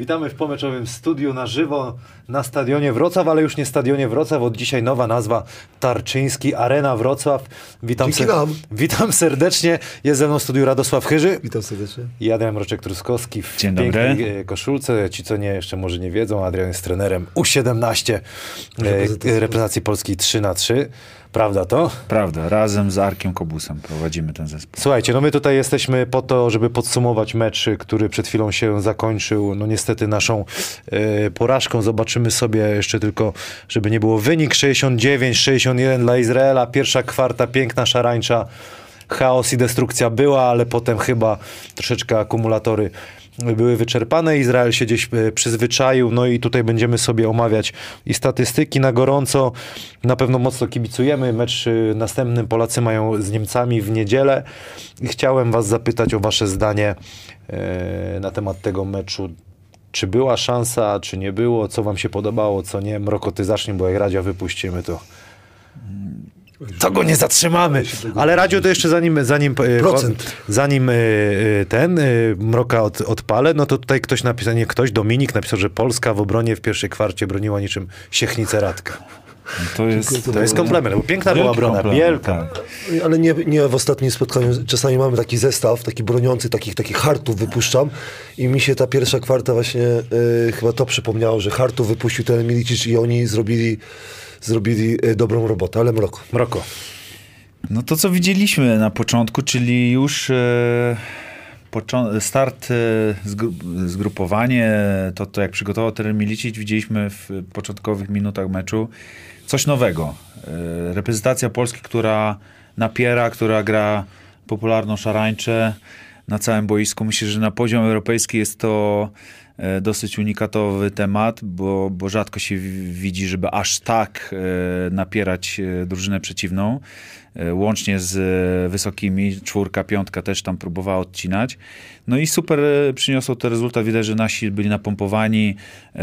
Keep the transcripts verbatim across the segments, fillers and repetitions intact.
Witamy w pomeczowym studiu na żywo na Stadionie Wrocław, ale już nie Stadionie Wrocław, od dzisiaj nowa nazwa Tarczyński Arena Wrocław. Witam, ser witam serdecznie, jest ze mną w studiu Radosław Chyży. Witam serdecznie. I Adrian Mroczek-Truskowski w Dzień pięknej dobry. koszulce. Ci, co nie, jeszcze może nie wiedzą, Adrian jest trenerem U siedemnaście reprezentacji, reprezentacji Polski trzy na trzy. Prawda to? Prawda, razem z Arkiem Kobusem prowadzimy ten zespół. Słuchajcie, no my tutaj jesteśmy po to, żeby podsumować mecz, który przed chwilą się zakończył. No niestety naszą e, porażką. Zobaczymy sobie jeszcze tylko, żeby nie było wynik sześćdziesiąt dziewięć sześćdziesiąt jeden dla Izraela. Pierwsza kwarta, piękna szarańcza. Chaos i destrukcja była, ale potem chyba troszeczkę akumulatory były wyczerpane. Izrael się gdzieś przyzwyczaił, no i tutaj będziemy sobie omawiać i statystyki na gorąco. Na pewno mocno kibicujemy. Mecz następnym Polacy mają z Niemcami w niedzielę. I chciałem was zapytać o wasze zdanie e, na temat tego meczu. Czy była szansa, czy nie było? Co wam się podobało, co nie? Mroko, ty zacznij, bo jak Radzia wypuścimy, to... To go nie zatrzymamy. Ale Radio to jeszcze zanim zanim, Procent. zanim ten Mroka od, odpalę, no to tutaj ktoś napisał, nie ktoś, Dominik napisał, że Polska w obronie w pierwszej kwarcie broniła niczym Siechnice Radka. To jest, to jest komplement, bo piękna była obrona, wielka. Ale nie, nie w ostatnim spotkaniu, czasami mamy taki zestaw, taki broniący, takich, takich hartów wypuszczam i mi się ta pierwsza kwarta właśnie y, chyba to przypomniało, że hartów wypuścił ten Milicic i oni zrobili zrobili dobrą robotę, ale Mroko. Mroko. No to, co widzieliśmy na początku, czyli już e, start, e, zgru zgrupowanie, to, to jak przygotował trener Milicic, widzieliśmy w początkowych minutach meczu coś nowego. E, reprezentacja Polski, która napiera, która gra popularną szarańczę na całym boisku. Myślę, że na poziom europejski jest to dosyć unikatowy temat, bo, bo rzadko się widzi, żeby aż tak e, napierać drużynę przeciwną. E, łącznie z wysokimi, czwórka, piątka też tam próbowała odcinać. No i super przyniosło to rezultat. Widać, że nasi byli napompowani,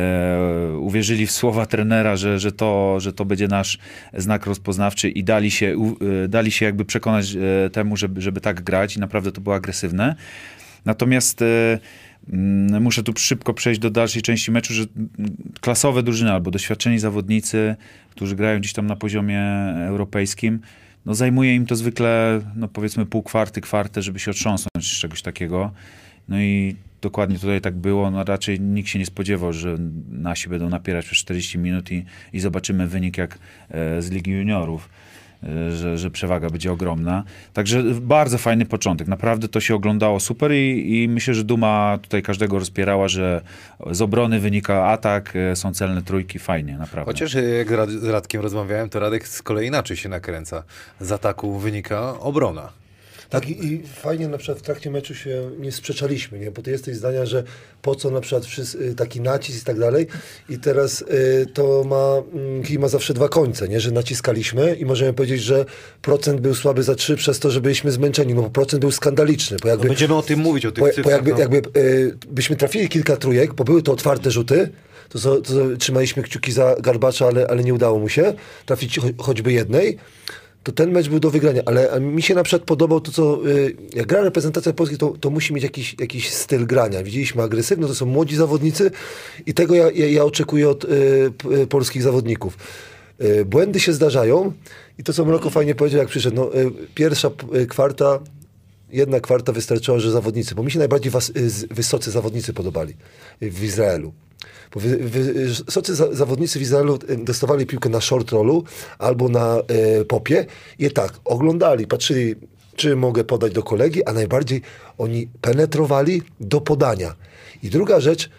e, uwierzyli w słowa trenera, że, że, to, że to będzie nasz znak rozpoznawczy i dali się, u, dali się jakby przekonać e, temu, żeby, żeby tak grać i naprawdę to było agresywne. Natomiast e, muszę tu szybko przejść do dalszej części meczu, że klasowe drużyny albo doświadczeni zawodnicy, którzy grają gdzieś tam na poziomie europejskim, no zajmuje im to zwykle, no powiedzmy pół kwarty, kwartę, żeby się otrząsnąć z czegoś takiego. No i dokładnie tutaj tak było. No raczej nikt się nie spodziewał, że nasi będą napierać przez czterdzieści minut i, i zobaczymy wynik jak e, z Ligi Juniorów. Że, że przewaga będzie ogromna. Także bardzo fajny początek. Naprawdę to się oglądało super i, i myślę, że duma tutaj każdego rozpierała, że z obrony wynika atak, są celne trójki, fajnie, naprawdę. Chociaż jak z Radkiem rozmawiałem, to Radek z kolei inaczej się nakręca. Z ataku wynika obrona. Tak i, i fajnie na przykład w trakcie meczu się nie sprzeczaliśmy, nie? Bo ty jesteś zdania, że po co na przykład wszyscy, taki nacisk i tak dalej i teraz y, to ma, y, ma zawsze dwa końce, nie? Że naciskaliśmy i możemy powiedzieć, że procent był słaby za trzy przez to, że byliśmy zmęczeni, no bo procent był skandaliczny. Bo jakby, no będziemy o tym mówić, o tych bo, cyfrach. Bo jakby, no. jakby y, byśmy trafili kilka trójek, bo były to otwarte rzuty, to, to, to trzymaliśmy kciuki za Garbacza, ale, ale nie udało mu się trafić cho choćby jednej. To ten mecz był do wygrania, ale mi się na przykład podobał to, co y, jak gra reprezentacja Polski, to, to musi mieć jakiś, jakiś styl grania. Widzieliśmy agresywno, to są młodzi zawodnicy i tego ja, ja, ja oczekuję od y, y, polskich zawodników. Y, błędy się zdarzają i to, co Mroko fajnie powiedział, jak przyszedł, no, y, pierwsza y, kwarta, jedna kwarta wystarczyła, że zawodnicy, bo mi się najbardziej was, y, wysocy zawodnicy podobali y, w Izraelu. Bo wy, wy, wysocy za, zawodnicy w Izraelu dostawali piłkę na short rollu albo na e, popie i tak, oglądali, patrzyli, czy mogę podać do kolegi, a najbardziej oni penetrowali do podania. I druga rzecz,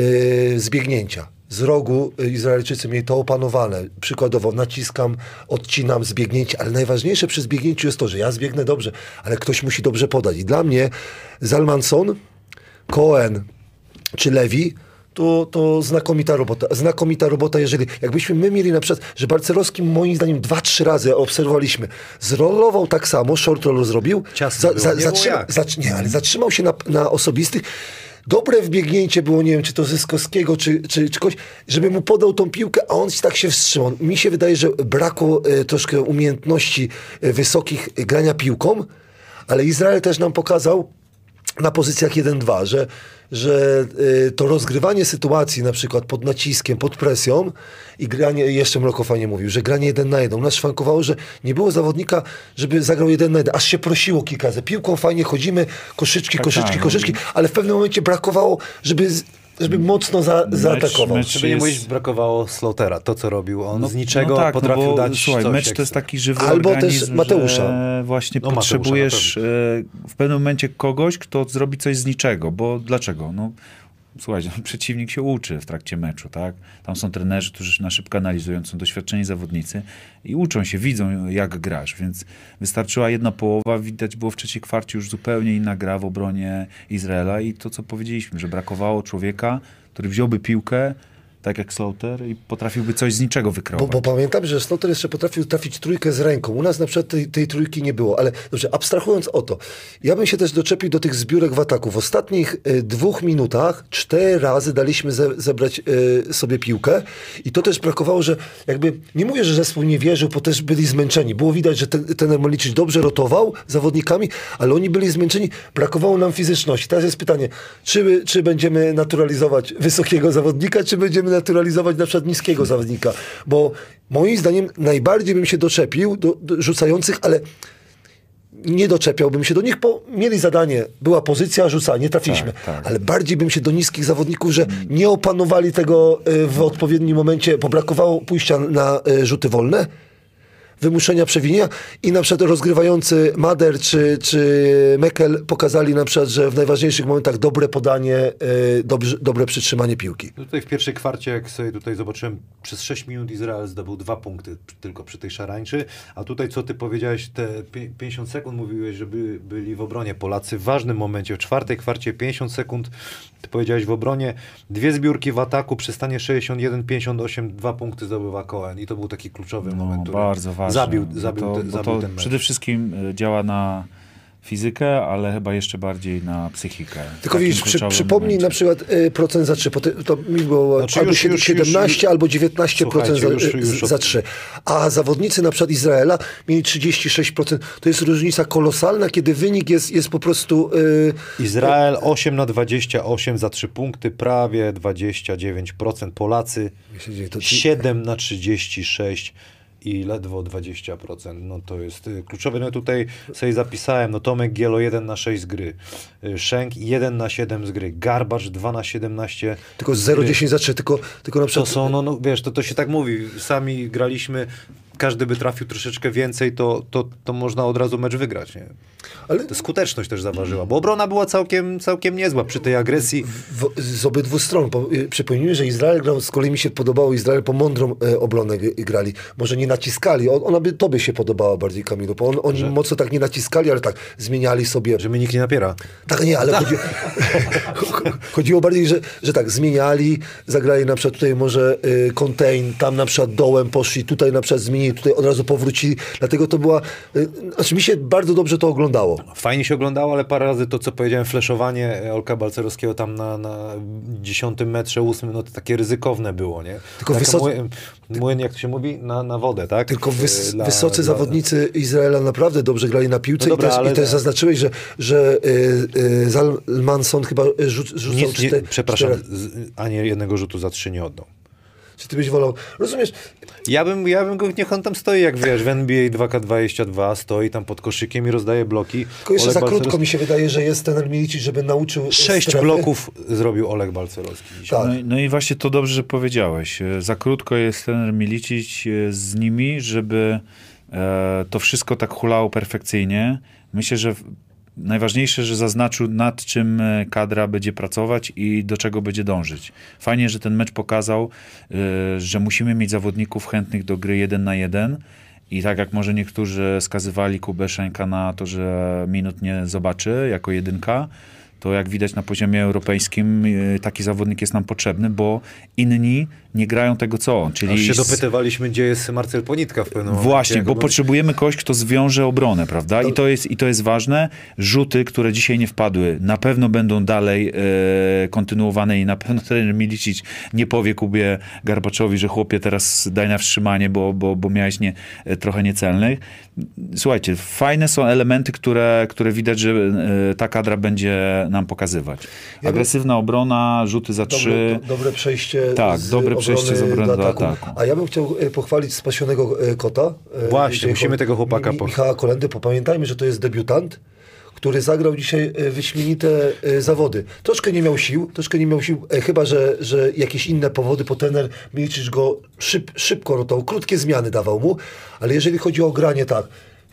e, zbiegnięcia. Z rogu Izraelczycy mieli to opanowane. Przykładowo naciskam, odcinam zbiegnięcie, ale najważniejsze przy zbiegnięciu jest to, że ja zbiegnę dobrze, ale ktoś musi dobrze podać. I dla mnie Zalmanson, Cohen czy Lewi To, to znakomita robota. Znakomita robota, jeżeli jakbyśmy my mieli na przykład, że Barcelowski moim zdaniem dwa, trzy razy obserwowaliśmy, zrolował tak samo, short roll zrobił, za, za, zatrzyma, zatrzy, nie, ale zatrzymał się na, na osobistych. Dobre wbiegnięcie było, nie wiem, czy to Zyskowskiego, czy, czy, czy kogoś, żeby mu podał tą piłkę, a on tak się wstrzymał. Mi się wydaje, że brakło e, troszkę umiejętności e, wysokich e, grania piłką, ale Izrael też nam pokazał, na pozycjach jeden dwa, że, że y, to rozgrywanie sytuacji na przykład pod naciskiem, pod presją i granie, jeszcze Mroko fajnie mówił, że granie jeden na jeden. U nas szwankowało, że nie było zawodnika, żeby zagrał jeden na jeden, aż się prosiło kilka razy. Piłką fajnie chodzimy, koszyczki, Tak, koszyczki, tak, koszyczki, ale w pewnym momencie brakowało, żeby... Z, żeby mocno za, zaatakował. mecz Żeby nie jest- mówić, brakowało Slaughtera. To, co robił. On No, z niczego no tak, potrafił no bo, dać słuchaj, coś mecz to ekstra. jest taki żywy Albo też organizm, Mateusza. że właśnie No, Mateusza potrzebujesz na e, w pewnym momencie kogoś, kto zrobi coś z niczego, bo dlaczego? No, słuchajcie, no, przeciwnik się uczy w trakcie meczu, tak? Tam są trenerzy, którzy na szybko analizują, są doświadczeni zawodnicy i uczą się, widzą jak grasz, więc wystarczyła jedna połowa, widać było w trzeciej kwarcie już zupełnie inna gra w obronie Izraela i to, co powiedzieliśmy, że brakowało człowieka, który wziąłby piłkę, tak jak Slaughter i potrafiłby coś z niczego Bo, wykreować. bo pamiętam, że Slaughter jeszcze potrafił trafić trójkę z ręką. U nas na przykład tej, tej trójki nie było, ale dobrze, abstrahując o to, ja bym się też doczepił do tych zbiórek w ataku. W ostatnich y, dwóch minutach cztery razy daliśmy ze, zebrać y, sobie piłkę i to też brakowało, że jakby, nie mówię, że zespół nie wierzył, bo też byli zmęczeni. Było widać, że ten, ten Ermoliczyk dobrze rotował zawodnikami, ale oni byli zmęczeni, brakowało nam fizyczności. Teraz jest pytanie, czy, czy będziemy naturalizować wysokiego zawodnika, czy będziemy naturalizować na przykład niskiego zawodnika, bo moim zdaniem najbardziej bym się doczepił do, do rzucających, ale nie doczepiałbym się do nich, bo mieli zadanie, była pozycja, rzucanie, trafiliśmy, Tak, tak. ale bardziej bym się do niskich zawodników, że nie opanowali tego y, w odpowiednim momencie, bo brakowało pójścia na y, rzuty wolne, wymuszenia przewinienia i na przykład rozgrywający Mader czy, czy Mekel pokazali na przykład, że w najważniejszych momentach dobre podanie, y, dobrze, dobre przytrzymanie piłki. No tutaj w pierwszej kwarcie, jak sobie tutaj zobaczyłem, przez sześć minut Izrael zdobył dwa punkty tylko przy tej szarańczy, a tutaj co ty powiedziałeś, te pię- pięćdziesiąt sekund mówiłeś, że by, byli w obronie Polacy w ważnym momencie, w czwartej kwarcie pięćdziesiąt sekund, ty powiedziałeś w obronie, dwie zbiórki w ataku, przy stanie sześćdziesiąt jeden pięćdziesiąt osiem, dwa punkty zdobywa Cohen i to był taki kluczowy No, moment, który bardzo ważne. zabił, bo zabił, to, te, bo zabił to ten mecz. przede wszystkim y, działa na fizykę, ale chyba jeszcze bardziej na psychikę. W Tylko takim widzisz, przy, kluczowym przypomnij momencie. na przykład y, procent za trzy. To, to mi było Znaczy albo już- już- siedemnaście, już- albo dziewiętnaście procent za, Słuchajcie, już- już za od- trzy. A zawodnicy na przykład Izraela mieli trzydzieści sześć procent. To jest różnica kolosalna, kiedy wynik jest, jest po prostu... Y, Izrael osiem na dwadzieścia osiem za trzy punkty, prawie dwadzieścia dziewięć procent. Polacy to ci, siedem na trzydzieści sześć i ledwo dwadzieścia procent. No to jest y, kluczowe. No tutaj sobie zapisałem, no Tomek Gielo jeden na sześć z gry, y, Szenk jeden na siedem z gry, Garbacz dwa na siedemnaście tylko z zero gry. dziesięć za trzy, tylko, tylko na To przykład... są, no, no wiesz, to, to się tak mówi. Sami graliśmy, każdy by trafił troszeczkę więcej, to, to, to można od razu mecz wygrać, nie? Ale To skuteczność też zaważyła, bo obrona była całkiem, całkiem niezła przy tej agresji. w, z obydwu stron. Po, y, przypomnijmy, że Izrael grał, z kolei mi się podobało, Izrael po mądrą e, obronę g- grali. Może nie naciskali, o, ona by, to by się podobała bardziej, Kamilu, bo on, oni Że- mocno tak nie naciskali, ale tak zmieniali sobie. Że mnie nikt nie napiera. Tak nie, ale chodzi, chodziło bardziej, że, że tak, zmieniali, zagrali na przykład tutaj może y, contain, tam na przykład dołem poszli, tutaj na przykład zmienili, tutaj od razu powrócili, dlatego to była, y, znaczy mi się bardzo dobrze to oglądało. Fajnie się oglądało, ale parę razy to, co powiedziałem, fleszowanie Olka Balcerowskiego tam na, na dziesiątym metrze, ósmym, no to takie ryzykowne było, nie? Tylko Taka wysoce- młyn, młyn, jak to się mówi? Na, na wodę, tak? Tylko wys, Dla- wysocy dla- zawodnicy Izraela naprawdę dobrze grali na piłce No dobra, i, też, ale- i też zaznaczyłeś, że, że y, y, Zalmanson chyba rzuc, rzucał Nic, nie, cztery, przepraszam, cztery, z, ani jednego rzutu za trzy nie oddał. czy ty byś wolał, rozumiesz, Ja bym, ja bym go, niech on tam stoi, jak wiesz, w N B A dwa K dwadzieścia dwa, stoi tam pod koszykiem i rozdaje bloki. tylko jeszcze Olek za krótko Balcerowski- mi się wydaje, że jest ten Milicic, żeby nauczył Sześć strefy. bloków zrobił Olek Balcerowski dzisiaj. Tak. No, i- no i właśnie to dobrze, że powiedziałeś. E, Za krótko jest trener Milicic e, z nimi, żeby e, to wszystko tak hulało perfekcyjnie. Myślę, że w- najważniejsze, że zaznaczył, nad czym e, kadra będzie pracować i do czego będzie dążyć. Fajnie, że ten mecz pokazał, e, że musimy mieć zawodników chętnych do gry jeden na jeden. I tak jak może niektórzy skazywali Kubę Szenka na to, że minut nie zobaczy jako jedynka, to jak widać na poziomie europejskim y, taki zawodnik jest nam potrzebny, bo inni nie grają tego co on. Czyli Aż się z- dopytywaliśmy, gdzie jest Marcel Ponitka w pewnym momencie. Właśnie, jak bo go- potrzebujemy kogoś, kto zwiąże obronę, prawda? I to jest, i to jest ważne. Rzuty, które dzisiaj nie wpadły, na pewno będą dalej e, kontynuowane i na pewno trener Milicic nie powie Kubie Garbaczowi, że chłopie teraz daj na wstrzymanie, bo, bo, bo miałeś nie, e, trochę niecelnych. Słuchajcie, fajne są elementy, które, które widać, że y, ta kadra będzie nam pokazywać. Agresywna obrona, rzuty za trzy. Dobre, do, dobre przejście tak, z dobre przejście z obrony do do ataku. ataku. A ja bym chciał e, pochwalić spasionego e, Kota. E, Właśnie, dzisiaj musimy cho- tego chłopaka Mi- po- Michała Kolendy, bo pamiętajmy, że to jest debiutant, który zagrał dzisiaj e, wyśmienite e, zawody. Troszkę nie miał sił, troszkę nie miał sił, e, chyba, że, że jakieś inne powody, bo trener Milicic go szyb, szybko rotował, krótkie zmiany dawał mu, ale jeżeli chodzi o granie, tak,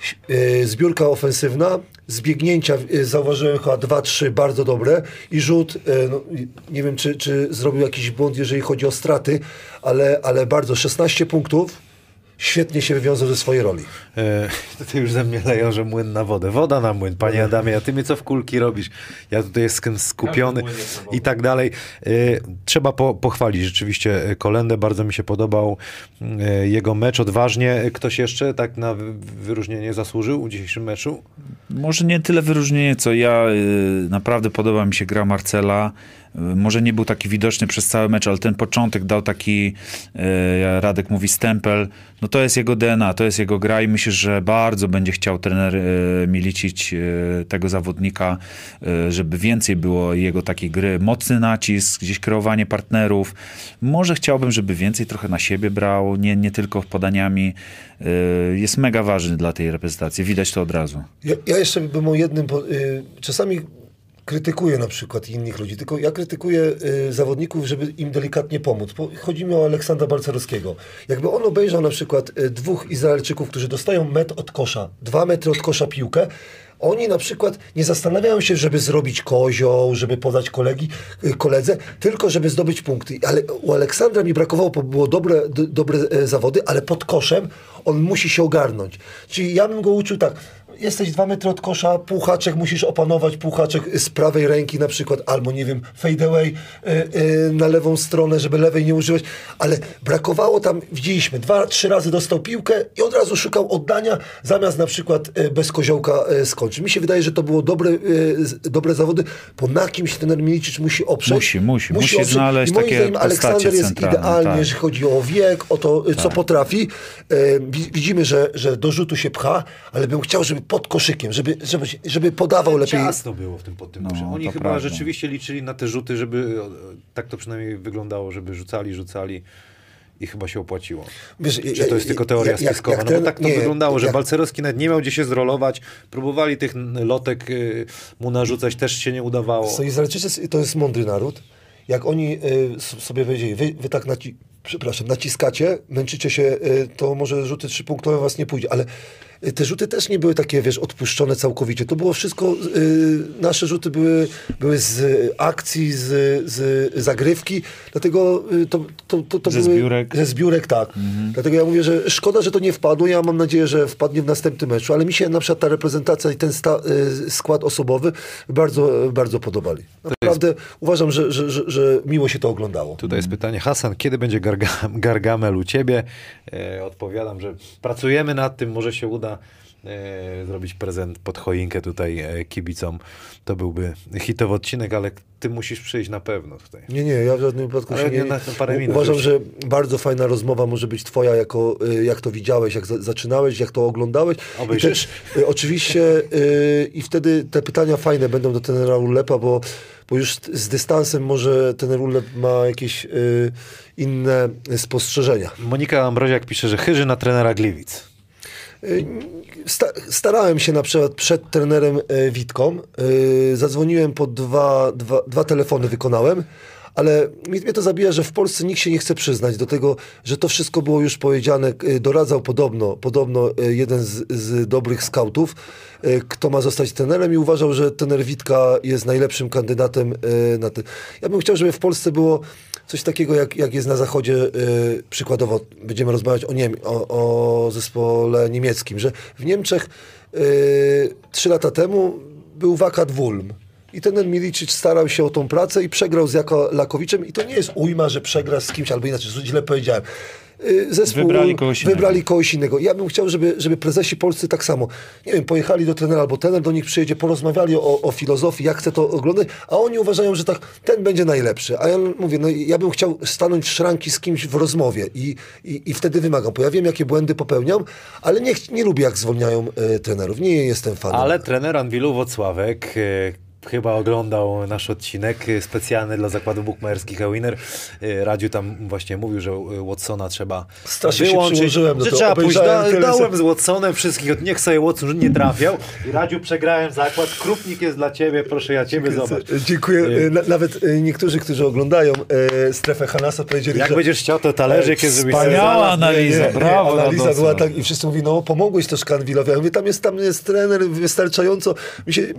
e, zbiórka ofensywna, zbiegnięcia, e, zauważyłem chyba dwa, trzy bardzo dobre i rzut, e, no, nie wiem, czy, czy zrobił jakiś błąd, jeżeli chodzi o straty, ale, ale bardzo, szesnaście punktów, świetnie się wywiązał ze swojej roli. E, tutaj już ze mnie leją, że młyn na wodę. Woda na młyn, panie Adamie, a ty mnie co w kulki robisz? Ja tutaj jestem skupiony i tak dalej. E, trzeba po, pochwalić rzeczywiście Kolendę, bardzo mi się podobał e, jego mecz, odważnie. Ktoś jeszcze tak na wy- wyróżnienie zasłużył w dzisiejszym meczu? Może nie tyle wyróżnienie, co ja. Y, naprawdę podoba mi się gra Marcela. Y, może nie był taki widoczny przez cały mecz, ale ten początek dał taki, y, Radek mówi, stempel. No to jest jego D N A, to jest jego gra i myślę, że bardzo będzie chciał trener y, Milicic y, tego zawodnika, y, żeby więcej było jego takiej gry. Mocny nacisk, gdzieś kreowanie partnerów. Może chciałbym, żeby więcej trochę na siebie brał, nie, nie tylko podaniami. Y, jest mega ważny dla tej reprezentacji. Widać to od razu. Ja, ja jeszcze bym o jednym, bo, y, czasami krytykuję na przykład innych ludzi, tylko ja krytykuję y, zawodników, żeby im delikatnie pomóc. Bo chodzi mi o Aleksandra Balcerowskiego. Jakby on obejrzał na przykład y, dwóch Izraelczyków, którzy dostają metr od kosza, dwa metry od kosza piłkę, oni na przykład nie zastanawiają się, żeby zrobić kozioł, żeby podać kolegi, y, koledze, tylko żeby zdobyć punkty. Ale u Aleksandra mi brakowało, bo było dobre, d- dobre e, zawody, ale pod koszem on musi się ogarnąć. Czyli ja bym go uczył tak, jesteś dwa metry od kosza, półhaczek musisz opanować, półhaczek z prawej ręki na przykład, albo nie wiem, fade away y, y, na lewą stronę, żeby lewej nie używać, ale brakowało tam, widzieliśmy, dwa, trzy razy dostał piłkę i od razu szukał oddania, zamiast na przykład y, bez koziołka y, skończyć. Mi się wydaje, że to było dobre, y, z- dobre zawody, bo na kimś ten Milicic musi oprzeć. Musi, musi, musi oprzeć. znaleźć I moim takie zdaniem postacie Aleksander jest centralne, idealnie, tak. jeżeli chodzi o wiek, o to, y, co Tak. potrafi. Y, wi- widzimy, że, że do rzutu się pcha, ale bym chciał, żeby pod koszykiem, żeby, żeby, żeby podawał lepiej. Ciasno było w tym pod tym No, koszem. Oni to chyba prawda. rzeczywiście liczyli na te rzuty, żeby, o, tak to przynajmniej wyglądało, żeby rzucali, rzucali i chyba się opłaciło. Wiesz, Czy to jest tylko teoria jak- jak- spiskowa? jak No bo ten- tak to nie, wyglądało, że jak- Balcerowski nawet nie miał gdzie się zrolować. Próbowali tych n- lotek y, mu narzucać, też się nie udawało. So, Izraelczycy to jest mądry naród. Jak oni y, s- sobie powiedzieli, wy, wy tak naci przepraszam, naciskacie, męczycie się, y, to może rzuty trzypunktowe was nie pójdzie, ale y, te rzuty też nie były takie, wiesz, odpuszczone całkowicie. To było wszystko, y, nasze rzuty były, były z akcji, z, z zagrywki, dlatego y, to, to, to, to Ze były... zbiórek. Ze zbiórek, tak. Dlatego ja mówię, że szkoda, że to nie wpadło. Ja mam nadzieję, że wpadnie w następnym meczu, ale mi się na przykład ta reprezentacja i ten sta, y, skład osobowy bardzo, bardzo podobali. Naprawdę uważam, że, że, że, że miło się to oglądało. Tutaj jest pytanie, Hasan, kiedy będzie garga Gargamel u ciebie? E, odpowiadam, że pracujemy nad tym, może się uda e, zrobić prezent pod choinkę tutaj e, kibicom. To byłby hitowy odcinek, ale ty musisz przyjść na pewno tutaj. Nie, nie, ja w żadnym wypadku Ale się nie nie... na parę minut Uważam, już. że bardzo fajna rozmowa może być twoja, jako, y, jak to widziałeś, jak za, zaczynałeś, jak to oglądałeś. Obejrzysz? I te, y, oczywiście y, i wtedy te pytania fajne będą do trenera Ulepa, bo, bo już z dystansem może trener Ulep ma jakieś y, inne spostrzeżenia. Monika Ambroziak pisze, że chyży na trenera Gliwic. Sta starałem się na przykład przed trenerem e, Witką. E, zadzwoniłem po dwa, dwa, dwa telefony, wykonałem, ale mnie, mnie to zabija, że w Polsce nikt się nie chce przyznać do tego, że to wszystko było już powiedziane. E, doradzał podobno, podobno e, jeden z, z dobrych skautów, e, kto ma zostać trenerem i uważał, że trener Witka jest najlepszym kandydatem e, na ten. Ja bym chciał, żeby w Polsce było coś takiego, jak, jak jest na zachodzie, yy, przykładowo będziemy rozmawiać o, Niem o, o zespole niemieckim, że w Niemczech yy, trzy lata temu był wakat w Ulm. I ten Milicic starał się o tą pracę i przegrał z Jako Lakowiczem i to nie jest ujma, że przegra z kimś, albo inaczej, źle powiedziałem. y, zespół Wybrali kogoś innego. wybrali kogoś innego. Ja bym chciał, żeby, żeby prezesi polscy tak samo, nie wiem, pojechali do trenera, albo trener do nich przyjedzie, porozmawiali o, o filozofii, jak chce to oglądać, a oni uważają, że tak, ten będzie najlepszy. A ja mówię, no ja bym chciał stanąć w szranki z kimś w rozmowie i, i, i wtedy wymagam, bo ja wiem, jakie błędy popełniam, ale nie, ch- nie lubię, jak zwolniają y, trenerów. Nie jestem fanem. Ale trener Anwilu Włocławek y, chyba oglądał nasz odcinek y, specjalny dla zakładów bukmacherskich e-winner. Y, Radziu tam właśnie mówił, że y, Watsona trzeba Strasznie się wyłączyć, przyłożyłem do że tego, trzeba pójść, obejrzałem da, telewizor. dałem z Watsonem wszystkich, niech sobie Watson nie trafiał. I Radziu, przegrałem zakład, Krupnik jest dla ciebie, proszę ja ciebie zobacz. Dziękuję. Y, Na, nawet y, niektórzy, którzy oglądają y, strefę Hanasa, powiedzieli, Jak że będziesz chciał, to talerzyk jest, żeby Wspaniała sobie- analiza, nie, brawo. nie, analiza Radosław. była tak i wszyscy mówili, no pomogłeś troszkę Anwilowi. Ja mówię, tam jest, tam jest trener wystarczająco. Mi się,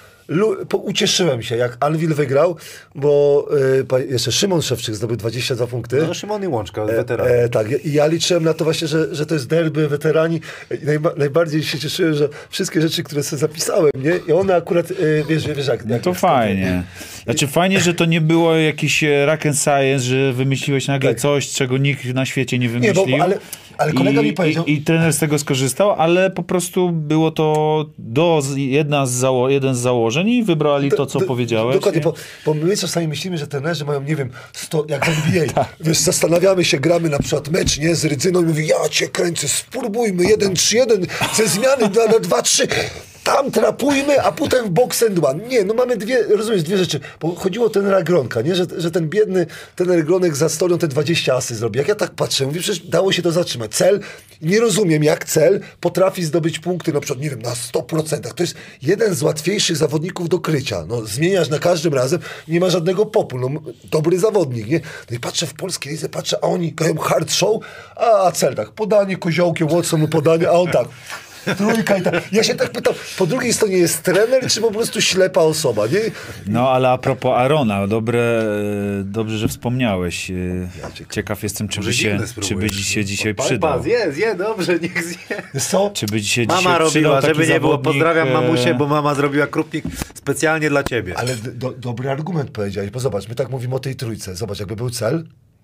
lu, po, ucieszyłem się, jak Anwil wygrał, bo y, pa- jeszcze Szymon Szewczyk zdobył dwadzieścia dwa punkty. No Szymon i Łączka, weteran. E, tak, i ja liczyłem na to właśnie, że, że to jest derby, weterani. I najba, najbardziej się cieszyłem, że wszystkie rzeczy, które sobie zapisałem, nie? I one akurat, e, wiesz, wiesz jak... jak To jak fajnie. Znaczy fajnie, że to nie było jakiś e, rock and science, że wymyśliłeś nagle Tak. coś, czego nikt na świecie nie Nie, wymyślił. bo, ale, ale kolega I, mi powiedział... i, I trener z tego skorzystał, ale po prostu było to do, jedna z zało, jeden z założeń i wybrali to, co Do- powiedziałeś. Dokładnie, nie? bo, bo my czasami myślimy, że trenerzy mają, nie wiem, sto, jak w N B A. Tak. Wiesz, zastanawiamy się, gramy na przykład mecz, nie, z Rydzyną i mówi, ja cię kręcę, spróbujmy, jeden trzy jeden, ze zmiany na, na dwa trzy. Tam trapujmy, a potem w box and one. Nie, no mamy dwie, rozumiesz, dwie rzeczy. Bo chodziło o trenera Gronka, nie? Że, że ten biedny trener Gronek za storią te dwadzieścia asy zrobi. Jak ja tak patrzę, mówię, przecież dało się to zatrzymać. Cel, nie rozumiem, jak Cel potrafi zdobyć punkty, na przykład, nie wiem, na sto procent. To jest jeden z łatwiejszych zawodników do krycia. No, zmieniasz na każdym razem, nie ma żadnego popu. No, dobry zawodnik, nie? No i patrzę w polskiej lidze, patrzę, a oni grają hard show, a Cel tak, podanie koziołkiem, Watson mu podanie, a on tak... Trójka i tak. Ja się tak pytam, po drugiej stronie jest trener, czy po prostu ślepa osoba, nie? No, ale a propos Arona, dobre, e, dobrze, że wspomniałeś. E, Ciekaw jestem, czy by, się, czy by ci się dzisiaj przydał. Zje, zje, dobrze, niech zje. Wiesz co? Czy by ci się Mama dzisiaj przydał robiła, taki żeby nie było. zawodnik, Pozdrawiam e, mamusię, bo mama zrobiła krupnik specjalnie dla ciebie. Ale do, dobry argument powiedziałeś, bo zobacz, my tak mówimy o tej trójce. Zobacz, jakby był Cel,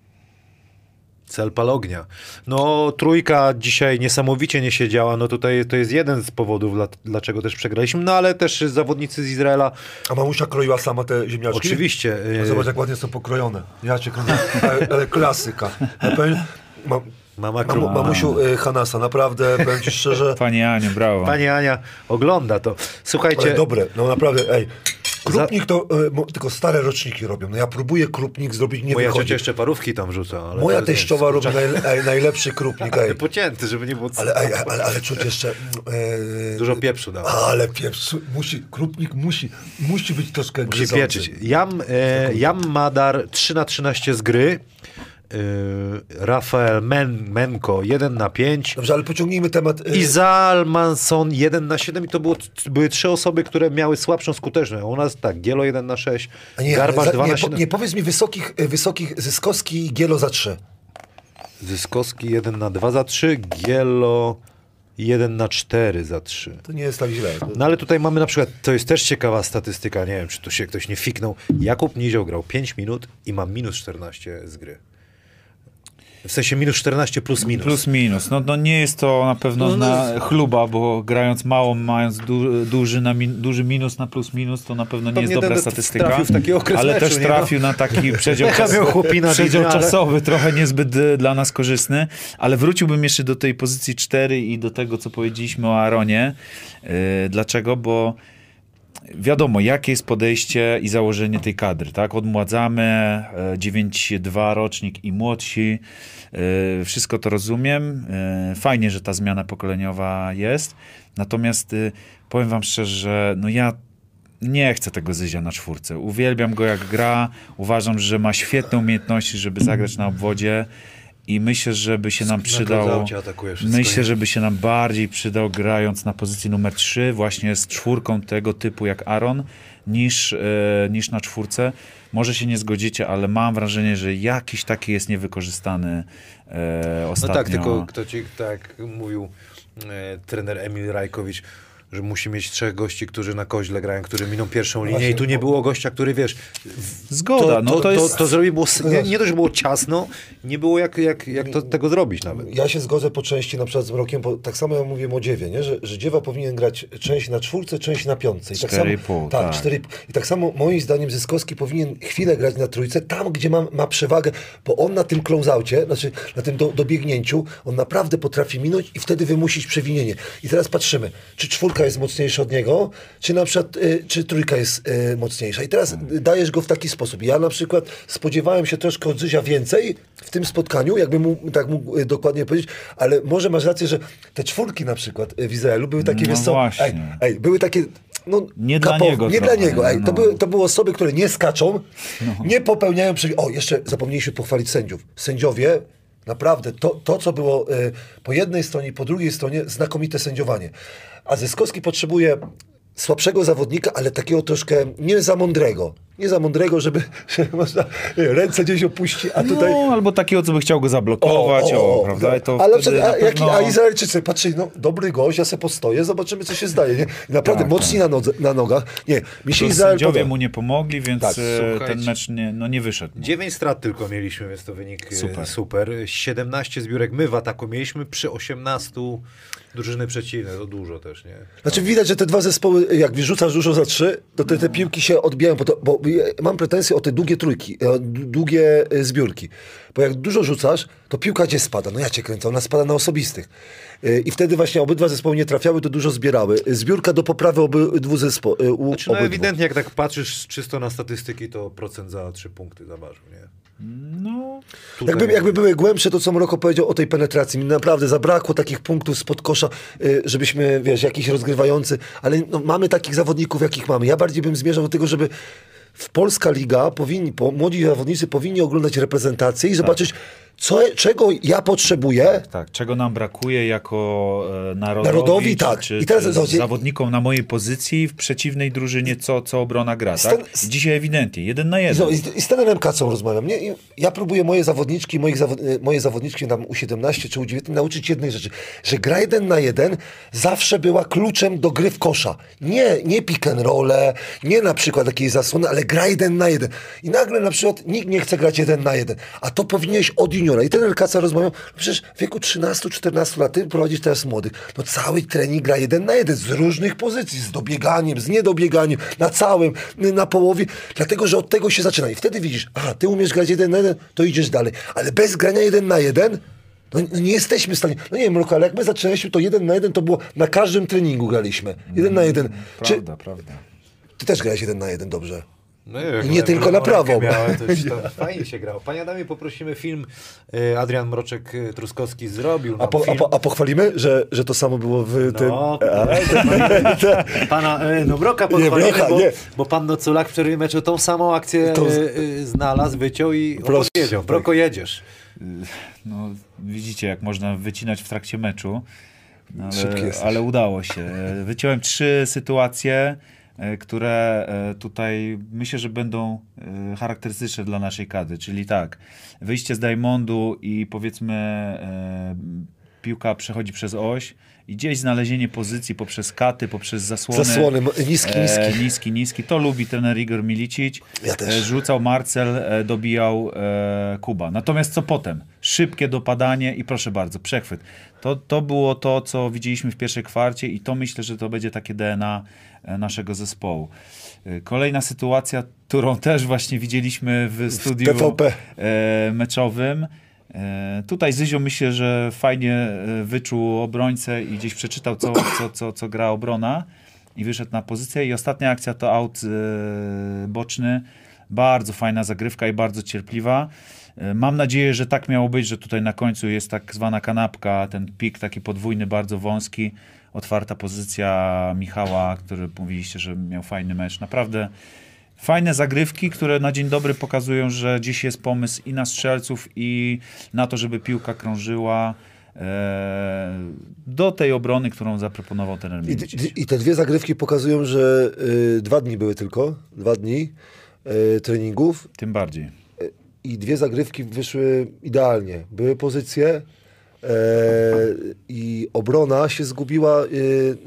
Cel palognia. No trójka dzisiaj niesamowicie nie siedziała, no tutaj to jest jeden z powodów, dla, dlaczego też przegraliśmy, no ale też zawodnicy z Izraela, a mamusia kroiła sama te ziemniaczki. oczywiście. A y, zobacz, jak ładnie są pokrojone. Ja cię kręcę, ale, ale klasyka. Ja powiem, mam, Mama mamu, Krupa. mamusiu y, Hanasa, naprawdę, powiem ci szczerze, Pani Aniu, brawo. Pani Ania ogląda to. Słuchajcie, ale dobre, no naprawdę, ej. Krupnik to y, mo, tylko stare roczniki robią. No ja próbuję krupnik zrobić, nie moja wychodzi. ciocia jeszcze parówki tam rzuca. Ale Moja to jest, teściowa nie, robi naj, ej, najlepszy krupnik, ej. pocięty, żeby nie było Ale, ale, ale, ale czuć jeszcze... E, dużo pieprzu dała. ale pieprz, musi, krupnik musi, musi być troszkę Musi gryzący. pieczyć. Jam, e, Jam Madar trzy na trzynaście z gry. E, Rafael Men, Menko jeden na pięć. Dobrze, ale pociągnijmy temat... E, Izal Manson jeden na siedem i to było, były trzy osoby, które miały słabszą skuteczność. A u nas tak, Gielo jeden na sześć, a nie, Garbasz za- dwa nie, na po, siedem. nie, powiedz mi wysokich, e, wysokich Zyskowski i Gielo za trzy. Zyskowski jeden na dwa za trzy, Gielo jeden na cztery za trzy. To nie jest tak źle. To, No ale tutaj mamy na przykład, to jest też ciekawa statystyka, nie wiem, czy tu się ktoś nie fiknął. Jakub Nizioł grał pięć minut i ma minus czternaście z gry. W sensie minus czternaście plus minus. Plus minus. No, no nie jest to na pewno No, no na jest- chluba, bo grając mało, mając du, duży, na min, duży minus na plus minus, to na pewno nie jest Pewnie dobra ten statystyka. trafił w taki okres ale meczu, też nie? trafił na taki przedział, Pecha miał chłopina przedział widna, ale- czasowy, trochę niezbyt y, dla nas korzystny, ale wróciłbym jeszcze do tej pozycji cztery i do tego, co powiedzieliśmy o Aaronie. Yy, dlaczego? Bo wiadomo, jakie jest podejście i założenie tej kadry, tak? Odmładzamy, e, dziewięć dwa rocznik i młodsi, e, wszystko to rozumiem. E, fajnie, że ta zmiana pokoleniowa jest, natomiast e, powiem wam szczerze, że no ja nie chcę tego Zyzia na czwórce. Uwielbiam go jak gra, uważam, że ma świetne umiejętności, żeby zagrać na obwodzie. I myślę, że by się nam Na przydało. closeoutie atakuje wszystko, Myślę, nie? że by się nam bardziej przydał grając na pozycji numer trzy, właśnie z czwórką tego typu jak Aaron, niż, e, niż na czwórce. Może się nie zgodzicie, ale mam wrażenie, że jakiś taki jest niewykorzystany e, No ostatnio. tak, tylko kto ci tak mówił e, trener Emil Rajkowicz, że musi mieć trzech gości, którzy na koźle grają, którzy miną pierwszą linię właśnie, i tu nie bo- było gościa, który wiesz... Zgoda, to, no to, to to, jest... to zrobić było... Nie, nie to, że było ciasno, nie było jak, jak, jak to, tego zrobić nawet. Ja się zgodzę po części na przykład z Mrokiem, bo tak samo ja mówię o Dziewie, nie? Że, że Dziewa powinien grać część na czwórce, część na piątce. I tak Cztery i samo, pół, tak, tak. cztery i pół. I tak samo moim zdaniem Zyskowski powinien chwilę grać na trójce, tam gdzie ma, ma przewagę, bo on na tym close-aucie, znaczy na tym do, dobiegnięciu, on naprawdę potrafi minąć i wtedy wymusić przewinienie. I teraz patrzymy, czy czwórka jest mocniejsza od niego, czy na przykład, y, czy trójka jest y, mocniejsza. I teraz y, dajesz go w taki sposób. Ja na przykład spodziewałem się troszkę od Zyzia więcej w tym spotkaniu, jakbym mógł, tak mógł y, dokładnie powiedzieć, ale może masz rację, że te czwórki na przykład y, w Izraelu były takie, No wiesz co, właśnie. ej, ej, były takie no, Nie dla kapowe, niego Nie trochę, dla niego. Ej, no. to, były, to były osoby, które nie skaczą, nie popełniają przy... O, jeszcze zapomnieliśmy pochwalić sędziów. Sędziowie, naprawdę, to, to co było y, po jednej stronie i po drugiej stronie, znakomite sędziowanie. A Zyskowski potrzebuje słabszego zawodnika, ale takiego troszkę nie za mądrego. Nie za mądrego, żeby, żeby można nie, ręce gdzieś opuścić, a tutaj... No, albo takiego, co by chciał go zablokować, o, prawda? no. I to Ale wtedy przed, a, na jaki, pewno... a Izraelczycy patrzyli, no dobry gość, ja se postoję, zobaczymy, co się zdaje. Nie? I naprawdę Tak, mocni na, nodze, na nogach. Nie, mi się To Izrael sędziowie podoba. mu nie pomogli, więc Tak, e, słuchajcie. ten mecz nie, no nie wyszedł. Dziewięć strat tylko mieliśmy, więc to wynik Super. super. super. siedemnaście zbiórek my w ataku mieliśmy przy osiemnastu drużyny przeciwne. To dużo też, nie? Znaczy widać, że te dwa zespoły, jak wyrzucasz dużo za trzy, to te, te piłki się odbijają, bo, to, bo ja mam pretensje o te długie trójki, e, d- długie e, zbiórki. Bo jak dużo rzucasz, to piłka gdzie spada? No ja cię kręcę, ona spada na osobistych. E, I wtedy właśnie obydwa zespoły nie trafiały, to dużo zbierały. E, Zbiórka do poprawy obydwu zespołów. Znaczy, no ewidentnie, jak tak patrzysz czysto na statystyki, to procent za trzy punkty zaważył, nie? No, Tutaj- Jakby, jakby były głębsze, to co Mroko powiedział o tej penetracji. Mi naprawdę zabrakło takich punktów spod kosza, y, żebyśmy, wiesz, jakiś rozgrywający, ale no, mamy takich zawodników, jakich mamy. Ja bardziej bym zmierzał do tego, żeby w Polska Liga powinni, po, młodzi zawodnicy powinni oglądać reprezentację i zobaczyć, co, czego ja potrzebuję. tak. Czego nam brakuje jako e, narodowi, Narodowi, czy, tak. czy, I teraz czy zobaczcie- zawodnikom na mojej pozycji w przeciwnej drużynie, co, co obrona gra, Stan- tak? I dzisiaj ewidentnie, jeden na I, jeden. zo- i, I z trenerem Kacą rozmawiam. Nie? I ja próbuję moje zawodniczki, moich zawo- moje zawodniczki tam U siedemnaście czy U dziewiętnaście nauczyć jednej rzeczy, że gra jeden na jeden zawsze była kluczem do gry w kosza. Nie, nie pick and rolle, nie na przykład jakiejś zasłony, ale gra jeden na jeden. I nagle na przykład nikt nie chce grać jeden na jeden. A to powinieneś od juniora. I trener Kaca rozmawiał, no przecież w wieku trzynastu czternastu lat ty prowadzisz teraz młodych. No cały trening gra jeden na jeden z różnych pozycji, z dobieganiem, z niedobieganiem, na całym, na połowie, dlatego, że od tego się zaczyna. I wtedy widzisz, aha, ty umiesz grać jeden na jeden, to idziesz dalej. Ale bez grania jeden na jeden, no no nie jesteśmy w stanie. No nie wiem, Mroko, ale jak my zaczynaliśmy, to jeden na jeden to było, na każdym treningu graliśmy. Jeden na jeden. Czy Prawda, prawda. ty też grałeś jeden na jeden dobrze? No, jak I nie tylko na prawą. Miałem, to już tam fajnie się grało. Panie Adamie, poprosimy film. e, Adrian Mroczek-Truskowski zrobił nam A, po, a, film. po, a pochwalimy, że, że to samo było w tym... No, A, pana e, no Broka Nie, podchwalimy, Brocha, bo, nie. bo pan Noculak w przerwie meczu tą samą akcję To- e, e, znalazł, wyciął i Proszę, opowiedział. tak. Broko, jedziesz. No, widzicie, jak można wycinać w trakcie meczu, no, Szybki ale, jesteś. ale udało się. Wyciąłem trzy sytuacje, e, które e, tutaj myślę, że będą e, charakterystyczne dla naszej kadry, czyli tak, wyjście z Diamondu i powiedzmy e, piłka przechodzi przez oś i gdzieś znalezienie pozycji poprzez katy, poprzez zasłony. Zasłony, mo- niski, niski. E, niski, niski. To lubi trener Igor Milicic. Ja też. E, Rzucał Marcel, e, dobijał e, Kuba. Natomiast co potem? Szybkie dopadanie i proszę bardzo, przechwyt. To, to było to, co widzieliśmy w pierwszej kwarcie i to myślę, że to będzie takie D N A e, naszego zespołu. E, Kolejna sytuacja, którą też właśnie widzieliśmy w studiu T V P. e, meczowym. E, Tutaj Zyzio myślę, że fajnie e, wyczuł obrońcę i gdzieś przeczytał, co, co, co, co gra obrona i wyszedł na pozycję. I ostatnia akcja to aut e, boczny. Bardzo fajna zagrywka i bardzo cierpliwa. E, Mam nadzieję, że tak miało być, że tutaj na końcu jest tak zwana kanapka, ten pik taki podwójny, bardzo wąski. Otwarta pozycja Michała, który mówiliście, że miał fajny mecz. Naprawdę fajne zagrywki, które na dzień dobry pokazują, że dziś jest pomysł i na strzelców, i na to, żeby piłka krążyła e, do tej obrony, którą zaproponował trener I, Milicic. i, I te dwie zagrywki pokazują, że y, dwa dni były tylko, dwa dni y, treningów Tym bardziej. i dwie zagrywki wyszły idealnie. Były pozycje e, i obrona się zgubiła. Y,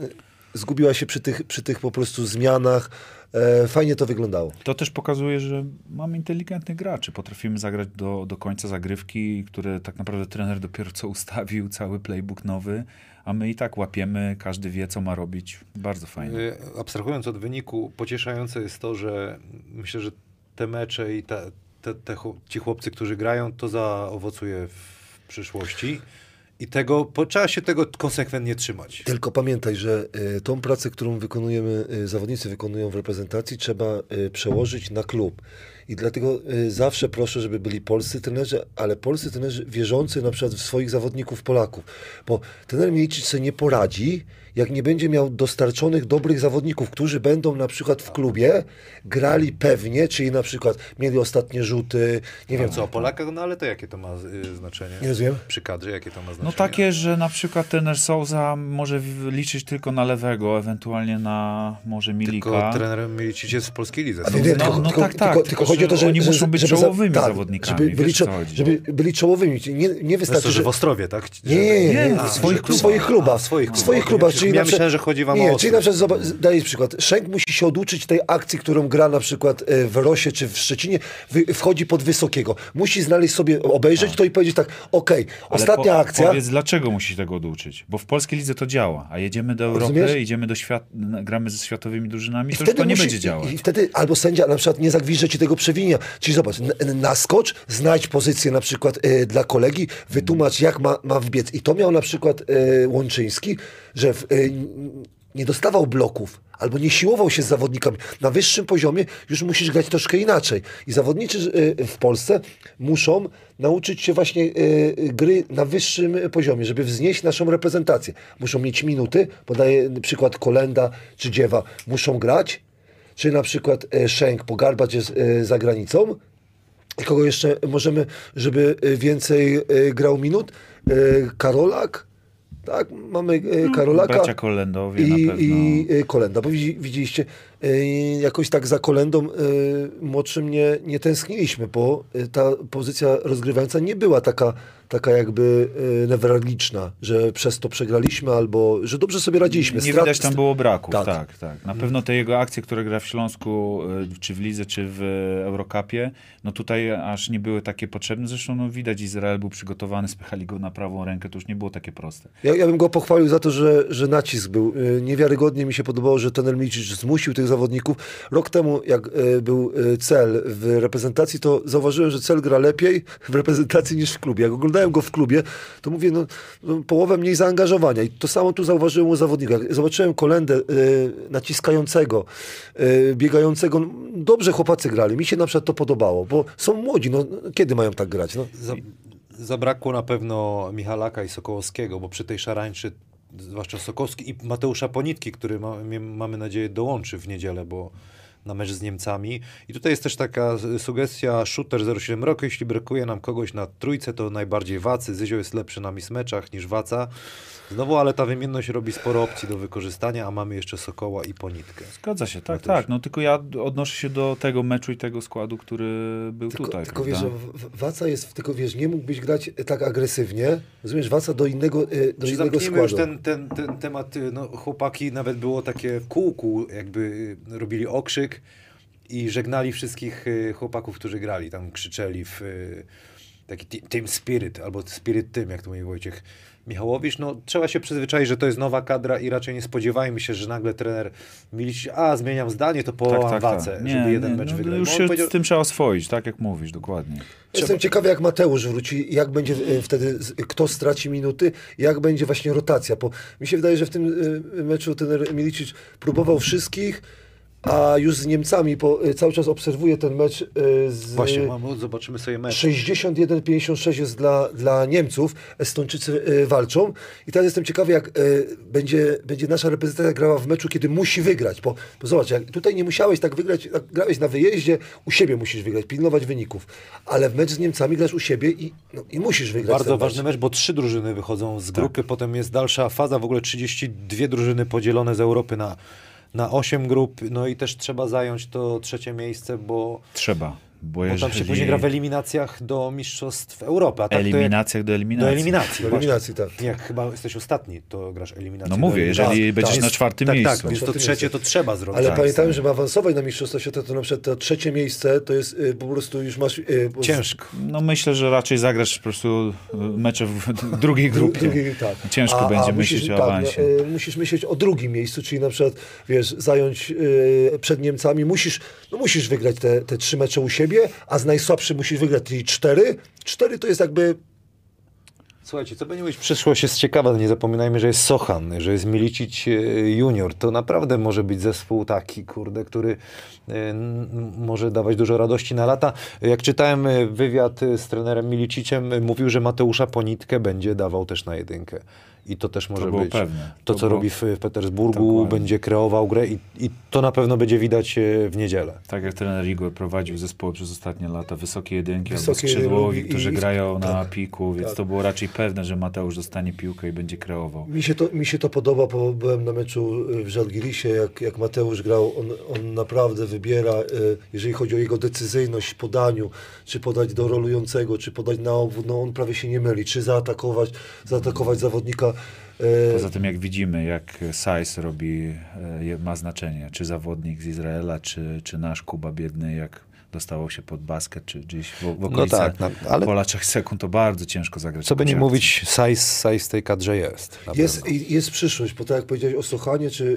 zgubiła się przy tych, przy tych po prostu zmianach. E, fajnie to wyglądało. To też pokazuje, że mamy inteligentnych graczy. Potrafimy zagrać do, do końca zagrywki, które tak naprawdę trener dopiero co ustawił, cały playbook nowy, a my i tak łapiemy, każdy wie, co ma robić. Bardzo fajnie. Y, Abstrahując od wyniku, pocieszające jest to, że myślę, że te mecze i te, te, te, chł- ci chłopcy, którzy grają, to zaowocuje w przyszłości. I tego, po, trzeba się tego konsekwentnie trzymać. Tylko pamiętaj, że y, tą pracę, którą wykonujemy, y, zawodnicy wykonują w reprezentacji, trzeba y, przełożyć na klub. I dlatego y, zawsze proszę, żeby byli polscy trenerzy, ale polscy trenerzy wierzący na przykład w swoich zawodników Polaków. Bo trener Milicic sobie nie poradzi, jak nie będzie miał dostarczonych dobrych zawodników, którzy będą na przykład w klubie grali pewnie, czyli na przykład mieli ostatnie rzuty, nie wiem Co o Polakach, no ale to jakie to ma y, znaczenie? Nie rozumiem. Przy kadrze, jakie to ma znaczenie? No takie, że na przykład trener Souza może w- liczyć tylko na lewego, ewentualnie na może Milika. Tylko trenerem Milicic jest w polskiej lidze. A nie, nie, No, tylko, no tylko, tak, tak, tylko, tylko, chodzi o to, że że oni że- muszą być żeby za- czołowymi tak, zawodnikami, Żeby byli, wiesz, czo- co chodzi. żeby byli czołowymi. Nie, nie wystarczy, Znaczy, że że... w Ostrowie, tak? Nie, nie, nie, nie, Nie, w w swoich, swoich w swoich klubach. A, w swoich W klubach. swoich klubach, Ja czyli myślałem, na przykład, że chodzi wam nie, o czyli na Ostrów. przykład, zobacz, daję przykład, Schenk musi się oduczyć tej akcji, którą gra na przykład e, w Rosie czy w Szczecinie, wy, wchodzi pod Wysokiego. Musi znaleźć sobie, obejrzeć to i powiedzieć tak, okej, Ale ostatnia po, akcja, Powiedz, dlaczego musi tego oduczyć? Bo w polskiej lidze to działa, a jedziemy do Europy, Rozumiesz? idziemy do świat, gramy ze światowymi drużynami, i to już to nie musi, będzie działać. I, I wtedy albo sędzia na przykład nie zagwizdże ci tego przewinia. Czyli zobacz, n- naskocz, znajdź pozycję na przykład e, dla kolegi, wytłumacz jak ma, ma wbiec. I to miał na przykład e, Łączyński, że w, e, n- nie dostawał bloków, albo nie siłował się z zawodnikami. Na wyższym poziomie już musisz grać troszkę inaczej. I zawodnicy e, w Polsce muszą nauczyć się właśnie e, gry na wyższym poziomie, żeby wznieść naszą reprezentację. Muszą mieć minuty, podaję przykład Kolenda czy Dziewa, muszą grać, czy na przykład e, Schenk, bo Garbacz jest e, za granicą. I kogo jeszcze możemy, żeby e, więcej e, grał minut? E, Karolak, tak, mamy e, Karolaka Bracia Kolendowie i, na pewno. i e, Kolenda, bo widzi, widzieliście, e, jakoś tak za Kolendą e, młodszym nie, nie tęskniliśmy, bo e, ta pozycja rozgrywająca nie była taka, taka jakby e, newralgiczna, że przez to przegraliśmy, albo że dobrze sobie radziliśmy. Nie Strat- widać tam było braków, tak. tak, tak. Na pewno te jego akcje, które gra w Śląsku, y, czy w Lidze, czy w Eurocupie, no tutaj aż nie były takie potrzebne. Zresztą no, widać, Izrael był przygotowany, spychali go na prawą rękę, to już nie było takie proste. Ja, ja bym go pochwalił za to, że, że nacisk był. Y, Niewiarygodnie mi się podobało, że trener Milicic zmusił tych zawodników. Rok temu, jak y, był y, Cel w reprezentacji, to zauważyłem, że Cel gra lepiej w reprezentacji niż w klubie. Jak oglądałem go w klubie, to mówię, no, no połowę mniej zaangażowania. I to samo tu zauważyłem u zawodnikach. Jak zobaczyłem Kolendę y, naciskającego, y, biegającego. No, dobrze chłopacy grali. Mi się na przykład to podobało, bo są młodzi. No, kiedy mają tak grać? No. Za, zabrakło na pewno Michalaka i Sokołowskiego, bo przy tej szarańczy, zwłaszcza Sokołowski i Mateusza Ponitki, który ma, mie- mamy nadzieję dołączy w niedzielę, bo na mecz z Niemcami. I tutaj jest też taka sugestia, shooter zero siedem roku, jeśli brakuje nam kogoś na trójce, to najbardziej Wacy. Zyzio jest lepszy na mismeczach niż Waca. Znowu, ale ta wymienność robi sporo opcji do wykorzystania, a mamy jeszcze Sokoła i Ponitkę. Zgadza się, tak, też. tak. No tylko ja odnoszę się do tego meczu i tego składu, który był Tylko, tutaj. tylko wiesz, prawda? że w- w- Waca jest, tylko wiesz, nie mógłbyś grać tak agresywnie. Rozumiesz, Waca do innego, y, do Czy innego zamkniemy składu. już ten, ten, ten temat, y, no chłopaki nawet było takie w kółku, jakby y, robili okrzyk i żegnali wszystkich y, chłopaków, którzy grali, tam krzyczeli w y, taki te- team spirit, albo spirit team, jak to mówi Wojciech Michałowicz. No trzeba się przyzwyczaić, że to jest nowa kadra i raczej nie spodziewajmy się, że nagle trener Milicic, a zmieniam zdanie, to połamam Wacę, Nie, żeby jeden nie, mecz no, wygrać. Już Bo się on powiedział- z tym trzeba oswoić, tak jak mówisz, dokładnie. Jestem ciekawy, jak Mateusz wróci, jak będzie y, wtedy, z- kto straci minuty, jak będzie właśnie rotacja. Bo mi się wydaje, że w tym y, meczu ten Milicic próbował wszystkich, a już z Niemcami, bo y, cały czas obserwuję ten mecz y, z... Właśnie, mamy, zobaczymy sobie mecz. sześćdziesiąt jeden pięćdziesiąt sześć jest dla, dla Niemców, Estończycy y, walczą i teraz jestem ciekawy, jak y, będzie, będzie nasza reprezentacja grała w meczu, kiedy musi wygrać, bo, bo zobacz, jak tutaj nie musiałeś tak wygrać, tak grałeś na wyjeździe, u siebie musisz wygrać, pilnować wyników, ale w mecz z Niemcami grasz u siebie i, no, i musisz wygrać Bardzo ten ważny mecz, bo trzy drużyny wychodzą z grupy, potem jest dalsza faza, w ogóle trzydzieści dwie drużyny podzielone z Europy na, na osiem grup, no i też trzeba zająć to trzecie miejsce, bo Trzeba. Bo, Bo tam jeżeli... się później gra w eliminacjach do Mistrzostw Europy. A tak eliminacjach do to eliminacji. jak, do eliminacji. Do eliminacji, tak. Jak chyba jesteś ostatni, to grasz eliminację. No do mówię, eliminacji. jeżeli Tak, będziesz tak. na czwartym Tak, miejscu. tak, więc to Czwartym trzecie miejscu. to trzeba zrobić. Ale Tak, pamiętajmy, tak. żeby awansować na Mistrzostwa Świata, to na przykład to trzecie miejsce to jest y, po prostu już masz... Y, Ciężko. No myślę, że raczej zagrasz po prostu mecze w drugiej grupie. Drugi, tak. Ciężko a, będzie a myśleć musisz, o tak, awansie. no, y, musisz myśleć o drugim miejscu, czyli na przykład, wiesz, zająć y, przed Niemcami. Musisz, no musisz wygrać te, te trzy mecze u siebie, a z najsłabszym musisz wygrać, czyli cztery. Cztery to jest jakby... Słuchajcie, co będzie mówić, przyszłość jest ciekawa, nie zapominajmy, że jest Sochan, że jest Milicic e, junior. To naprawdę może być zespół taki, kurde, który e, n- może dawać dużo radości na lata. Jak czytałem e, wywiad e, z trenerem Miliciciem, e, mówił, że Mateusza Ponitkę będzie dawał też na jedynkę. I to też może było być. pewne. To, To co było- robi w, w Petersburgu, Dokładnie. będzie kreował grę i, i to na pewno będzie widać e, w niedzielę. Tak jak trener Igor prowadził zespoły przez ostatnie lata, wysokie jedynki albo Wysokie skrzydłowi, jedynki którzy i- grają na tak, piku, więc tak. to było raczej pewne, że Mateusz dostanie piłkę i będzie kreował. Mi się to, mi się to podoba, bo byłem na meczu w Żalgirisie, jak, jak Mateusz grał, on, on naprawdę wybiera, e, jeżeli chodzi o jego decyzyjność w podaniu, czy podać do rolującego, czy podać na obwód, no on prawie się nie myli, czy zaatakować, zaatakować zawodnika. e, Poza tym jak widzimy, jak Sajs robi, e, je- ma znaczenie, czy zawodnik z Izraela, czy, czy nasz Kuba Biedny, jak dostało się pod basket, czy gdzieś w, w okolicach tak, no, ale- pola trzech sekund, to bardzo ciężko zagrać. Co by nie taką mówić, size, size w tej kadrze jest. na Jest, pewno. i- jest przyszłość, bo tak jak powiedziałeś o Sochanie, czy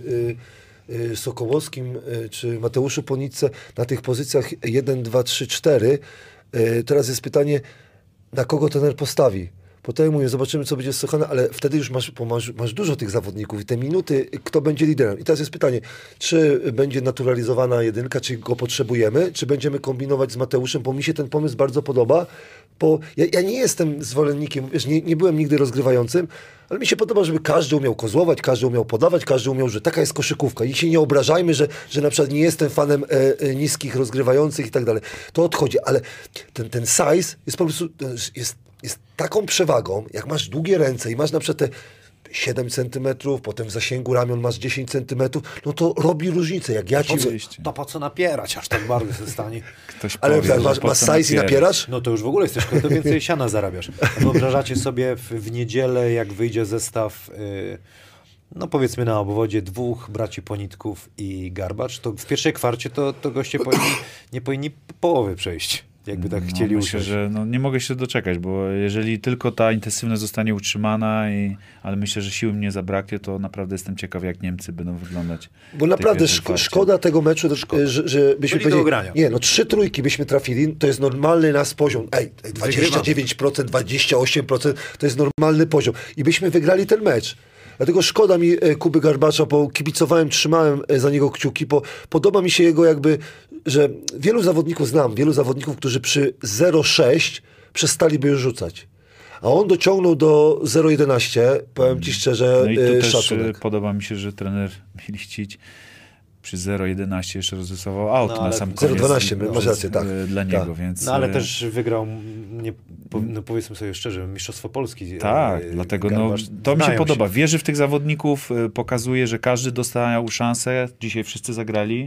y, y, Sokołowskim, y, czy Mateuszu Ponitce, na tych pozycjach jeden, dwa, trzy, cztery, y, teraz jest pytanie, na kogo trener postawi. Po tak jak mówię, zobaczymy, co będzie z Sochanem, ale wtedy już masz, bo masz, masz dużo tych zawodników i te minuty, kto będzie liderem. I teraz jest pytanie, czy będzie naturalizowana jedynka, czy go potrzebujemy, czy będziemy kombinować z Mateuszem, bo mi się ten pomysł bardzo podoba, bo ja, ja nie jestem zwolennikiem, wiesz, nie, nie byłem nigdy rozgrywającym, ale mi się podoba, żeby każdy umiał kozłować, każdy umiał podawać, każdy umiał, że taka jest koszykówka. I się nie obrażajmy, że, że na przykład nie jestem fanem e, e, niskich rozgrywających i tak dalej. To odchodzi, ale ten, ten size jest po prostu, jest, jest taką przewagą, jak masz długie ręce i masz na przykład te siedem centymetrów, potem w zasięgu ramion masz dziesięć centymetrów, no to robi różnicę. Jak ja ci... Oczywiście. To po co napierać, aż tak bardzo się stanie. Ktoś Ale powie, tak, że masz, po masz co size i napierasz? No to już w ogóle jesteś, to więcej siana zarabiasz. A wyobrażacie sobie w, w niedzielę, jak wyjdzie zestaw, yy, no powiedzmy na obwodzie dwóch braci Ponitków i Garbacz, to w pierwszej kwarcie to, to goście powinni, nie powinni połowy przejść, jakby tak chcieli no, myślę, usiąść. że no, nie mogę się doczekać, bo jeżeli tylko ta intensywność zostanie utrzymana, i, ale myślę, że siły mnie zabraknie, to naprawdę jestem ciekaw, jak Niemcy będą wyglądać. Bo w tej naprawdę pierwszej szko- kwarcie. szkoda tego meczu, że, że, że byśmy Byli do ogrania. nie, no trzy trójki byśmy trafili, to jest normalny nasz poziom. Ej, ej, dwadzieścia dziewięć procent, dwadzieścia osiem procent to jest normalny poziom. I byśmy wygrali ten mecz. Dlatego szkoda mi e, Kuby Garbacza, bo kibicowałem, trzymałem e, za niego kciuki, bo podoba mi się jego jakby, że wielu zawodników znam, wielu zawodników, którzy przy zero sześć przestaliby już rzucać. A on dociągnął do zero jedenaście, powiem ci szczerze, No i tu e, też szacunek. e, podoba mi się, że trener Milicic przy zero jedenaście jeszcze rozrysował aut No, na ale sam zero koniec. dwanaście, no, masz rację, tak. e, Dla Tak. niego, więc... No ale e, też wygrał, nie, po, no powiedzmy sobie szczerze, Mistrzostwo Polski. Tak, e, dlatego no, Garbacz, to mi się znają podoba. Wierzy w tych zawodników, y, pokazuje, że każdy dostał szansę. Dzisiaj wszyscy zagrali,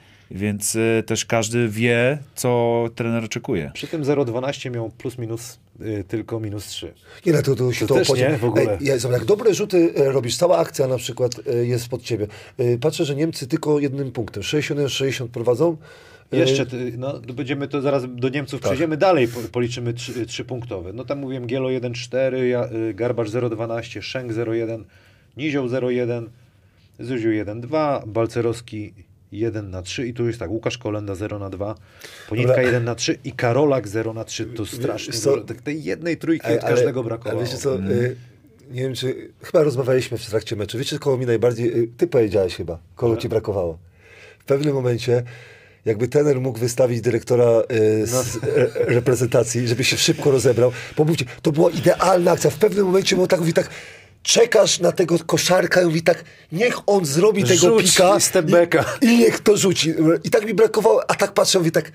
więc y, też każdy wie, co trener oczekuje. Przy tym zero dwanaście miał plus minus y, tylko minus trzy. Nie, no to, to się To to, też opłaci. nie, w ogóle. Ej, Jezu, jak dobre rzuty e, robisz, cała akcja na przykład e, jest pod ciebie. E, Patrzę, że Niemcy tylko jednym punktem. sześćdziesiąt jeden sześćdziesiąt prowadzą. E, Jeszcze, ty, no, będziemy to zaraz do Niemców przejdziemy dalej, po, policzymy trzy, trzy punktowe. No tam mówiłem Gielo jeden cztery, ja, y, Garbacz zero dwanaście, Schenk zero jeden, Nizioł zero jeden, Zuziu jeden dwa, Balcerowski jeden na trzy i tu jest tak, Łukasz Kolenda zero na dwa, Ponitka Dobra. jeden na trzy i Karolak zero na trzy. To strasznie co- dużo. Tak tej jednej trójki Ej, od każdego brakowało. Ale wiecie co, e, nie wiem czy, chyba rozmawialiśmy w trakcie meczu. Wiecie, kogo mi najbardziej, e, ty powiedziałeś chyba, kogo ci brakowało. W pewnym momencie jakby trener mógł wystawić dyrektora e, z No. e, reprezentacji, żeby się szybko rozebrał, bo mówicie, to była idealna akcja. W pewnym momencie mu tak mówi tak, czekasz na tego koszarka i mówi tak, niech on zrobi tego Rzuć pika i step backa. i, i niech to rzuci. I tak mi brakowało, a tak patrzę, mówi tak,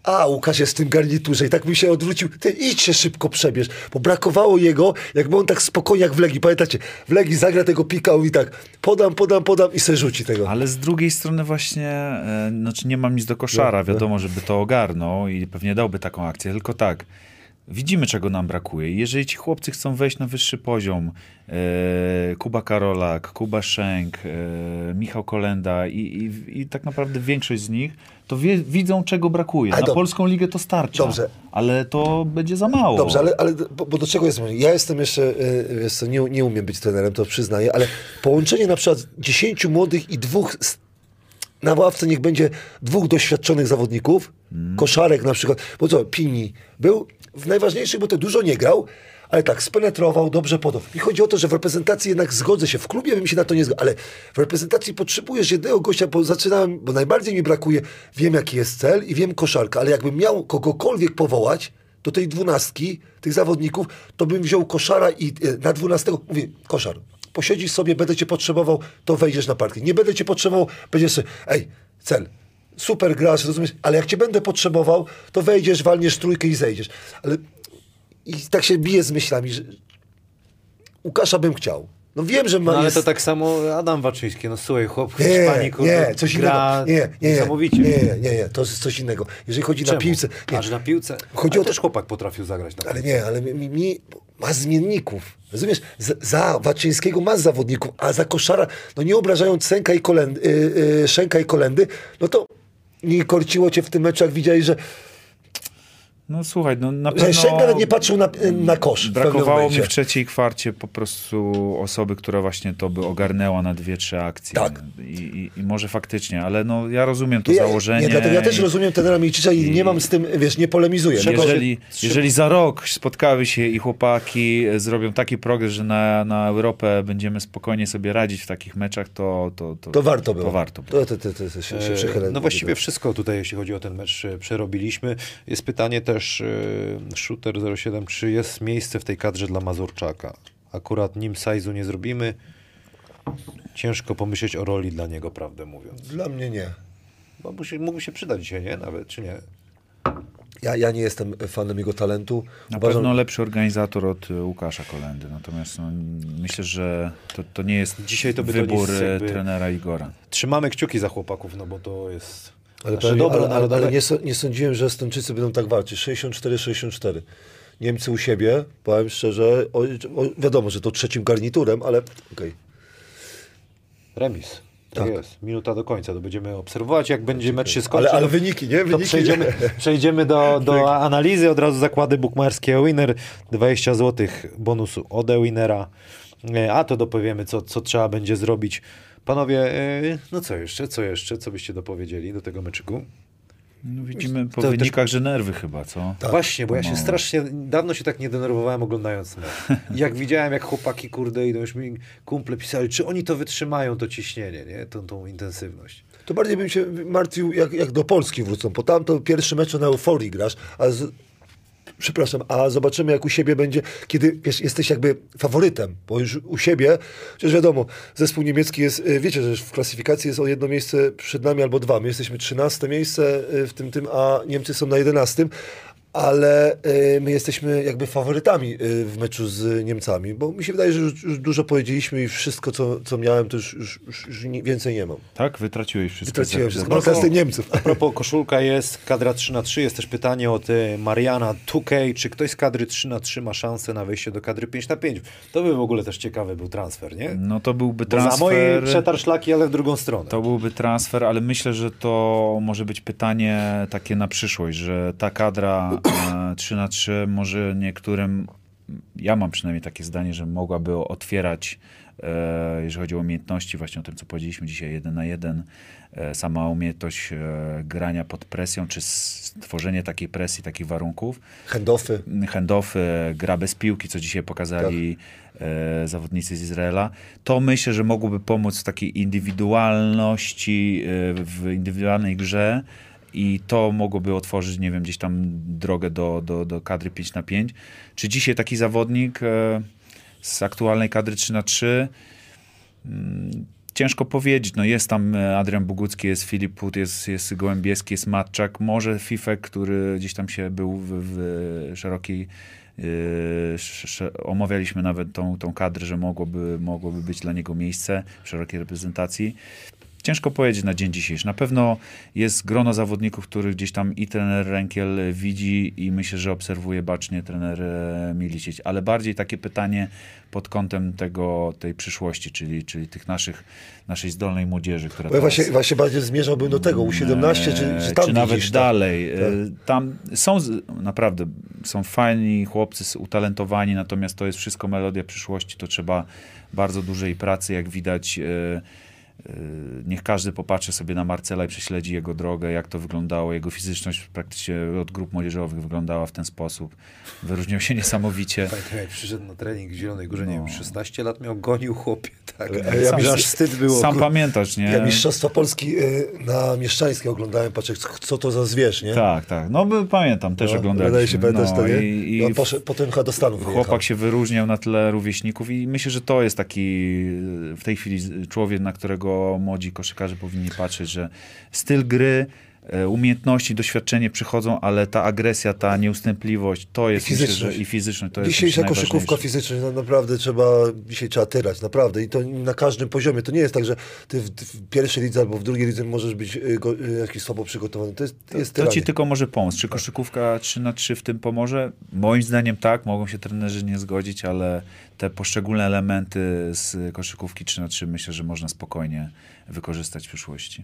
a Łukasz jest w tym garniturze i tak mi się odwrócił, ty idź się szybko przebierz, bo brakowało jego, jakby on tak spokojnie jak w Legii, pamiętacie, w Legii zagra tego pika i tak podam, podam, podam i se rzuci tego. Ale z drugiej strony właśnie, e, znaczy nie mam nic do koszara, No, wiadomo, żeby to ogarnął i pewnie dałby taką akcję, tylko tak, widzimy czego nam brakuje. Jeżeli ci chłopcy chcą wejść na wyższy poziom, e, Kuba Karolak, Kuba Szenk, e, Michał Kolenda i, i, i tak naprawdę większość z nich, to wie, widzą czego brakuje. Ale Na dob- polską ligę to starcza, Dobrze. ale to będzie za mało. Dobrze, ale, ale bo, bo do czego jest? Ja jestem jeszcze, yy, wiesz co, nie, nie umiem być trenerem, to przyznaję, ale połączenie na przykład dziesięciu młodych i dwóch, s- na ławce niech będzie dwóch doświadczonych zawodników, Hmm. Koszarek na przykład, bo co, Pini był w najważniejszych, bo to dużo nie grał, ale tak, spenetrował, dobrze podał. I chodzi o to, że w reprezentacji jednak zgodzę się, w klubie bym się na to nie zgodził, ale w reprezentacji potrzebujesz jednego gościa, bo zaczynałem, bo najbardziej mi brakuje, wiem jaki jest cel i wiem Koszarka, ale jakbym miał kogokolwiek powołać do tej dwunastki, tych zawodników, to bym wziął Koszara i e, na dwunastego, mówię, Koszar, posiedzisz sobie, będę cię potrzebował, to wejdziesz na parkiet. Nie będę cię potrzebował, będziesz sobie, ej, cel, super grasz, rozumiesz, ale jak cię będę potrzebował, to wejdziesz, walniesz trójkę i zejdziesz. Ale i tak się bije z myślami, że Łukasza bym chciał. No wiem, że ma No ale jest... to tak samo Adam Waczyński, no słuchaj, chłop w Nie, Hiszpanii, kurde, nie, coś gra innego. Nie, nie, nie, niesamowicie. nie, nie, nie, to jest coś innego. Jeżeli chodzi Czemu? na piłce... Nie. Aż na piłce? Chodzi Ale o to- też chłopak potrafił zagrać na Ale piłce. nie, ale mi, mi, mi ma zmienników. Rozumiesz? Z, za Waczyńskiego ma zawodników, a za Koszara, no nie obrażając Sęka i Kolendy, yy, yy, Szenka i Kolendy, no to nie korciło cię w tym meczu, jak widziałeś, że, No słuchaj, no na że pewno... Szenk nawet nie patrzył na, na kosz. w pewnym Brakowało mi momencie. w trzeciej kwarcie po prostu osoby, która właśnie to by ogarnęła na dwie, trzy akcje. Tak. I, i, i może faktycznie, ale no ja rozumiem to Ja- założenie. Nie, dlatego ja też i- rozumiem trenera Milczicza i, i- nie mam z tym, wiesz, nie polemizuję. Tylko, że- Jeżeli, jeżeli za rok spotkały się i chłopaki e, zrobią taki progres, że na, na Europę będziemy spokojnie sobie radzić w takich meczach, to, to, to, To warto było. To warto było. To, to, to, to, to się, się E, przychylę. No właściwie wszystko tutaj, jeśli chodzi o ten mecz, e, przerobiliśmy. Jest pytanie też, e, Shooter zero siedem, czy jest miejsce w tej kadrze dla Mazurczaka? Akurat nim size'u nie zrobimy. Ciężko pomyśleć o roli dla niego, prawdę mówiąc. Dla mnie nie. Bo musi, mógłby się przydać dzisiaj, nie? Nawet, czy nie? Ja, ja nie jestem fanem jego talentu. Na Uważam- pewno lepszy organizator od e, Łukasza Kolendy, natomiast no, myślę, że to, to nie jest Dzisiaj to by to wybór nic e, jakby- trenera Igora. Trzymamy kciuki za chłopaków, no bo to jest Ale, nasze powiem, dobro ale, ale, narodowe. ale nie, so- nie sądziłem, że Estończycy będą tak walczyć. sześćdziesiąt cztery sześćdziesiąt cztery. Niemcy u siebie, powiem szczerze, o, o, wiadomo, że to trzecim garniturem, ale okej. Remis. Tak, Tak. jest. Minuta do końca. To będziemy obserwować, jak będzie mecz się skończy. Ale, ale to- wyniki, nie? To Wyniki. przejdziemy, przejdziemy do, do analizy, od razu zakłady bukmacherskie. Winner dwadzieścia złotych bonusu od Winnera. E, A to dopowiemy, co, co trzeba będzie zrobić. Panowie, e, no co jeszcze, co jeszcze, co byście dopowiedzieli do tego meczyku? No, widzimy po To też- wynikach, że nerwy chyba, co? Tak. Właśnie, bo ja się Pomału. strasznie, dawno się tak nie denerwowałem oglądając mecz. Jak widziałem, jak chłopaki, kurde, idą, już mi kumple pisali, czy oni to wytrzymają, to ciśnienie, nie? Tą, tą intensywność. To bardziej bym się martwił, jak, jak do Polski wrócą, bo tam to pierwszy mecz na euforii grasz, a z, przepraszam, a zobaczymy jak u siebie będzie, kiedy wiesz, jesteś jakby faworytem, bo już u siebie, przecież wiadomo, zespół niemiecki jest, y, wiecie, że w klasyfikacji jest o jedno miejsce przed nami albo dwa, my jesteśmy trzynaste miejsce y, w tym, tym, a Niemcy są na jedenastym, ale y, my jesteśmy jakby faworytami y, w meczu z Niemcami, bo mi się wydaje, że już, już dużo powiedzieliśmy i wszystko, co, co miałem, to już, już, już, już nie- więcej nie mam. Tak? Wytraciłeś wszystko. Wytraciłem za- wszystko. za- Mam kasę Niemców. A propos koszulka jest, kadra trzy na trzy, jest też pytanie od e, Mariana dwa K, czy ktoś z kadry trzy na trzy ma szansę na wejście do kadry pięć na pięć? To by w ogóle też ciekawy był transfer, nie? No to byłby Bo za moje transfer. przetarł szlaki, ale w drugą stronę. To byłby transfer, ale myślę, że to może być pytanie takie na przyszłość, że ta kadra e, trzy na trzy może niektórym, ja mam przynajmniej takie zdanie, że mogłaby otwierać, e, jeżeli chodzi o umiejętności, właśnie o tym, co powiedzieliśmy dzisiaj, jeden na jeden, e, sama umiejętność e, grania pod presją, czy stworzenie takiej presji, takich warunków. Handoffy. Handoffy, gra bez piłki, co dzisiaj pokazali e, zawodnicy z Izraela. To myślę, że mogłoby pomóc w takiej indywidualności, e, w indywidualnej grze i to mogłoby otworzyć, nie wiem, gdzieś tam drogę do, do, do kadry pięć na pięć. Czy dzisiaj taki zawodnik e, z aktualnej kadry trzy na trzy mm, ciężko powiedzieć. No jest tam Adrian Bogucki, jest Filip Put, jest, jest Gołębieski, jest Matczak. Może Fifek, który gdzieś tam się był w, w szerokiej... Yy, sz, omawialiśmy nawet tą, tą kadrę, że mogłoby, mogłoby być dla niego miejsce w szerokiej reprezentacji. Ciężko powiedzieć na dzień dzisiejszy. Na pewno jest grono zawodników, których gdzieś tam i trener Renkiel widzi i myślę, że obserwuje bacznie trener Milicic. Ale bardziej takie pytanie pod kątem tego, tej przyszłości, czyli, czyli tych naszych, naszej zdolnej młodzieży, która Bo ja teraz... właśnie, właśnie bardziej zmierzałbym do tego, U siedemnaście, czy, czy tam czy nawet widzisz, dalej. Tak. Tak. Tam są z- naprawdę, są fajni chłopcy, utalentowani, natomiast to jest wszystko melodia przyszłości, to trzeba bardzo dużej pracy, jak widać. e, Niech każdy popatrzy sobie na Marcela i prześledzi jego drogę, jak to wyglądało. Jego fizyczność praktycznie od grup młodzieżowych wyglądała w ten sposób. Wyróżniał się niesamowicie. Pamiętam, jak przyszedł na trening w Zielonej Górze, nie No. wiem, szesnaście lat miał, gonił chłopie, tak. Ale ja Sam, mi- że aż wstyd było. Sam kur- pamiętasz, nie? Ja Mistrzostwa Polski y, na Mieszczańskiej oglądałem, patrzę, co to za zwierz, nie? Tak, tak. No by, pamiętam, też No, oglądaliśmy. wydaje się, pamiętasz no, to, nie? I, I i on poszedł, potem chyba do Stanów wyjechał. chłopak się wyróżniał na tle rówieśników i myślę, że to jest taki w tej chwili człowiek, na którego młodzi koszykarze powinni patrzeć, że styl gry, e, umiejętności, doświadczenie przychodzą, ale ta agresja, ta nieustępliwość, to jest I fizyczność. myślę, że i fizyczność, to jest Dzisiejsza myślę, koszykówka najważniejsze. fizyczna, no naprawdę trzeba, dzisiaj trzeba tyrać, naprawdę. I to na każdym poziomie. To nie jest tak, że ty w, w pierwszej lidze albo w drugiej lidze możesz być y, go, y, jakiś słabo przygotowany. To jest, jest To tyranie. ci tylko może pomóc. Czy koszykówka trzy na trzy w tym pomoże? Moim zdaniem tak, mogą się trenerzy nie zgodzić, ale te poszczególne elementy z koszykówki trzy na trzy myślę, że można spokojnie wykorzystać w przyszłości.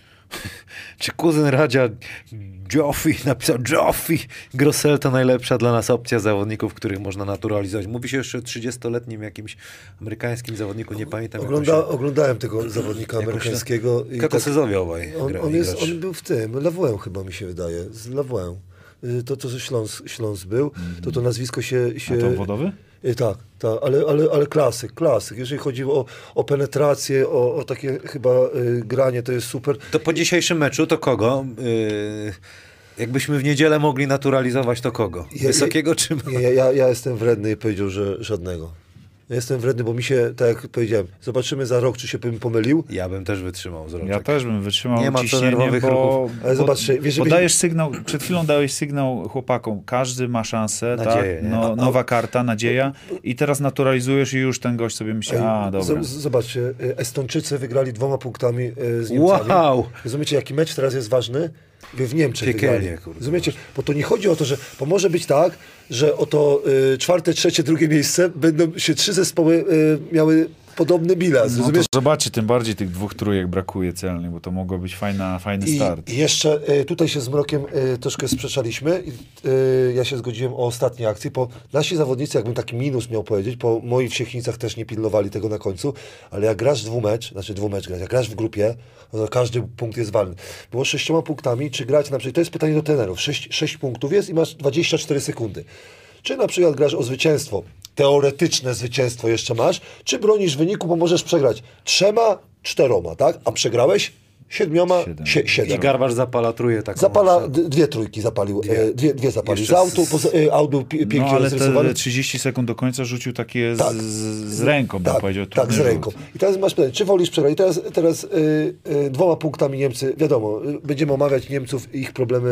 Czy kuzyn Radzia Joffy napisał Joffy Grossel to najlepsza dla nas opcja zawodników, których można naturalizować. Mówi się jeszcze o trzydziestoletnim jakimś amerykańskim zawodniku, nie pamiętam jak on Ogląda, się... oglądałem tego zawodnika Jak on się- amerykańskiego. i Kakosezowie obaj on, gra- on, jest, gracz. on był w tym, Lawuę chyba mi się wydaje, z Lawuę. Y, To, to, że Śląsk, Śląsk był, to to nazwisko się... się A to wodowy? Y, Tak, tak, ale, ale, ale klasyk, klasyk. Jeżeli chodzi o, o penetrację, o, o takie chyba y, granie, to jest super. To po dzisiejszym meczu to kogo? Yy, jakbyśmy w niedzielę mogli naturalizować, to kogo? Ja- Wysokiego czy... Nie, ja, ja, ja jestem wredny i powiedział, że żadnego. Ja jestem wredny, bo mi się, tak jak powiedziałem, zobaczymy za rok, czy się bym pomylił. Ja bym też wytrzymał z roczek. Ja też bym wytrzymał Nie ma co ciśnienie, nerwowych bo, ruchów. Ale bo, zobaczcie, wiesz, bo żeby- dajesz sygnał, przed chwilą dałeś sygnał chłopakom, każdy ma szansę, Nadzieję, tak? nie? No, A- nowa karta, nadzieja i teraz naturalizujesz i już ten gość sobie myśli, a dobra. Z, z, zobaczcie, y, Estończycy wygrali dwoma punktami y, z Niemcami. Wow! Rozumiecie, jaki mecz teraz jest ważny? Wy w Niemczech Piekielnie, wygrali. kurde. Rozumiecie? Bo to nie chodzi o to, że bo może być tak, że oto y, czwarte, trzecie, drugie miejsce będą się trzy zespoły y, miały podobny bilans. No to Rozumiesz? zobaczcie, tym bardziej tych dwóch trójek brakuje celnych, bo to mogło być fajna, fajny I, start. I jeszcze y, tutaj się z Mrokiem y, troszkę sprzeczaliśmy. I, y, ja się zgodziłem o ostatniej akcji, bo nasi zawodnicy, jakbym taki minus miał powiedzieć, po moich Wsiechnicach też nie pilnowali tego na końcu, ale jak grasz dwumecz, znaczy dwumecz grać, jak grasz w grupie, no to każdy punkt jest walny. Było sześcioma punktami, czy grać na przykład, to jest pytanie do trenerów, sześć, sześć punktów jest i masz dwadzieścia cztery sekundy. Czy na przykład grasz o zwycięstwo, teoretyczne zwycięstwo jeszcze masz, czy bronisz wyniku, bo możesz przegrać trzema, czteroma, tak? A przegrałeś siedmioma, Siedem. sie, siedem. I Garbarz zapala truje taką... Zapala, d- dwie trójki zapalił, dwie, e, dwie, dwie zapalił. Jeszcze Z autu, z- poza, e, aut był pi- pięknie No ale rozrysowany. te trzydzieści sekund do końca rzucił takie Tak. z, z ręką, bym Tak, powiedział. tak, trudny z rzut. ręką. I teraz masz pytanie, czy wolisz przegrać? I teraz, teraz y, y, dwoma punktami Niemcy, wiadomo, y, będziemy omawiać Niemców i ich problemy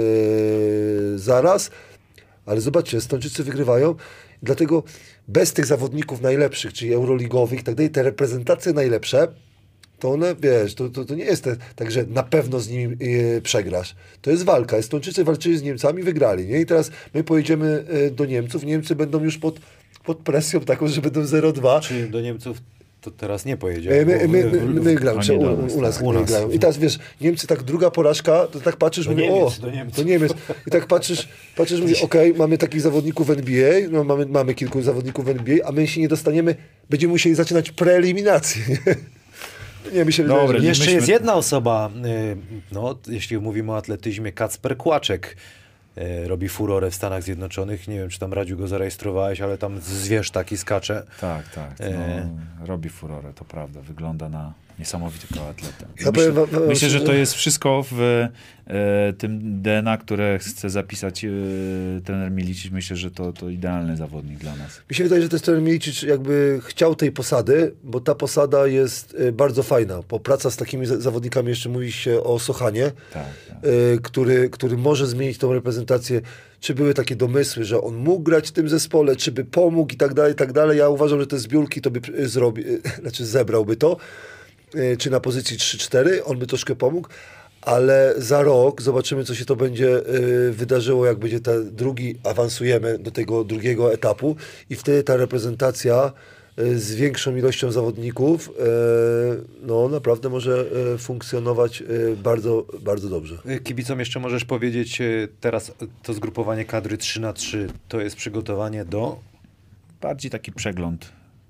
y, zaraz, ale zobaczcie, Estończycy wygrywają, dlatego bez tych zawodników najlepszych, czyli euroligowych i tak dalej, te reprezentacje najlepsze, to one, wiesz, to, to, to nie jest te, tak, że na pewno z nimi y, przegrasz. To jest walka. Estończycy walczyli z Niemcami, wygrali, nie? I teraz my pojedziemy y, do Niemców, Niemcy będą już pod, pod presją taką, że będą zero dwa. Czy do Niemców to teraz nie pojedzie? My, my, bo my, w- my, w- my gramy, oni czy u, do nas, u nas, tak. U nas. grają. I teraz wiesz, Niemcy tak druga porażka, to tak patrzysz, Do mówię, Niemiec, o, do Niemców. to Niemiec. I tak patrzysz, patrzysz, mówię, okej, mamy takich zawodników w N B A, no, mamy, mamy kilku zawodników w N B A, a my się nie dostaniemy, będziemy musieli zaczynać preeliminację. Nie, mi się wydaje, Dobra, że... nie- Jeszcze myśmy- jest jedna osoba, y, no, jeśli mówimy o atletyzmie, Kacper Kłaczek. y, Robi furorę w Stanach Zjednoczonych. Nie wiem, czy tam, Radziu, go zarejestrowałeś, ale tam zwierz taki skacze. Tak, tak. E. No, robi furorę, to prawda. Wygląda na, niesamowitego atleta. Ja Myślę, powiem wam- myślę, że to że- jest wszystko w e, tym D N A, które chce zapisać e, trener Milicic. Myślę, że to, to idealny zawodnik dla nas. Mi się wydaje, że też trener Milicic jakby chciał tej posady, bo ta posada jest y, bardzo fajna, bo praca z takimi za- zawodnikami, jeszcze mówi się o Sochanie, Tak, tak. y, który, który może zmienić tą reprezentację. Czy były takie domysły, że on mógł grać w tym zespole, czy by pomógł i tak dalej, i tak dalej. Ja uważam, że te zbiórki to by y, zrobi, y, znaczy zebrałby to, y, czy na pozycji trzy cztery, on by troszkę pomógł. Ale za rok zobaczymy, co się to będzie y, wydarzyło, jak będzie ten drugi, awansujemy do tego drugiego etapu i wtedy ta reprezentacja y, z większą ilością zawodników y, no naprawdę może y, funkcjonować y, bardzo, bardzo dobrze. Kibicom jeszcze możesz powiedzieć, e, teraz to zgrupowanie kadry trzy na trzy to jest przygotowanie do... Bardziej taki przegląd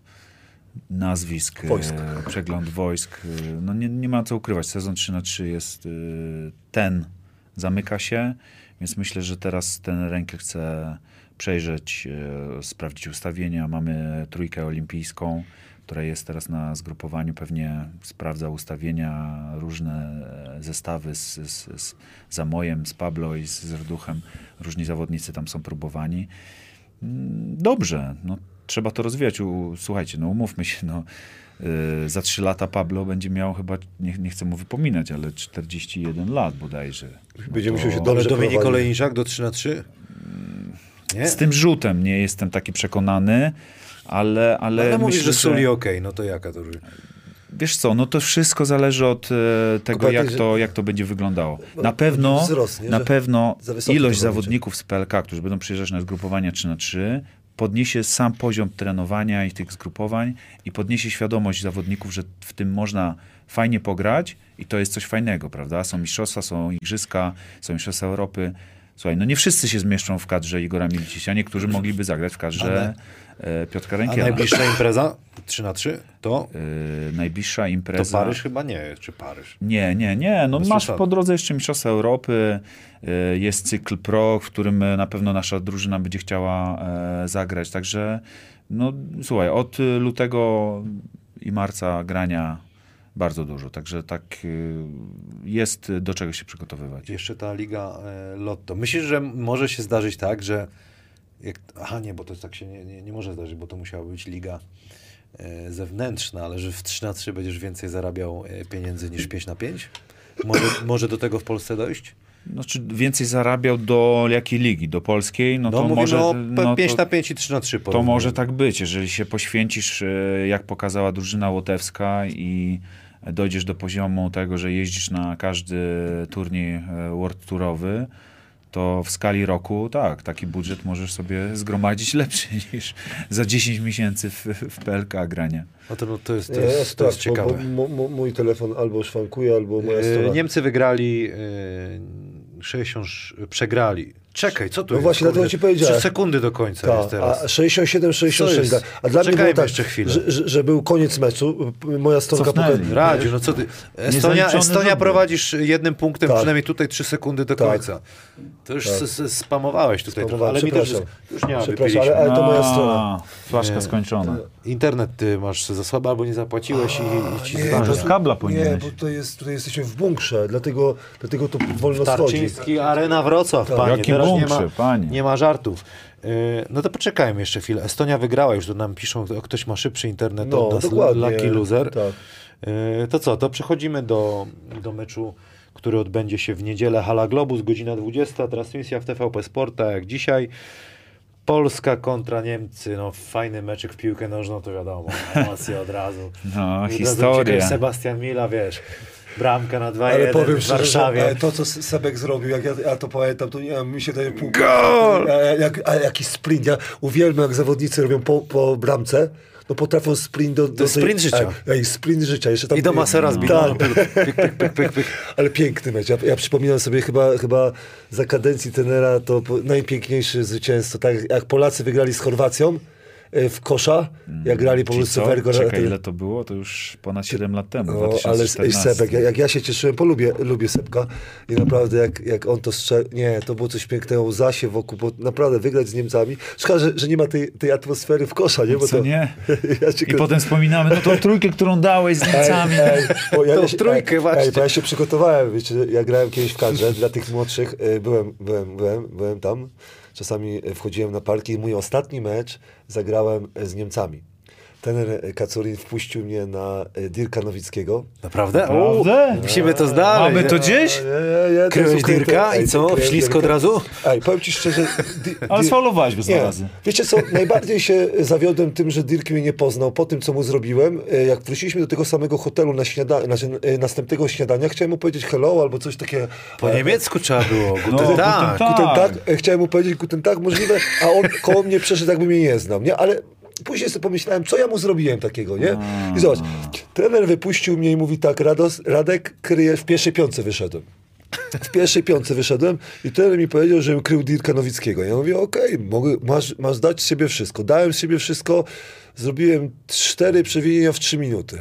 nazwisk, Wojsk. e, przegląd wojsk. E, no nie, nie ma co ukrywać. Sezon trzy na trzy jest e, ten, zamyka się, więc myślę, że teraz ten rękę chce przejrzeć, e, sprawdzić ustawienia. Mamy trójkę olimpijską, która jest teraz na zgrupowaniu, pewnie sprawdza ustawienia, różne e, zestawy z, z, z Zamojem, z Pablo i z, z Rduchem. Różni zawodnicy tam są próbowani. Mm, Dobrze, no trzeba to rozwijać. U, słuchajcie, no umówmy się, no yy, za trzy lata Pablo będzie miał chyba, nie, nie chcę mu wypominać, ale czterdzieści jeden lat bodajże. Będzie musiał się Ale dobrze Dominik prowadzić. Olejniczak do trzy na trzy? Nie? Z tym rzutem nie jestem taki przekonany, ale, ale, Ale mówisz, myślę, że Suli okej, no to jaka to różnica? Wiesz co, no to wszystko zależy od e, tego, pamiętaj, jak że- to, jak to będzie wyglądało. Na pewno, wzrost, nie? na Że pewno za wysoki ilość to zawodników z P L K, którzy będą przyjeżdżać na zgrupowania trzy na trzy, podniesie sam poziom trenowania i tych zgrupowań i podniesie świadomość zawodników, że w tym można fajnie pograć i to jest coś fajnego, prawda? Są mistrzostwa, są igrzyska, są mistrzostwa Europy. Słuchaj, no nie wszyscy się zmieszczą w kadrze Igora Milicicia, niektórzy mogliby zagrać w kadrze e, Piotrka A Rękiela. najbliższa impreza trzy na trzy to? E, najbliższa To impreza... Paryż chyba nie, czy Paryż? Nie, nie, nie. No Bez masz przesady. po drodze jeszcze Mistrzostwa Europy, y, jest cykl Pro, w którym y, na pewno nasza drużyna będzie chciała e, zagrać. Także, no słuchaj, od y, lutego i marca grania bardzo dużo. Także tak y, jest do czego się przygotowywać. Jeszcze ta Liga e, Lotto. Myślisz, że może się zdarzyć tak, że... Jak, aha, nie, bo to tak się nie, nie, nie może zdarzyć, bo to musiała być liga e, zewnętrzna, ale że w trzy na trzy będziesz więcej zarabiał e, pieniędzy niż pięć na pięć? Może, może do tego w Polsce dojść? Znaczy więcej zarabiał do jakiej ligi? Do polskiej? No, No, to mówimy może, o no pięć to- na pięć i trzy na trzy. To może tak być, jeżeli się poświęcisz, e, jak pokazała drużyna łotewska i dojdziesz do poziomu tego, że jeździsz na każdy turniej e, World Tourowy, to w skali roku, tak, taki budżet możesz sobie zgromadzić lepszy niż za dziesięć miesięcy w, w P L K grania. No to, no, to jest, to Nie, jest, jest to jest tak, bo, ciekawe. bo, m- m- mój telefon albo szwankuje, albo moja E, strona. Niemcy wygrali, e, sześćdziesiąt, przegrali. Czekaj, co tu No jest? właśnie, dlatego ci powiedziałem. Trzy sekundy do końca jest Tak, teraz. a sześćdziesiąt siedem sześćdziesiąt sześć. Co jest? A dla mnie Czekajmy było tak, jeszcze chwilę. że, że, że był koniec meczu. Moja stronka Cofnęli. pokazała. Radziu, no co ty? Estonia, Niezaliczony Estonia rzut. prowadzisz jednym punktem, Tak. przynajmniej tutaj trzy sekundy do Tak. końca. To już Tak. s- s- spamowałeś tutaj trochę, Spamowałem, ale mi też przepraszam. już nie ma, Przepraszam, wypiliśmy. ale- to moja A, strona. Flaszka Nie. skończona. Internet ty masz za słaby, albo nie zapłaciłeś i, i ci Nie, Może zważę. z kabla Nie, powinieneś. bo to jest, tutaj jesteśmy w bunkrze, dlatego, dlatego to wolno schodzi. Tarczyński, Arena Wrocław, Tak. panie. Jaki Teraz nie bunkrze, ma, panie. nie ma żartów. Yy, no to poczekajmy jeszcze chwilę. Estonia wygrała, już tu nam piszą, o, ktoś ma szybszy internet No, od nas, dokładnie. Lucky Loser. Tak. Yy, to co, to przechodzimy do, do meczu, który odbędzie się w niedzielę. Hala Globus, godzina dwudziesta, transmisja w T V P Sport, tak jak dzisiaj. Polska kontra Niemcy, no fajny meczek w piłkę nożną, to wiadomo, emocje od razu. No, Od razu historia. uciekaj, Sebastian Mila, wiesz, bramka na dwa Ale jeden powiem w szczerze, Warszawie. że, ale to, co Sebek zrobił, jak ja, ja to pamiętam, to nie wiem, mi się daje pół... Gol! A, jak, a jaki sprint. Ja uwielbiam, jak zawodnicy robią po, po bramce, no potrafią sprint do... do jest tej- sprint życia. A, ej, sprint życia. Jeszcze tam, I do masera zbić. Tak, Pyk, pyk, pyk, pyk, pyk. ale piękny mecz. Ja, ja przypominam sobie chyba, chyba za kadencji trenera to po- najpiękniejsze zwycięstwo. Tak jak Polacy wygrali z Chorwacją, e, w kosza, jak grali po Czyli prostu co? Wergo. Czekaj, ile to było? To już ponad siedem lat temu, No, dwa tysiące ale ej, czternasty. Sebek, jak, jak ja się cieszyłem, bo lubię, lubię Sebka i naprawdę jak, jak on to strzelił, nie, to było coś pięknego, łza się wokół, bo naprawdę wygrać z Niemcami, szkoda, że, że nie ma tej, tej atmosfery w kosza, nie? Bo Co to, nie? ja się I potem wspominamy, no tą trójkę, którą dałeś z Niemcami. Ej, ej, bo ja, Tą ja się, trójkę ej, właśnie. ej, bo ja się przygotowałem, wiecie, ja grałem kiedyś w kadrze dla tych młodszych, e, byłem, byłem, byłem, byłem tam, czasami wchodziłem na parki i mój ostatni mecz zagrałem z Niemcami. Trener Kacurin wpuścił mnie na e, Dirka Nowickiego. Naprawdę? Naprawdę? O, musimy to znaleźć. Mamy to gdzieś? Nie, nie, nie, to Kryłeś jest ukryte. Dirka Ej, i co? kryłem Ślisko od Dirka. razu? Ej, powiem ci szczerze... Di, Ale Di- sfaulowałeś go dwa nie, razy. wiecie co, najbardziej się zawiodłem tym, że Dirk mnie nie poznał po tym, co mu zrobiłem. E, Jak wróciliśmy do tego samego hotelu na śniada znaczy, e, następnego śniadania, chciałem mu powiedzieć hello albo coś takiego. Po E, niemiecku trzeba było. No, Guten guten Tag. Tag. Guten tak, e, chciałem mu powiedzieć guten tak, możliwe, a on koło mnie przeszedł, jakby mnie nie znał, nie? Ale później sobie pomyślałem, co ja mu zrobiłem takiego, nie? I zobacz, trener wypuścił mnie i mówi tak, Rados, Radek, kryje, w pierwszej piątce wyszedłem. W pierwszej piątce wyszedłem i trener mi powiedział, żebym krył Dirka Nowickiego. Ja mówię, okej, okay, masz, masz dać z siebie wszystko. Dałem z siebie wszystko, zrobiłem cztery przewinienia w trzy minuty.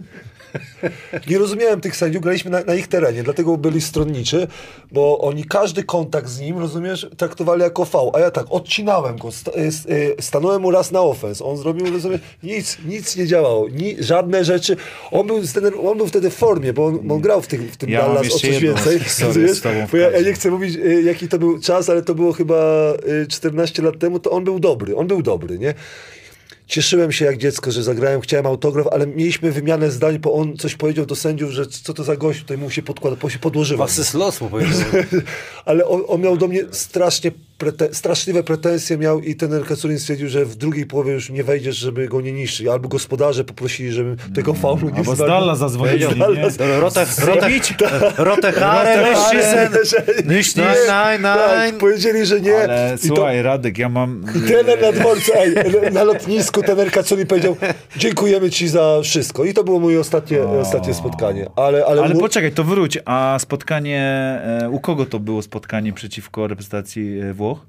Nie rozumiałem tych sędziów, graliśmy na, na ich terenie, dlatego byli stronniczy, bo oni każdy kontakt z nim, rozumiesz, traktowali jako fał, a ja tak, odcinałem go, sta, y, y, stanąłem mu raz na ofens, on zrobił, rozumiesz, nic, nic nie działało, ni, żadne rzeczy, on był, wtedy, on był wtedy w formie, bo on, on grał w, tych, w tym Ja mam Dallas o jeszcze coś jedną więcej, historię rozumiesz, z tobą w bo ja, ja kadrze. nie chcę mówić, y, jaki to był czas, ale to było chyba y, czternaście lat temu, to on był dobry, on był dobry, nie? Cieszyłem się jak dziecko, że zagrałem, chciałem autograf, ale mieliśmy wymianę zdań, bo on coś powiedział do sędziów, że co to za gość, tutaj mu się podkłada, bo się podłożywał. Was los mu powiedział. Ale on, on miał do mnie strasznie prete straszliwe pretensje miał i trener Kacurin stwierdził, że w drugiej połowie już nie wejdziesz, żeby go nie niszczyć. Albo gospodarze poprosili, żebym tego faulu nie Albo z zwalniał. Dalla zadzwonili, nie? Rotę, rotę, rotę Harę, Nyszczysen. Nysz, Nein, nein, Tak, nein. powiedzieli, że nie. Ale I to słuchaj, Radek, ja mam... trener na dworcu, ej, na lotnisku trener Kacurin powiedział, dziękujemy ci za wszystko. I to było moje ostatnie, ostatnie spotkanie. Ale, ale, Ale mu- poczekaj, to wróć. A spotkanie, e, u kogo to było spotkanie przeciwko reprezentacji e, Włoch?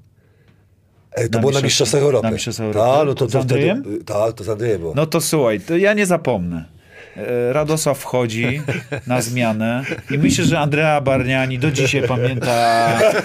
Ej, to na było na mistrzostw- Mistrzostwach Europy. na Mistrzostwach Europy? Tak, no to, Z to wtedy, Andrzejem? tak, to z Andrzejem było. No to słuchaj, to ja nie zapomnę. E, Radosław wchodzi na zmianę i myślę, że Andrea Bargnani do dzisiaj pamięta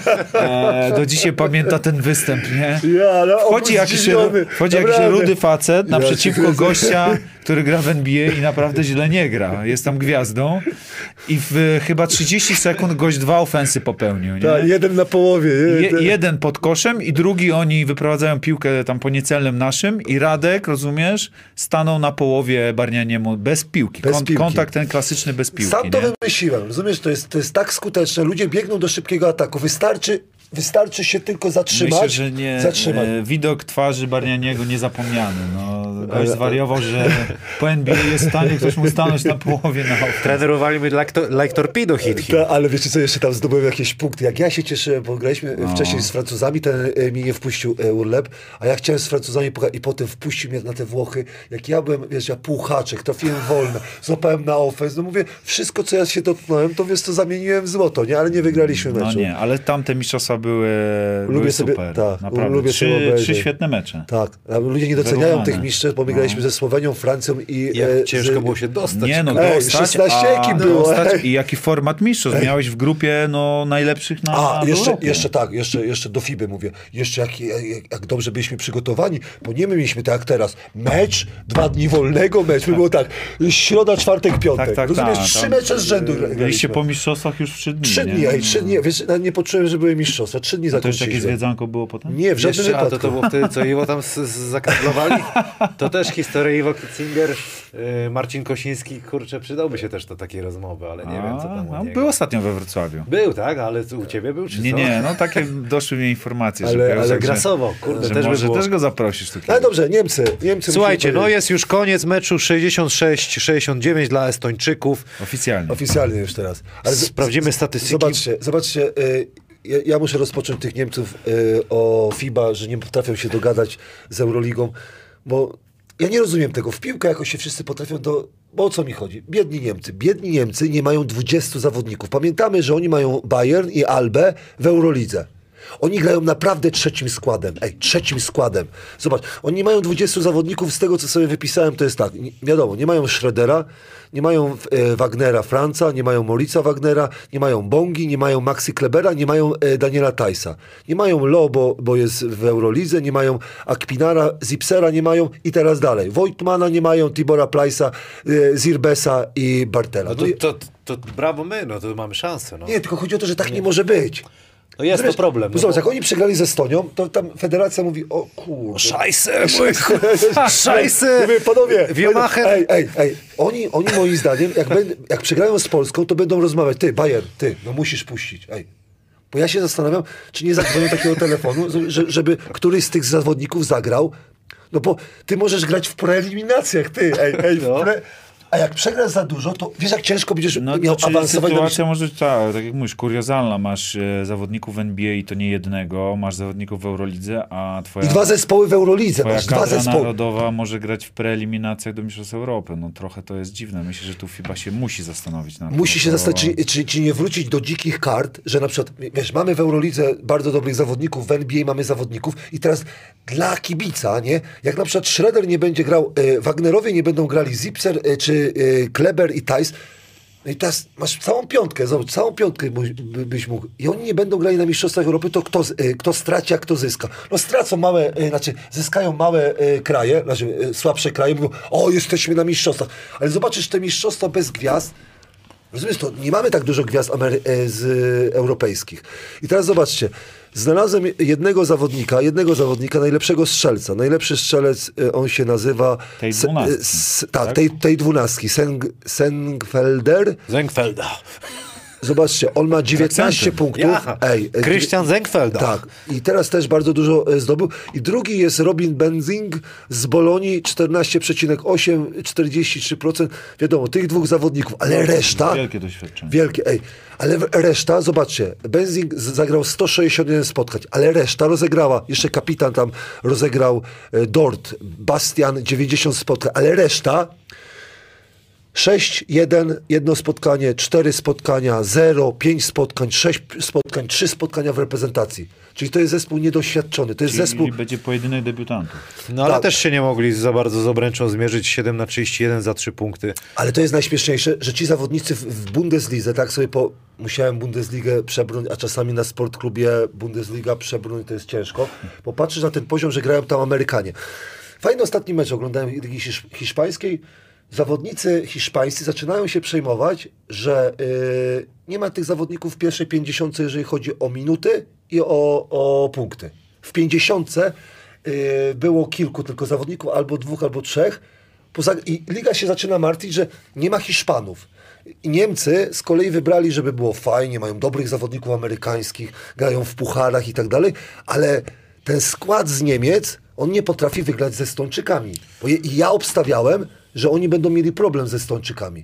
e, do dzisiaj pamięta ten występ, nie? Ja, ale on Wchodzi był jakiś, zdziwiony. wchodzi jakiś Naprawdę. rudy facet Ja naprzeciwko się- gościa, który gra w N B A i naprawdę źle nie gra. Jest tam gwiazdą i w e, chyba trzydzieści sekund gość dwa ofensy popełnił, nie? Tak, jeden na połowie. Nie? Je, jeden pod koszem i drugi oni wyprowadzają piłkę tam po niecelnym naszym i Radek, rozumiesz, stanął na połowie Barnianiemu bez piłki. Bez Kon, piłki. Kontakt ten klasyczny bez piłki. Sam to nie? wymyśliłem, rozumiesz? To jest, to jest tak skuteczne. Ludzie biegną do szybkiego ataku. Wystarczy, wystarczy się tylko zatrzymać. Myślę, że nie, zatrzymać. e, widok twarzy Barnianiego niezapomniany. No, gość zwariował, że po N B A jest w stanie ktoś mu stanąć na połowie na okno. Trenerowali mnie like, to, like torpedo hit him. Ta, ale wiecie co, jeszcze tam zdobyłem jakieś punkty. Jak ja się cieszyłem, bo graliśmy No. wcześniej z Francuzami, ten e, mi nie wpuścił e, Urlep, a ja chciałem z Francuzami pograć i potem wpuścił mnie na te Włochy. Jak ja byłem, wiesz, ja półhaczek, trafiłem wolne, złapałem na ofens, no mówię, wszystko co ja się dotknąłem, to wiesz co, zamieniłem w złoto, nie? Ale nie wygraliśmy meczu. No nie, ale tamte mistrzostwa były, Lubię były sobie- super. tak, Naprawdę. lubię sobie Trzy, obejrzeć. trzy świetne mecze. Tak, a ludzie nie doceniają Wyrównane. tych mistrzostw, bo my graliśmy ze Słowenią, Francją i... Jak e, ciężko z, było się dostać. Nie, no Ej, dostać, szesnaście a ekip było, dostać ej. i jaki format mistrzostw. Miałeś w grupie no, najlepszych na A, w jeszcze, Europie. jeszcze tak, jeszcze, jeszcze do FIBY mówię. Jeszcze jak, jak, jak dobrze byliśmy przygotowani, bo nie my mieliśmy tak jak teraz. Mecz, dwa dni wolnego, mecz. My było tak, środa, czwartek, piątek. Tak, tak, Rozumiesz? tak, Trzy tam, mecze z rzędu Byliście graliśmy. po mistrzostwach już w trzy dni. Trzy nie? dni, ej, trzy dni. Wiesz, nawet nie poczułem, że były mistrzostwa. Trzy dni To jeszcze jakieś zakończyliśmy. zwiedzanko było potem? Nie, w żadnym Jeszcze, a wypadku. to, to było wtedy, co Iwo tam z, z zakablowali? To też historia Iwo Kitzinger, yy, Marcin Kosiński, kurczę, przydałby się też do takiej rozmowy, ale nie a, wiem, co tam u a, niego. Był ostatnio we Wrocławiu. Był, tak? Ale u ciebie był, czy Nie, co? nie, no takie doszły mi informacje, Ale- że, ale że, że, grasowo, kurde, że też by może było. też go zaprosisz tu. Ale dobrze, Niemcy. Niemcy Słuchajcie, musimy no jest już koniec meczu sześćdziesiąt sześć sześćdziesiąt dziewięć dla Estończyków. Oficjalnie. Oficjalnie już teraz. Ale z- Sprawdzimy statystyki. Zobaczcie, zobaczcie. Y, ja, ja muszę rozpocząć tych Niemców y, o FIBA, że nie potrafią się dogadać z Euroligą, bo ja nie rozumiem tego. W piłkę jakoś się wszyscy potrafią do... Bo o co mi chodzi? Biedni Niemcy. Biedni Niemcy nie mają dwudziestu zawodników. Pamiętamy, że oni mają Bayern i Albę w Eurolidze. Oni grają naprawdę trzecim składem. Ej, trzecim składem. Zobacz, oni nie mają dwudziestu zawodników, z tego co sobie wypisałem, to jest tak. Nie, wiadomo, nie mają Schrödera, nie mają e, Wagnera Franca, nie mają Moritza Wagnera, nie mają Bongi, nie mają Maxi Klebera, nie mają e, Daniela Tajsa. Nie mają Lo, bo, bo jest w Eurolidze, nie mają Akpinara, Zipsera nie mają i teraz dalej. Wojtmana nie mają, Tibora Plyce'a, e, Zirbesa i Bartela. No to, to, to, to brawo my, no to mamy szansę. No. Nie, tylko chodzi o to, że tak nie, nie może być. No jest Zresztą, to problem. No no zobacz, bo... jak oni przegrali ze Estonią, to tam federacja mówi, o kurde. Szajse, szajse. Mówię, panowie, Wiemacher. ej, ej, ej. Oni, oni moim zdaniem, jak, będą, jak przegrają z Polską, to będą rozmawiać, ty, Bayern, ty, no musisz puścić, ej. Bo ja się zastanawiam, czy nie zadzwonią takiego telefonu, że, żeby któryś z tych zawodników zagrał, no bo ty możesz grać w preeliminacjach, ty, ej, ej, w pre... A jak przegrasz za dużo, to wiesz, jak ciężko będziesz no, miał to awansować. Sytuacja na... może, tak, tak jak mówisz, kuriozalna. Masz e, zawodników w N B A i to nie jednego, masz zawodników w Eurolidze, a twoja... I dwa zespoły w Eurolidze, twoja masz dwa kadra zespoły. narodowa może grać w preeliminacjach do Mistrzostw Europy. No trochę to jest dziwne. Myślę, że tu FIBA się musi zastanowić nad tym. Musi się to... zastanowić, czy, czy, czy nie wrócić do dzikich kart, że na przykład, wiesz, mamy w Eurolidze bardzo dobrych zawodników, w N B A mamy zawodników i teraz dla kibica, nie? Jak na przykład Schröder nie będzie grał, e, Wagnerowie nie będą grali Zipser e, czy e, Kleber i Tajs, no i teraz masz całą piątkę, zobacz, całą piątkę by, by, byś mógł. I oni nie będą grali na Mistrzostwach Europy, to kto, e, kto straci, a kto zyska. No stracą małe, e, znaczy zyskają małe e, kraje, znaczy e, słabsze kraje, mówią, o, jesteśmy na Mistrzostwach. Ale zobaczysz te Mistrzostwa bez gwiazd, rozumiesz to? Nie mamy tak dużo gwiazd Amery- z e, europejskich. I teraz zobaczcie. Znalazłem jednego zawodnika, jednego zawodnika, najlepszego strzelca. Najlepszy strzelec, e, on się nazywa... Tej Se, dwunastki, e, s, tak, tak? tej, tej dwunastki. Seng, Sengfelder. Zengfelda. Zobaczcie, on ma dziewiętnaście punktów. Ja. Ej, e, Christian Zengfelda. Tak. I teraz też bardzo dużo e, zdobył. I drugi jest Robin Benzing z Bolonii, czternaście przecinek osiem, czterdzieści trzy procent. Wiadomo, tych dwóch zawodników, ale reszta... Wielkie doświadczenie. Wielkie, ej. Ale reszta, zobaczcie, Benzing zagrał sto sześćdziesiąt jeden spotkań, ale reszta rozegrała, jeszcze kapitan tam rozegrał e, Dort, Bastian dziewięćdziesiąt spotkań, ale reszta sześć, jeden, jedno spotkanie, cztery spotkania, zero, pięć spotkań, sześć spotkań, trzy spotkania w reprezentacji. Czyli to jest zespół niedoświadczony. To jest Czyli zespół... będzie pojedynek debiutantów. No ale Tak. też się nie mogli za bardzo z obręczą zmierzyć. siedem na trzydzieści jeden za trzy punkty. Ale to jest najśmieszniejsze, że ci zawodnicy w, w Bundeslidze, tak sobie po... Musiałem Bundesligę przebrnąć, a czasami na sportklubie Bundesliga przebrnąć to jest ciężko. Popatrzysz na ten poziom, że grają tam Amerykanie. Fajny ostatni mecz oglądałem Ligi Hisz- Hiszpańskiej. Zawodnicy hiszpańscy zaczynają się przejmować, że yy, nie ma tych zawodników w pierwszej pięćdziesiątce, jeżeli chodzi o minuty i o, o punkty. W pięćdziesiątce yy, było kilku tylko zawodników, albo dwóch, albo trzech. Poza, I liga się zaczyna martwić, że nie ma Hiszpanów. I Niemcy z kolei wybrali, żeby było fajnie, mają dobrych zawodników amerykańskich, grają w pucharach i tak dalej, ale ten skład z Niemiec, on nie potrafi wygrać ze Estończykami. Bo je, ja obstawiałem, że oni będą mieli problem ze Estończykami.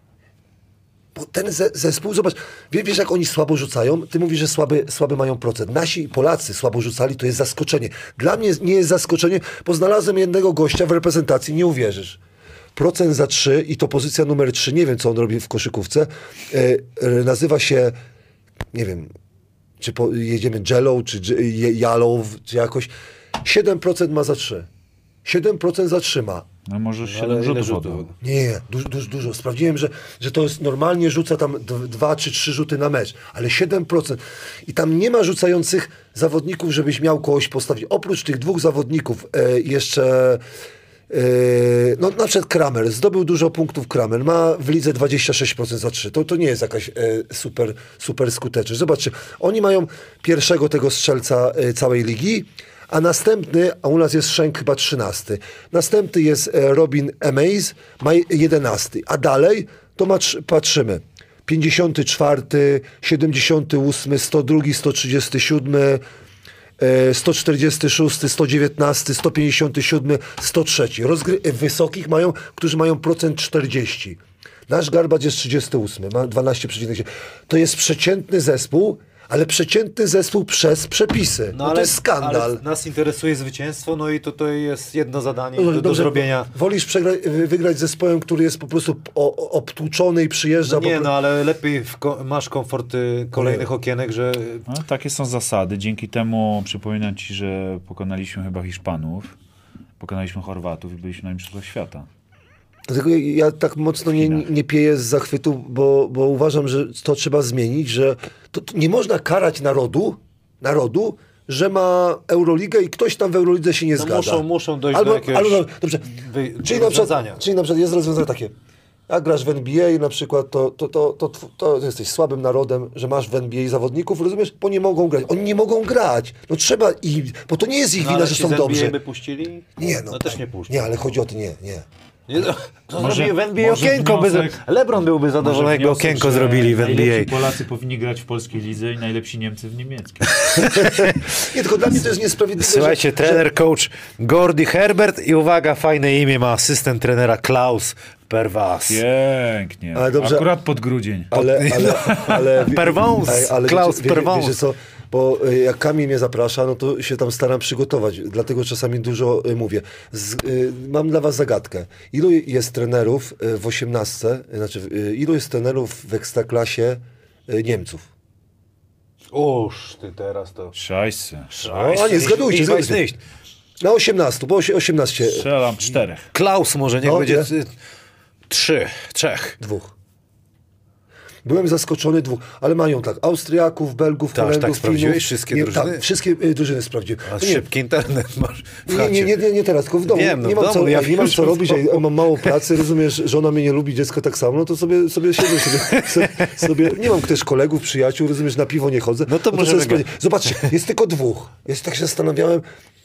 Bo ten ze, zespół, zobacz, wie, wiesz jak oni słabo rzucają? Ty mówisz, że słaby, słaby mają procent. Nasi Polacy słabo rzucali, to jest zaskoczenie. Dla mnie nie jest zaskoczenie, bo znalazłem jednego gościa w reprezentacji, nie uwierzysz. Procent za trzy i to pozycja numer trzy, nie wiem co on robi w koszykówce, e, e, nazywa się, nie wiem, czy po, jedziemy Jello, czy Yellow, czy jakoś, siedem procent ma za trzy. siedem procent za trzy ma. No może Ale siedem ile rzutów rzutów? oddał. Nie, dużo, dużo, dużo. Sprawdziłem, że, że to jest normalnie rzuca tam d- dwa czy trzy rzuty na mecz, ale siedem procent. I tam nie ma rzucających zawodników, żebyś miał kogoś postawić. Oprócz tych dwóch zawodników e, jeszcze e, no na przykład Kramer. Zdobył dużo punktów Kramer. Ma w lidze dwadzieścia sześć procent za trzy. To, to nie jest jakaś e, super, super skuteczność. Zobaczcie, oni mają pierwszego tego strzelca e, całej ligi, a następny, a u nas jest Schenk chyba trzynasty. Następny jest e, Robin Amaze, ma jedenasty. A dalej to ma, patrzymy. pięćdziesiąty czwarty, siedemdziesiąty ósmy, sto drugi, sto trzydziesty siódmy, e, sto czterdziesty szósty, sto dziewiętnasty, sto pięćdziesiąty siódmy, sto trzeci. Rozgry- wysokich mają, którzy mają procent czterdzieści. Nasz Garbacz jest trzydziesty ósmy, ma dwanaście przecinek siedem. To jest przeciętny zespół, ale przeciętny zespół przez przepisy. No, to jest skandal. Ale nas interesuje zwycięstwo, no i to, to jest jedno zadanie No, do, do dobrze, zrobienia. Wolisz przegrać, wygrać z zespołem, który jest po prostu o, o, obtłuczony i przyjeżdża... No nie, po... no ale lepiej w ko- masz komfort y, kolejnych Nie. okienek, że... No, takie są zasady. Dzięki temu przypominam ci, że pokonaliśmy chyba Hiszpanów, pokonaliśmy Chorwatów i byliśmy na Mistrzostwach Świata. Dlatego ja, ja tak mocno nie, nie pieję z zachwytu, bo, bo uważam, że to trzeba zmienić, że to, to nie można karać narodu, narodu, że ma Euroligę i ktoś tam w Eurolidze się nie No zgadza. muszą, muszą dojść albo, do jakiegoś albo, no, dobrze. wy- Czyli, na przykład, rozwiązania. czyli na przykład jest rozwiązanie takie, jak grasz w N B A na przykład, to, to, to, to, to, to jesteś słabym narodem, że masz w N B A zawodników, rozumiesz? Bo nie mogą grać. Oni nie mogą grać. No trzeba im, bo to nie jest ich No, wina, ale że ci są z N B A dobrzy. by puścili? Nie, no, no też nie puszczą. Nie, ale chodzi o to, nie, nie. Nie, no, to Może- zrobili w N B A może okienko. By, wniosek- LeBron byłby zadowolony, jakby wniosek, okienko że zrobili w N B najlepsi A. Polacy powinni grać w polskiej lidze i najlepsi Niemcy w niemieckiej. Nie, tylko dla mnie to jest niesprawiedliwe, Słuchajcie, że, trener, coach Gordy Herbert i uwaga, fajne imię ma asystent trenera Klaus Perwas. Pięknie. Ale dobrze. Akurat pod grudzień. Ale, ale, ale, Perwąs, Ej, ale Klaus wiecie, wiecie, Perwąs. wiecie co, bo y, jak Kamil mnie zaprasza, no to się tam staram przygotować, dlatego czasami dużo y, mówię. Z, y, mam dla was zagadkę. Ilu jest trenerów y, w osiemnastce, y, znaczy y, ilu jest trenerów w Ekstraklasie y, Niemców? Uż, ty teraz to... Szajsy. O, a nie, zgadujcie, Ich weiß zgadujcie. nicht. Na osiemnaście, bo osie- osiemnaście, Strzelam czterech. Klaus może, niech No, będzie... ile? y, Trzy, trzech. dwóch. Byłem zaskoczony dwóch, ale mają tak, Austriaków, Belgów, Tak, Holendów, tak sprawdziłeś Finów. wszystkie nie, drużyny? Tak, wszystkie y, drużyny sprawdziłem. A No nie, szybki internet masz w Nie, chacie. nie, nie, nie, nie teraz, tylko w domu. Wiem, no nie w mam, domu, co, ja nie wiem, mam że co w robić, domu. ja mam mało pracy, rozumiesz, żona mnie nie lubi, dziecko tak samo, no to sobie, sobie siedzę, sobie, sobie, sobie, nie mam też kolegów, przyjaciół, rozumiesz, na piwo nie chodzę. No to możemy sobie sprawdzić. gadać. Zobaczcie, jest tylko dwóch. Ja się tak się zastanawiałem,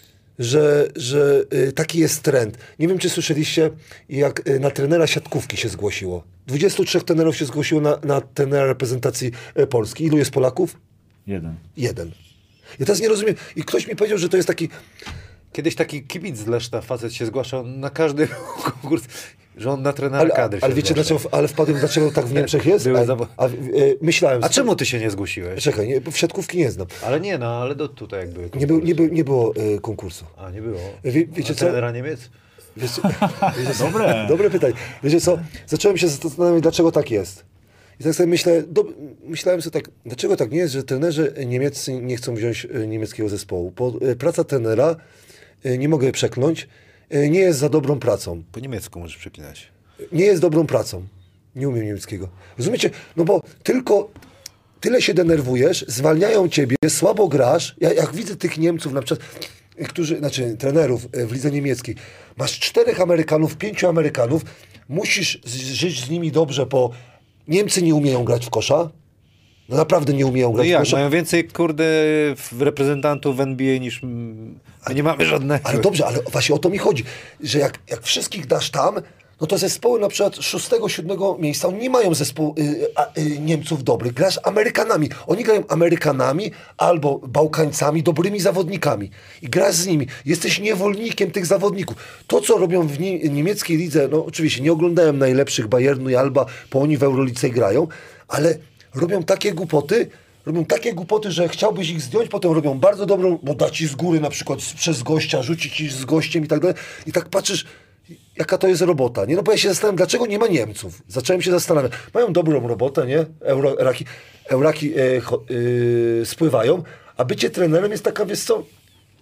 że, że y, taki jest trend. Nie wiem, czy słyszeliście, jak y, na trenera siatkówki się zgłosiło. dwudziestu trzech trenerów się zgłosiło na, na trenera reprezentacji y, Polski. Ilu jest Polaków? Jeden. Jeden. Ja teraz nie rozumiem. I ktoś mi powiedział, że to jest taki... Kiedyś taki kibic z Leszna, facet się zgłaszał na każdy konkurs, że on na trenera Ale, kadry się ale wiecie, zgłaszał. dlaczego, ale wpadłem, dlaczego tak w Niemczech jest? Były A, zawo- a, e, myślałem... A czemu ty się nie zgłosiłeś? Czekaj, nie, w siatkówki nie znam. Ale nie, no, ale do, tutaj jak były Nie, był, nie, był, nie było e, konkursu. A, nie było. Wie, wiecie A co? trenera Niemiec? Wiecie, wiecie co? Dobre. Dobre pytanie. Wiecie co? Zacząłem się zastanawiać, dlaczego tak jest. I tak sobie myślę, do, myślałem sobie tak, dlaczego tak nie jest, że trenerzy niemieccy nie chcą wziąć e, niemieckiego zespołu. Bo e, praca trenera, e, nie mogę przekląć, e, nie jest za dobrą pracą. Po niemiecku możesz przeklinać. Nie jest dobrą pracą. Nie umiem niemieckiego. Rozumiecie? No bo tylko tyle się denerwujesz, zwalniają ciebie, słabo grasz. Ja jak widzę tych Niemców na przykład, którzy, znaczy trenerów w lidze niemieckiej, masz czterech Amerykanów, pięciu Amerykanów, musisz z- żyć z nimi dobrze, bo Niemcy nie umieją grać w kosza. No naprawdę nie umieją No grać w jak, kosza. mają więcej, kurde, w- reprezentantów w N B A niż... mm, My nie mamy żadnego. Ale dobrze, ale właśnie o to mi chodzi, że jak, jak wszystkich dasz tam, no to zespoły na przykład szóstego, siódmego miejsca, oni nie mają zespołu y, a, y, Niemców dobrych, grasz Amerykanami. Oni grają Amerykanami albo Bałkańcami, dobrymi zawodnikami. I grasz z nimi. Jesteś niewolnikiem tych zawodników. To, co robią w ni- niemieckiej lidze, no oczywiście nie oglądałem najlepszych Bayernu i Alba, bo oni w Eurolice grają, ale robią takie głupoty, robią takie głupoty, że chciałbyś ich zdjąć, potem robią bardzo dobrą, bo da ci z góry na przykład z- przez gościa, rzuci ci z gościem i tak dalej. I tak patrzysz, jaka to jest robota, nie? No bo ja się zastanawiam, dlaczego nie ma Niemców? Zacząłem się zastanawiać. Mają dobrą robotę, nie? Euro, Euraki, Euraki e, cho, e, spływają, a bycie trenerem jest taka, wiesz co...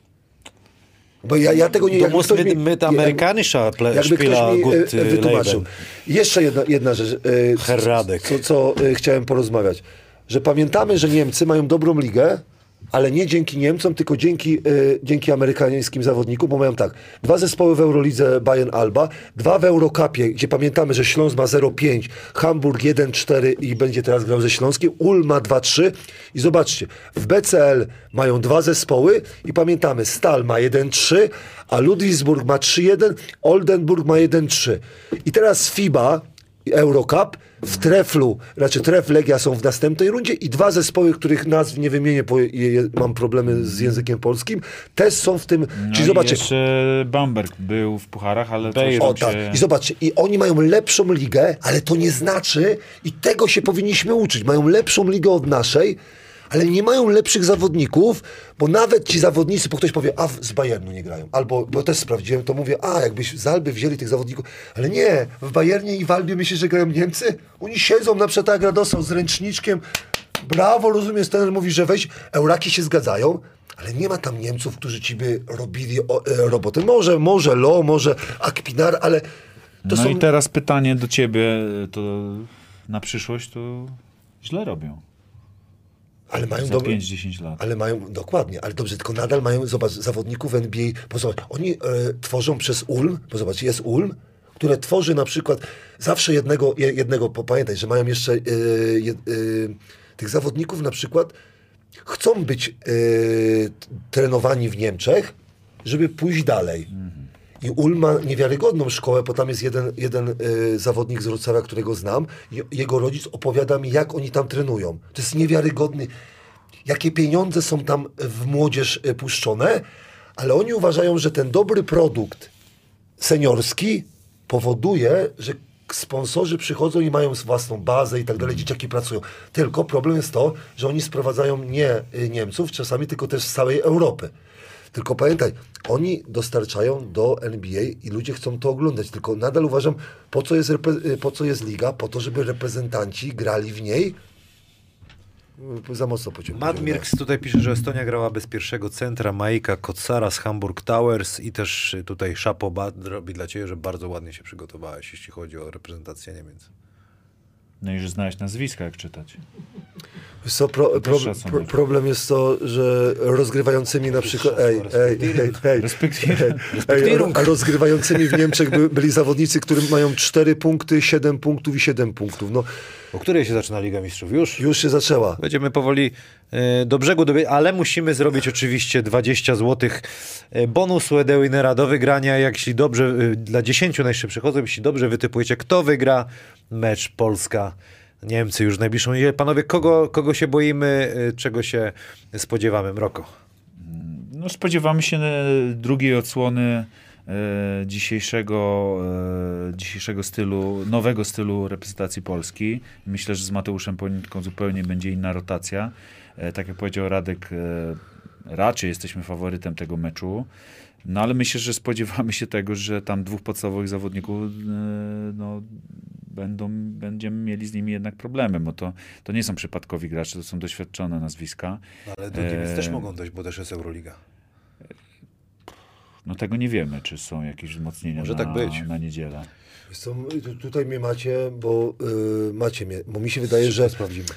Bo ja, ja tego nie... To jakby muss ktoś mit, mi- mit jak- amerikanischer Ple- Jakby ktoś Spieler mi gut e, äh, wytłumaczył. leben. Jeszcze jedna, jedna rzecz, e, Herr Radek. co, co e, chciałem porozmawiać. Że pamiętamy, że Niemcy mają dobrą ligę, ale nie dzięki Niemcom, tylko dzięki, e, dzięki amerykańskim zawodnikom, bo mają tak, dwa zespoły w Eurolidze Bayern Alba, dwa w Eurocupie, gdzie pamiętamy, że Śląsk ma zero pięć, Hamburg jeden cztery i będzie teraz grał ze Śląskiem, Ulm ma dwa trzy i zobaczcie, w B C L mają dwa zespoły i pamiętamy, Stal ma jeden trzy, a Ludwigsburg ma trzy jeden, Oldenburg ma jeden trzy. I teraz FIBA, Eurocup, w treflu, znaczy tref Legia są w następnej rundzie i dwa zespoły, których nazw nie wymienię, bo je, je, mam problemy z językiem polskim, też są w tym, No czyli i zobaczcie, jeszcze Bamberg był w pucharach, ale coś Bejrut. tam o, tak. się... I zobaczcie, i oni mają lepszą ligę, ale to nie znaczy, i tego się powinniśmy uczyć, mają lepszą ligę od naszej, ale nie mają lepszych zawodników, bo nawet ci zawodnicy, bo ktoś powie, a z Bayernu nie grają. Albo, bo też sprawdziłem, to mówię, a jakbyś z Alby wzięli tych zawodników, ale nie, w Bayernie i w Albie myślisz, że grają Niemcy? Oni siedzą na przykład jak Radosław z ręczniczkiem, brawo, rozumiesz, ten mówi, że weź, Euraki się zgadzają, ale nie ma tam Niemców, którzy ci by robili o, e, robotę. Może, może Lo, może Akpinar, ale to no są... i teraz pytanie do ciebie, to na przyszłość to źle robią. Ale mają Za dobre... pięć dziesięć lat. Ale mają, dokładnie, ale dobrze, tylko nadal mają, zobacz, zawodników N B A, bo zobacz, oni e, tworzą przez Ulm, bo zobacz, jest Ulm, które tworzy na przykład zawsze jednego, jednego pamiętaj, że mają jeszcze e, je, e, tych zawodników na przykład, chcą być e, trenowani w Niemczech, żeby pójść dalej. Mhm. I Ulm ma niewiarygodną szkołę, bo tam jest jeden, jeden y, zawodnik z Wrocławia, którego znam. I jego rodzic opowiada mi, jak oni tam trenują. To jest niewiarygodny. Jakie pieniądze są tam w młodzież y, puszczone, ale oni uważają, że ten dobry produkt seniorski powoduje, że sponsorzy przychodzą i mają własną bazę i tak dalej, dzieciaki pracują. Tylko problem jest to, że oni sprowadzają nie y, Niemców, czasami tylko też z całej Europy. Tylko pamiętaj, oni dostarczają do N B A i ludzie chcą to oglądać. Tylko nadal uważam, po co jest, po co jest liga? Po to, żeby reprezentanci grali w niej. Za mocno pociągnąłem. Matt Mirks tutaj pisze, że Estonia grała bez pierwszego centra, Majka Kotsara z Hamburg Towers i też tutaj Szapoba robi dla ciebie, że bardzo ładnie się przygotowałeś, jeśli chodzi o reprezentację Niemiec. No i że znaleźć nazwiska, jak czytać. Wiesz co, pro, pro, pro, problem jest to, że rozgrywającymi na przykład... Ej, ej, ej, ej, ej, a rozgrywającymi w Niemczech by, byli zawodnicy, którym mają cztery punkty, siedem punktów i siedem punktów. No, o której się zaczyna Liga Mistrzów? Już? Już się zaczęła. Będziemy powoli e, do brzegu dobiegać, ale musimy zrobić oczywiście dwadzieścia złotych e, bonusu Edewinera do wygrania. Jak jeśli dobrze, e, dla dziesięciu najszybszych chodzów, jeśli dobrze wytypujecie, kto wygra mecz Polska Niemcy już w najbliższą niedzielę. Panowie, kogo, kogo się boimy, e, czego się spodziewamy? Mroko. No, spodziewamy się drugiej odsłony e, dzisiejszego, e, dzisiejszego stylu, nowego stylu reprezentacji Polski. Myślę, że z Mateuszem Ponitką zupełnie będzie inna rotacja. E, tak jak powiedział Radek, e, raczej jesteśmy faworytem tego meczu. No ale myślę, że spodziewamy się tego, że tam dwóch podstawowych zawodników e, no, będą, będziemy mieli z nimi jednak problemy, bo to, to nie są przypadkowi gracze, to są doświadczone nazwiska. No, ale drugi e... też mogą dojść, bo też jest Euroliga. No tego nie wiemy, czy są jakieś wzmocnienia Może na, tak być. na niedzielę. Są, tutaj mnie macie, bo yy, macie mnie, bo mi się wydaje, że,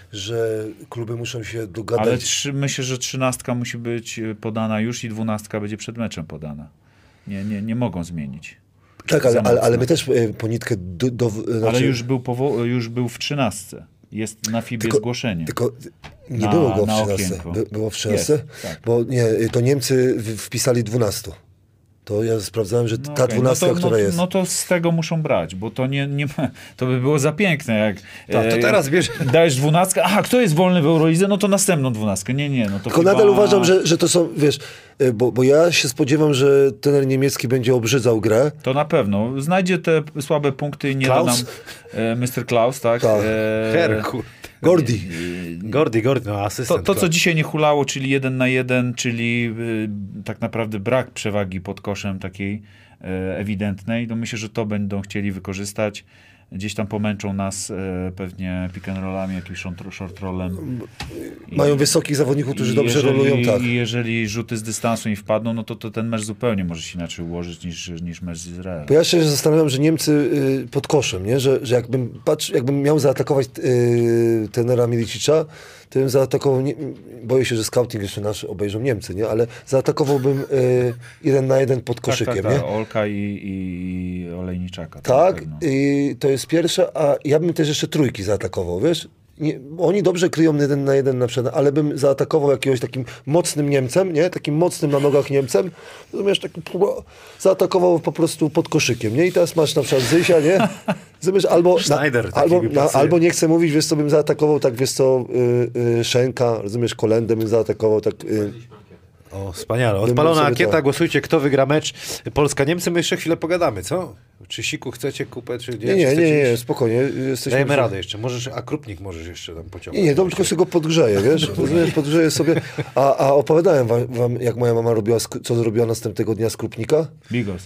że kluby muszą się dogadać. Ale trzy, myślę, że trzynastka musi być podana już i dwunastka będzie przed meczem podana. Nie, nie, nie mogą zmienić. Tak, ale, ale, ale my też y, Ponitkę do, do, znaczy... Ale już był, powo- już był w trzynastce. Jest na F I B tylko, zgłoszenie. Tylko nie na, było go w na trzynastce. By, było w trzynastce? Jest, tak. Bo nie, to Niemcy w, wpisali dwunastu. To ja sprawdzałem, że No ta okay. dwunastka, no to, która no, jest. No to z tego muszą brać, bo to nie, nie ma, to by było za piękne, jak To, to teraz bierz... dajesz dwunastkę, aha, kto jest wolny w Eurolidze, no to następną dwunastkę. Nie, nie, no to Tylko chyba... nadal uważam, że, że to są, wiesz, bo, bo ja się spodziewam, że trener niemiecki będzie obrzydzał grę. To na pewno. Znajdzie te słabe punkty i nie Klaus? da nam e, mister Klaus, tak? Tak. E, Herku. Gordi. Gordi, Gordi, no To, asystent. to, co dzisiaj nie hulało, czyli jeden na jeden, czyli y, tak naprawdę brak przewagi pod koszem takiej y, ewidentnej, no myślę, że to będą chcieli wykorzystać. Gdzieś tam pomęczą nas y, pewnie pick and rollami, jakimś short, short rollem. I, Mają wysokich zawodników, którzy dobrze jeżeli, rolują, tak. I jeżeli rzuty z dystansu im wpadną, no to, to ten mecz zupełnie może się inaczej ułożyć niż, niż mecz z Izraelem. Bo ja się zastanawiam, że Niemcy y, pod koszem, nie? Że, że jakbym, patrz, jakbym miał zaatakować y, trenera Milicicza, to bym zaatakował, nie, boję się, że scouting jeszcze nasz obejrzą Niemcy, nie? Ale zaatakowałbym y, jeden na jeden pod koszykiem, tak, tak, tak. nie? Olka i, i Olejniczaka. Tak, i to jest pierwsze, a ja bym też jeszcze trójki zaatakował, wiesz? Nie, oni dobrze kryją jeden na jeden na przykład, ale bym zaatakował jakiegoś takim mocnym Niemcem, nie? Takim mocnym na nogach Niemcem, rozumiesz, taki zaatakował po prostu pod koszykiem, nie? I teraz masz na przykład Zysia, nie? Rozumiesz, albo, Schneider, na, albo, na, albo nie chcę mówić, wiesz co, bym zaatakował tak, wiesz co, y, y, Szenka, rozumiesz, Kolendę bym zaatakował tak... Y, O, wspaniale. Odpalona ankieta, głosujcie, kto wygra mecz Polska-Niemcy. My jeszcze chwilę pogadamy, co? Czy siku chcecie kupę, czy Nie, nie, nie, nie, spokojnie. Jesteśmy Dajemy radę jeszcze. Możesz, a krupnik możesz jeszcze tam pociągnąć. Nie, nie, to tylko sobie go podgrzeję, wiesz? Rozumiesz, podgrzeję sobie. A, a opowiadałem wam, wam, jak moja mama robiła, sk- co zrobiła następnego dnia z krupnika? Bigos.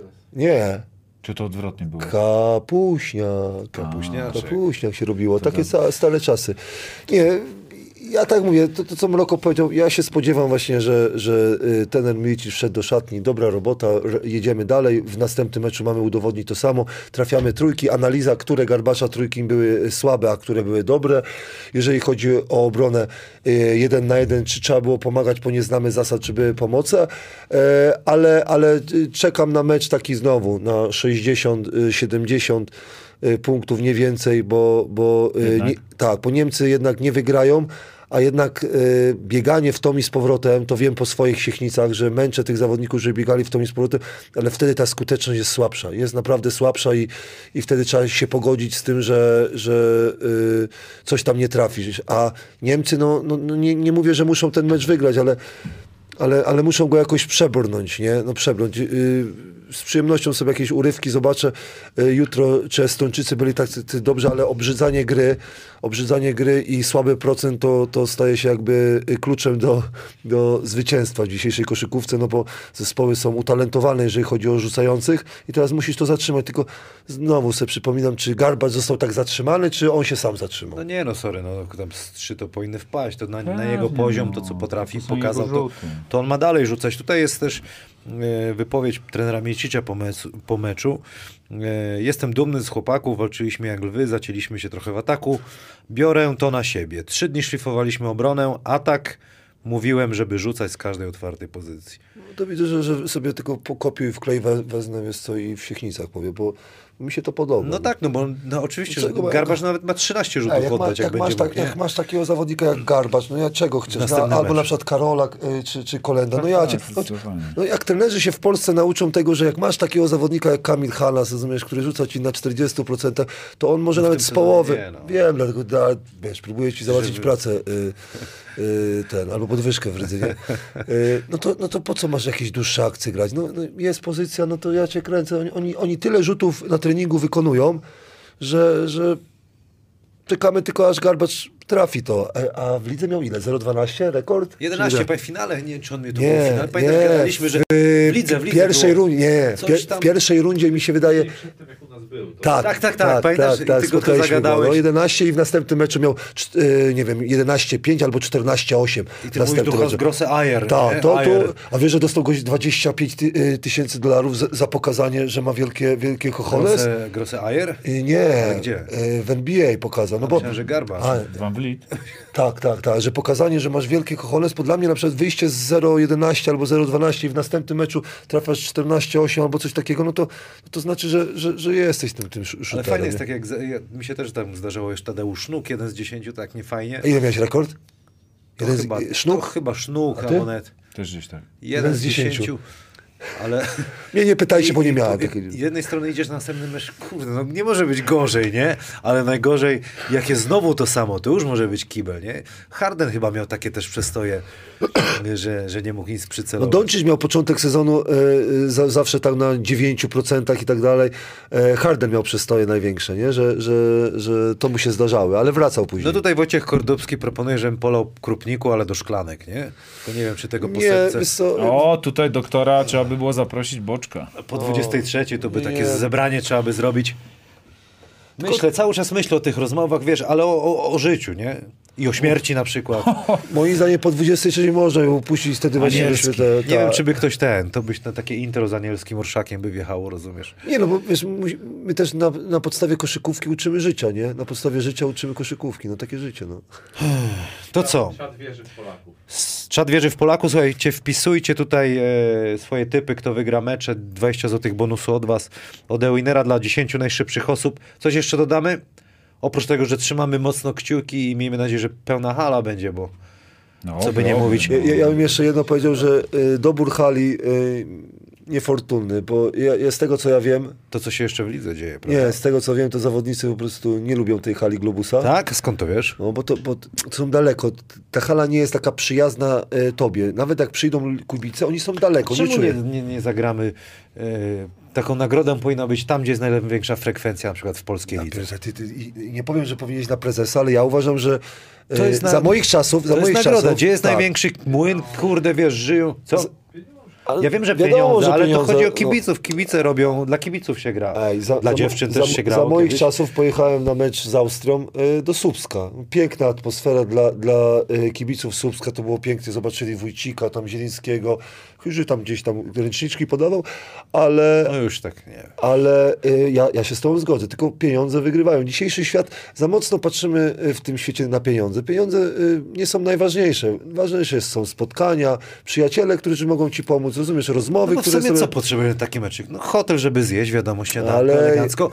Nie. Czy to odwrotnie było? Kapuśniak. Kapuśniaczek. Kapuśniak się robiło. Takie ca- stale czasy. Nie, ja tak mówię, to, to co Mroko powiedział, ja się spodziewam właśnie, że, że y, trener Milicic wszedł do szatni, dobra robota, r- jedziemy dalej, w następnym meczu mamy udowodnić to samo, trafiamy trójki, analiza, które Garbacza trójki były słabe, a które były dobre. Jeżeli chodzi o obronę y, jeden na jeden, czy trzeba było pomagać, bo nie znamy zasad, czy były pomoce, e, ale, ale y, czekam na mecz taki znowu, na sześćdziesiąt siedemdziesiąt y, punktów, nie więcej, bo, bo y, Jednak? nie, tak, bo Niemcy jednak nie wygrają, a jednak y, bieganie w tom i z powrotem, to wiem po swoich Siechnicach, że męczę tych zawodników, że biegali w tom i z powrotem, ale wtedy ta skuteczność jest słabsza. Jest naprawdę słabsza i, i wtedy trzeba się pogodzić z tym, że, że y, coś tam nie trafi. A Niemcy, no, no, no nie, nie mówię, że muszą ten mecz wygrać, ale ale, ale muszą go jakoś przebrnąć, nie? No przebrnąć. Yy, z przyjemnością sobie jakieś urywki zobaczę yy, jutro, czy Estończycy byli tak dobrze, ale obrzydzanie gry, obrzydzanie gry i słaby procent to, to staje się jakby kluczem do, do zwycięstwa w dzisiejszej koszykówce, no bo zespoły są utalentowane, jeżeli chodzi o rzucających i teraz musisz to zatrzymać, tylko znowu sobie przypominam, czy Garbacz został tak zatrzymany, czy on się sam zatrzymał? No nie no, sorry, no tam z trzy to powinny wpaść, to na, na Pewnie, jego poziom, to no. co potrafi, To są pokazał, jego to, rzuty. to on ma dalej rzucać. Tutaj jest też e, wypowiedź trenera Milicicia po, meczu, po meczu. E, jestem dumny z chłopaków, walczyliśmy jak lwy, zacięliśmy się trochę w ataku. Biorę to na siebie. Trzy dni szlifowaliśmy obronę, atak. Mówiłem, żeby rzucać z każdej otwartej pozycji. No to widzę, że, że sobie tylko pokopiuj, wklej we- wezmę, wiesz co, i w Siechnicach powiem, bo mi się to podoba. No tak, no bo no oczywiście, że Czego ma- Garbacz nawet ma trzynaście rzutów Ej, jak, ma, oddać, jak, jak, będzie masz tak, mógł, nie? jak masz takiego zawodnika jak Garbacz, no ja czego chcesz? No, Następny albo mecz. na przykład Karola y, czy, czy Kolenda. No ja cię, Tak, no, zdecydowanie. no jak trenerzy się w Polsce nauczą tego, że jak masz takiego zawodnika jak Kamil Halas, rozumiesz, który rzuca ci na czterdzieści procent, to on może No w nawet tym z połowy. sezonie nie, no. Wiem, dlatego da, wiesz, próbuję ci załatwić Żeby- pracę y, y, ten, albo podwyżkę w Rydzynie. Y, no, to, no to po co masz jakieś dłuższe akcje grać? No, no jest pozycja, no to ja cię kręcę. Oni, oni, oni tyle rzutów na treningu wykonują, że, że czekamy tylko aż Garbacz trafi to. A, a w lidze miał ile? zero dwanaście? Rekord? jedenaście, Czy ile? w finale, nie wiem, czy on mnie tu Nie, był w finale. Pamiętasz, nie, gadaliśmy, że w, w lidze, w w lidze pierwszej było. rundzie, nie, w, Coś pier, tam- w pierwszej rundzie mi się wydaje... Przedtem jak u nas był. To Tak, Tak, tak, tak, pamiętasz? I ty go to spotkaliśmy zagadałeś. No, jedenaście i w następnym meczu miał, czt- y, nie wiem, jedenaście pięć albo czternaście osiem. I ty mówisz, du hast grosse Eier. Tak, nie? to, to, Eier. a wiesz, że dostał gość dwadzieścia pięć ty, y, tysięcy dolarów za, za pokazanie, że ma wielkie, wielkie kochones? Grosse, grosse Eier? Y, Nie, Ale gdzie? y, w N B A pokazał. No bo, Myślałem, że Garbacz. A, Van Vliet. tak, tak, tak, że pokazanie, że masz wielkie kochones, bo dla mnie na przykład wyjście z zero jedenaście albo zero dwanaście i w następnym meczu trafiasz czternaście osiem albo coś takiego, no to, no to znaczy, że, że, że jesteś tym, tym sz- Ale shooterem. fajnie jest nie? tak jak, za- ja, mi się też tam zdarzało jeszcze Tadeusz Sznuk, jeden z dziesięciu, tak nie fajnie. A ile miałeś rekord? To Jeden z- chyba, Sznuk? To chyba Sznuk, A ty? albo net. Też gdzieś tak. Jeden z z dziesięciu. dziesięciu. Ale... Mnie nie pytajcie, bo nie I- miałem i- takiej... Z jednej strony idziesz na następny mecz, kurde, no nie może być gorzej, nie? Ale najgorzej, jak jest znowu to samo, to już może być kibel, nie? Harden chyba miał takie też przestoje, że, że nie mógł nic No przycelować. Doncic miał początek sezonu e, e, za, zawsze tak na dziewięć procent i tak dalej. E, Harden miał przestoje największe, nie? Że, że, że to mu się zdarzały, ale wracał później. No tutaj Wojciech Kordubski proponuje, żebym polał krupniku, ale do szklanek, nie? To nie wiem, czy tego po nie, setce... wiesz co, O, tutaj doktora trzeba by było zaprosić Boczka. Po dwudziestej trzeciej to by nie. takie zebranie trzeba by zrobić. Myślę, cały czas myślę o tych rozmowach, wiesz, ale o, o, o życiu, nie? I o śmierci na przykład. moim zdaniem po dwudziestej trzeciej można ją upuścić, wtedy właśnie Anielski. byśmy te, Nie ta... wiem, czy by ktoś ten, to byś na takie intro z anielskim orszakiem by wjechało, rozumiesz? Nie, no bo wiesz, musi- my też na, na podstawie koszykówki uczymy życia, nie? Na podstawie życia uczymy koszykówki, no takie życie, no. To co? Świat wierzy w Polaków. Czad wierzy w Polaków, słuchajcie, wpisujcie tutaj e, swoje typy, kto wygra mecze, dwadzieścia złotych bonusu od was, od Ewinera dla dziesięciu najszybszych osób. Coś jeszcze dodamy? Oprócz tego, że trzymamy mocno kciuki i miejmy nadzieję, że pełna hala będzie, bo No, Co by nie dobra, mówić. no. Ja, ja bym jeszcze jedno powiedział, że y, dobór hali y, niefortunny, bo ja, ja z tego co ja wiem, To, co się jeszcze w lidze dzieje, prawda? nie, z tego co wiem, to zawodnicy po prostu nie lubią tej hali Globusa. Tak? Skąd to wiesz? No bo to, bo to są daleko. Ta hala nie jest taka przyjazna e, tobie. Nawet jak przyjdą kibice, oni są daleko. Nie Czemu nie, czuję. nie, nie zagramy? E, taką nagrodą powinna być tam, gdzie jest największa frekwencja, na przykład w polskiej lidze. Pierze, ty, ty, i- i nie powiem, że powinieneś na prezesa, ale ja uważam, że e, To jest na- za moich czasów, za To jest moich nagroda. czasów, Gdzie jest tak. największy młyn? Kurde, wiesz, żyją. Co? Ale Ja wiem, że wiadomo, pieniądze, że ale pieniądze, to chodzi o no. kibiców. Kibice robią, dla kibiców się gra. Ej, za, dla za, dziewczyn za, też się grało Za moich kiedyś. czasów pojechałem na mecz z Austrią y, do Słupska. Piękna atmosfera dla, dla y, kibiców Słupska, to było pięknie. Zobaczyli Wójcika, tam Zielińskiego, chyba tam gdzieś tam ręczniczki podawał, ale... No już tak, nie wiem. Ale y, ja, ja się z tobą zgodzę, tylko pieniądze wygrywają. Dzisiejszy świat, za mocno patrzymy y, w tym świecie na pieniądze. Pieniądze y, nie są najważniejsze. Ważniejsze są spotkania, przyjaciele, którzy mogą ci pomóc, rozumiesz, rozmowy, No bo w które sumie sobie... co potrzebujemy taki meczyk? No hotel, żeby zjeść, wiadomo, śniadanko, Ale- elegancko.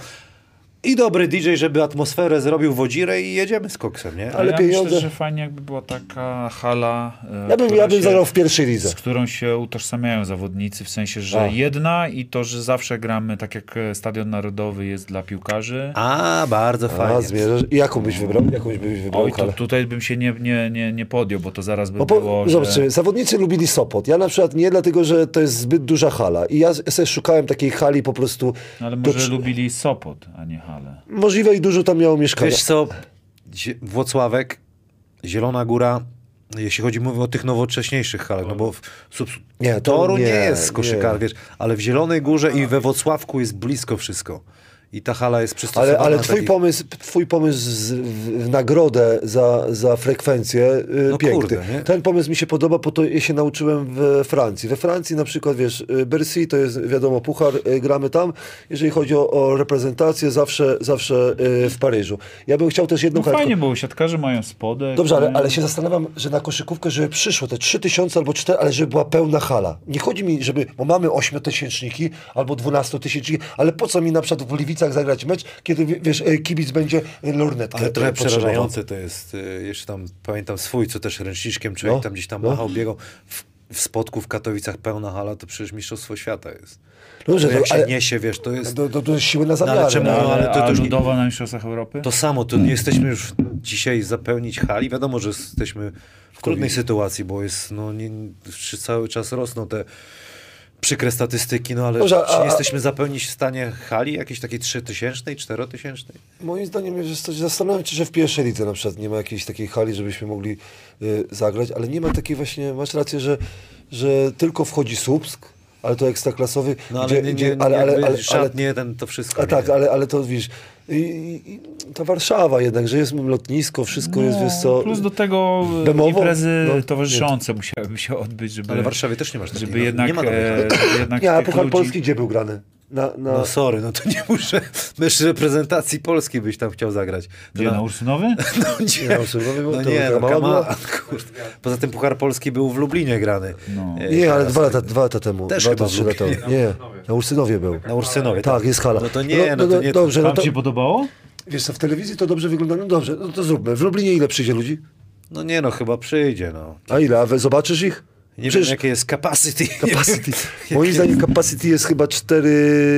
I dobry D J, żeby atmosferę zrobił w Wodzirę i jedziemy z koksem, nie? Ale ja pieniądze- myślę, że fajnie jakby była taka hala, e, Ja bym, która ja bym się- zagrał w pierwszej lidze. z którą się utożsamiają zawodnicy, w sensie, że A. jedna i to, że zawsze gramy tak jak e, Stadion Narodowy jest dla piłkarzy. A, bardzo A, fajnie. zmierzasz. I jaką byś wybrał? Jakąś byś wybrał Oj, to halę? tutaj bym się nie, nie, nie, nie podjął, bo to zaraz by No bo, było, zobaczcie, że... zawodnicy lubili Sopot. Ja na przykład nie, dlatego że to jest zbyt duża hala. I ja, ja sobie szukałem takiej hali po prostu... Ale do może tr- lubili Sopot, a nie halę. Możliwe i dużo tam miało mieszkania. Wiesz co, Zie- Włocławek, Zielona Góra, jeśli chodzi mówię o tych nowocześniejszych halach, no bo w sub, Nie, to Toru nie, nie, jest koszykarz, nie. wiesz, ale w Zielonej Górze i we Włocławku jest blisko wszystko. I ta hala jest przystosowana Ale, ale do twój takich- pomysł, twój pomysł z, w, w nagrodę za, za frekwencję y, No piękny. kurde, nie? Ten pomysł mi się podoba, bo to ja się nauczyłem we Francji. We Francji na przykład, wiesz, y, Bercy to jest wiadomo puchar, y, gramy tam. Jeżeli chodzi o, o reprezentację, zawsze, zawsze y, w Paryżu. Ja bym chciał też jedną No kartkę- fajnie, bo siatkarze mają spodek. Dobrze, ale, nie? ale się zastanawiam, że na koszykówkę, żeby przyszło te trzy tysiące albo cztery, ale żeby była pełna hala. Nie chodzi mi, żeby, bo mamy ośmiotysięczniki albo dwunastotysięczniki, ale po co mi na przykład w Gliwicach zagrać mecz, kiedy wiesz, e, kibic będzie lornetkę Ale trochę potrzebował. przerażające to jest. y, Jeszcze tam pamiętam swój, co też ręczniczkiem człowiek No, tam gdzieś tam no. machał, biegał. W, w Spodku w Katowicach pełna hala, to przecież mistrzostwo świata jest. Dobrze, To jak to, się ale niesie, wiesz, to jest do, do, do siły na ale zamiarę. czemu- no. Ale, No, ale to a też nie- Ludowa na Mistrzostwach Europy? to samo, to nie jesteśmy już dzisiaj zapełnić hali. Wiadomo, że jesteśmy w trudnej sytuacji, bo jest, no, nie, cały czas rosną te przykre statystyki, no ale Dobrze, czy a- nie jesteśmy zapełnić w stanie hali jakiejś takiej trzytysięcznej, czterotysięcznej? Moim zdaniem jest coś, zastanawiam się, że w pierwszej lidze na przykład nie ma jakiejś takiej hali, żebyśmy mogli y, zagrać, ale nie ma takiej właśnie, masz rację, że, że tylko wchodzi Słupsk, ale to ekstraklasowy. No ale gdzie- nie, gdzie- nie, ale, ale, ale, ale, szatnie, ten, to wszystko. A nie? tak, ale, ale to wiesz, i, i, i ta Warszawa jednak, że jest lotnisko, wszystko jest, wiesz co... No, plus do tego e, Bemowo? imprezy No, towarzyszące musiałyby się odbyć, żeby, Ale w Warszawie też nie masz takiej, żeby no, jednak, nie ma dobrych e, hali. jednak Nie, a tych Puchar ludzi... Polski gdzie był grany? Na, na... No sorry, no to nie muszę. Mysz reprezentacji Polski byś tam chciał zagrać. To Gdzie, na- na Ursynowy? No nie, Nie, no, Ursynowie był- no to nie, taka no mała kama, była? kurde. Poza tym Puchar Polski był w Lublinie grany. No. E, Nie, ale teraz- dwa lata, dwa lata temu. Też dwa chyba lata, trzy w lata Lublinie. temu. Nie, na Ursynowie był. Na Ursynowie. Tak, jest hala. No to nie, no to nie. Dobrze, no Wam to, się podobało? wiesz co, w telewizji to dobrze wygląda, no dobrze, no to zróbmy. W Lublinie ile przyjdzie ludzi? No nie, no chyba przyjdzie, no. A ile? A wy zobaczysz ich? Nie Przecież wiem, jakie jest capacity. capacity. Nie Moim wiem, zdaniem capacity jest chyba cztery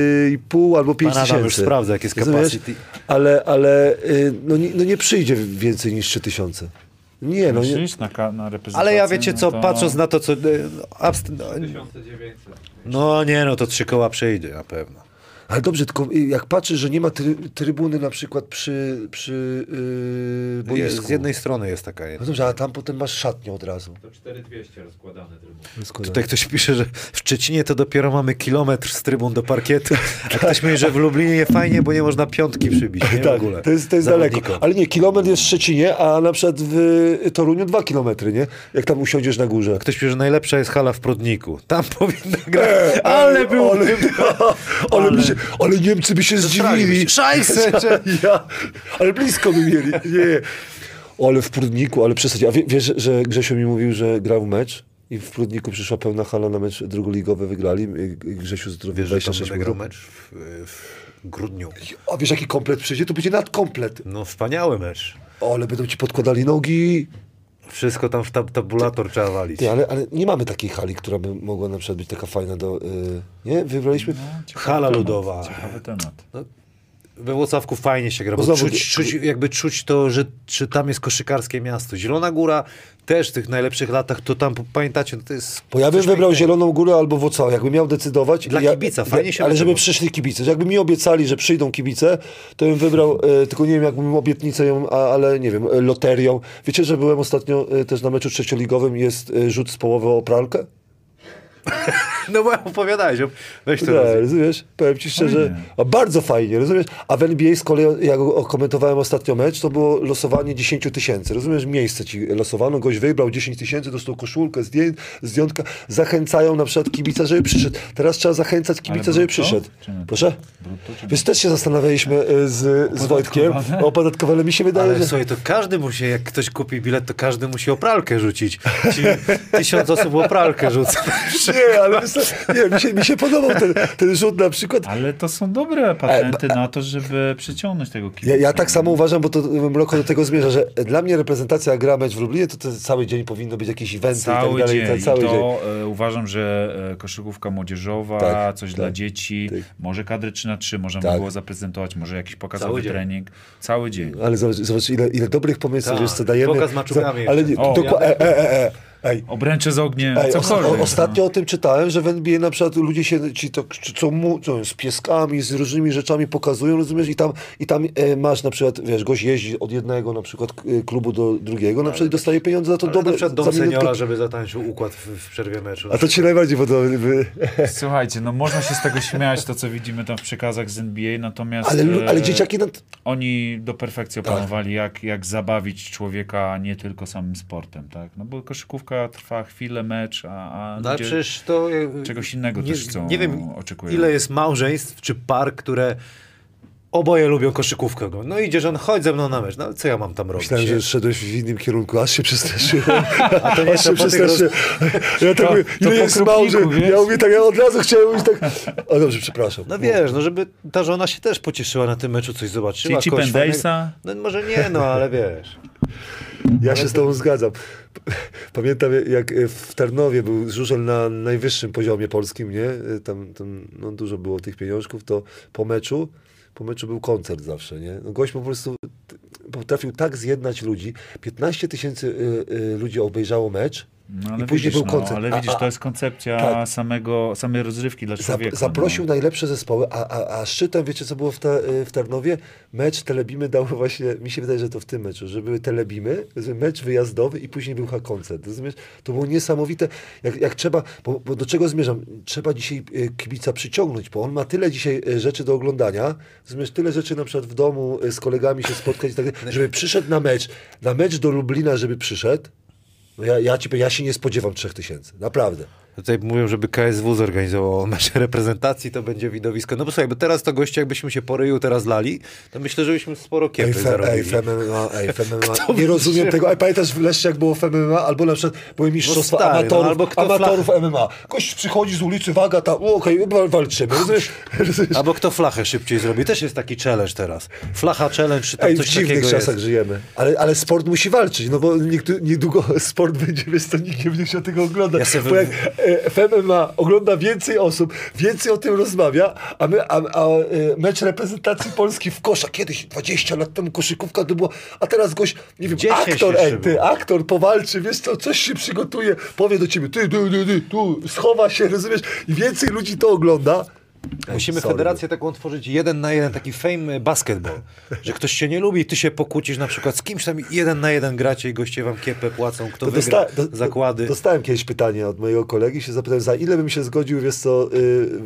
i pół albo pięć Pan Adam już tysięcy. sprawdza, jak jest Rozumiesz? capacity. Ale, ale y, no, nie, no nie przyjdzie więcej niż trzy tysiące. Nie, no nie. Myślisz na, ka- na reprezentację? Ale ja wiecie no co, to... patrząc na to, co... e, no, abst- no, tysiąc dziewięćset. no nie, no to trzy koła przejdzie na pewno. Ale dobrze, tylko y, jak patrzysz, że nie ma try, trybuny na przykład przy, przy yy, Jest, boisku. z jednej strony jest taka No jedna. dobrze, a tam potem masz szatnię od razu. To cztery tysiące dwieście rozkładane trybuny. Tutaj ktoś pisze, że w Szczecinie to dopiero mamy kilometr z trybun do parkietu, a ktoś mówi, że w Lublinie nie fajnie, bo nie można piątki przybić, nie w Tak, ogóle. to jest, to jest Zawodnikom. daleko. Ale nie, kilometr jest w Szczecinie, a na przykład w Toruniu dwa kilometry, nie? Jak tam usiądziesz na górze. Ktoś pisze, że najlepsza jest hala w Prudniku. Tam powinna grać. Ale było... Ale, ale, by się, ale Niemcy by się zdziwili. Szajse! Ja, ale blisko by mieli. Nie. Ale w Prudniku, ale przesadzi. A wie, wiesz, że Grzesio mi mówił, że grał mecz i w Prudniku przyszła pełna hala na mecz drugoligowy, wygrali. Grzesiu zdrowie Wiesz, że dwadzieścia tam sześć będę grał minut. mecz w, w grudniu. A wiesz, jaki komplet przyjdzie? To będzie nadkomplet. No wspaniały mecz. O, ale będą ci podkładali nogi. Wszystko tam w tab tabulator trzeba walić. Ty, ale, ale nie mamy takiej hali, która by mogła na przykład być taka fajna do... Yy, nie? Wybraliśmy... No, Hala temat, ludowa. Ciekawy temat. We Włocławku fajnie się gra, bo Bo znowu- czuć, czuć, jakby czuć to, że, że tam jest koszykarskie miasto. Zielona Góra też w tych najlepszych latach, to tam, pamiętacie, no to jest... Bo ja bym coś wybrał pięknego. Zieloną Górę albo Włocławek. Jakbym miał decydować... Dla ja, kibica, fajnie się Ale żeby wydawało. przyszli kibice. Że jakby mi obiecali, że przyjdą kibice, to bym wybrał, e, tylko nie wiem, jakbym obietnicę ją, a, ale nie wiem, e, loterią. Wiecie, że byłem ostatnio e, też na meczu trzecioligowym, jest e, rzut z połowy o pralkę? No bo opowiadałeś, weź to Nie, rozumiem. rozumiesz? Powiem ci szczerze, Fajnie. a bardzo fajnie, rozumiesz? A w N B A z kolei, jak o- komentowałem ostatnio mecz, to było losowanie dziesięć tysięcy, rozumiesz? Miejsce ci losowano, gość wybrał dziesięć tysięcy, dostał koszulkę, zdję, zdjątka, zachęcają na przykład kibica, żeby przyszedł. Teraz trzeba zachęcać kibica, Ale żeby brutto? przyszedł. Czy netto? Proszę? Brutto czy Więc też się zastanawialiśmy y, z, z Wojtkiem Opodatkowane? o opodatkowane. Mi się wydaje, Ale że... słuchaj, to każdy musi, jak ktoś kupi bilet, to każdy musi o pralkę rzucić. Czyli tysiąc osób o pralkę rzuca. Nie, ale wiesz co, nie, mi się, mi się podobał ten, ten rzut na przykład. Ale to są dobre patenty na to, żeby przyciągnąć tego kibica. Ja, ja tak samo uważam, bo to Mroko do tego zmierza, że dla mnie reprezentacja gra mecz w Lublinie, to, to cały dzień powinno być jakieś eventy Cały i tak dalej. dzień. i cały I to dzień. e, uważam, że e, koszykówka młodzieżowa, Tak, coś tak, dla dzieci, tak. może kadry trzy na trzy można Tak. by było zaprezentować, może jakiś pokazowy Cały dzień. trening. Cały dzień. Ale zobacz, zobacz ile, ile dobrych pomysłów Tak, jest, co dajemy. pokaz maczugami ale jeszcze. nie, O, dokła- e, e, e, e. Ej, Obręcze z ogniem, Ej, cokolwiek. o, ostatnio o tym czytałem, że w N B A na przykład ludzie się, ci to, czy co, mu, co z pieskami, z różnymi rzeczami pokazują, rozumiesz? I tam, i tam e, masz na przykład, wiesz, gość jeździ od jednego na przykład e, klubu do drugiego, na przykład i dostaje pieniądze za to Ale dobre. na przykład dom za minutkę. seniora, żeby zatańczył układ w, w przerwie meczu. A to ci najbardziej podoba. by- Słuchajcie, no można się z tego śmiać, to co widzimy tam w przekazach z N B A, natomiast Ale, lu- ale e, dzieciaki... Na... oni do perfekcji opanowali, jak, jak zabawić człowieka, a nie tylko samym sportem, tak? No bo koszykówka trwa chwilę, mecz, a, a No ale ludzie przecież to... e, czegoś innego nie, też chcą, nie wiem, oczekują. ile jest małżeństw czy par, które oboje lubią koszykówkę. No idzie, że on chodź ze mną na mecz. No co ja mam tam robić? Myślałem, że szedłeś w innym kierunku, aż się przestraszyłem. A to nie aż się to po tych przestraszyłem. Ja tak To- mówię, to ile po jest kropniku, małże. wiesz? Ja mówię tak, ja od razu chciałem mówić tak... O dobrze, przepraszam. No wiesz, no żeby ta żona się też pocieszyła na tym meczu, coś zobaczyła. Czyli kogoś Chip and fajnego. Dale'a? No może nie, no ale wiesz. Ja się z tobą zgadzam. Pamiętam, jak w Tarnowie był żużel na najwyższym poziomie polskim, nie? Tam, tam no, dużo było tych pieniążków, to po meczu, po meczu był koncert zawsze, nie? No, gość po prostu potrafił tak zjednać ludzi. piętnaście tysięcy y, y, ludzi obejrzało mecz. No, ale I później widzisz, był koncert. No, ale A- widzisz, a- to jest koncepcja tak. samego, samej rozrywki dla Zap, człowieka. zaprosił no. najlepsze zespoły, a, a, a szczytem, wiecie co było w, ta, w Tarnowie? Mecz Telebimy dał właśnie, mi się wydaje, że to w tym meczu, że były Telebimy, mecz wyjazdowy i później był koncert. Rozumiesz? To było niesamowite. Jak, jak trzeba, bo, bo do czego zmierzam? Trzeba dzisiaj e, kibica przyciągnąć, bo on ma tyle dzisiaj e, rzeczy do oglądania, rozumiesz? Tyle rzeczy na przykład w domu e, z kolegami się spotkać i tak dalej, żeby przyszedł na mecz, na mecz do Lublina, żeby przyszedł. No ja, ja, ci, powiem, ja się nie spodziewam trzech tysięcy. Naprawdę. Tutaj mówią, żeby K S W zorganizował mecz reprezentacji, to będzie widowisko. No bo słuchaj, bo teraz to goście, jakbyśmy się po ryju teraz lali, to myślę, że byśmy sporo Ej, kiepy fe, zarobili. ej, F M M A, ej, F M M A. Kto Nie rozumiem by- tego. Ej, pamiętasz w Leszcie, jak było w M M A? Albo na przykład były mistrzostwa No stary, no amatorów, albo kto amatorów M M A. Gość przychodzi z ulicy, waga tam, o, okej, okay, walczymy. Rozumiesz? Rozumiesz? Albo kto flachę szybciej zrobi. Też jest taki challenge teraz. Flacha challenge, czy tam Ej, w coś dziwnych takiego czasach jest. żyjemy. Ale, ale sport musi walczyć, no bo niegdy- niedługo sport będzie, więc to nikt nie będzie chciał tego oglądać. Ja sobie Bo wy- jak e, F M M A ogląda więcej osób, więcej o tym rozmawia, a, my, a, a e, mecz reprezentacji Polski w kosza, kiedyś dwadzieścia lat temu koszykówka to było, a teraz gość, nie wiem, dziesięć aktor, jeszcze ej, ty, było. aktor powalczy, wiesz co, coś się przygotuje, powie do ciebie, ty, ty, ty, ty tu, schowa się, rozumiesz, i więcej ludzi to ogląda. Musimy Sorry. federację taką tworzyć jeden na jeden, taki fame basketball. Że ktoś się nie lubi, ty się pokłócisz na przykład z kimś tam jeden na jeden gracie i goście wam kiepę płacą, kto To wygra dosta- do- zakłady. Dostałem kiedyś pytanie od mojego kolegi, się zapytałem, za ile bym się zgodził, wiesz co, y,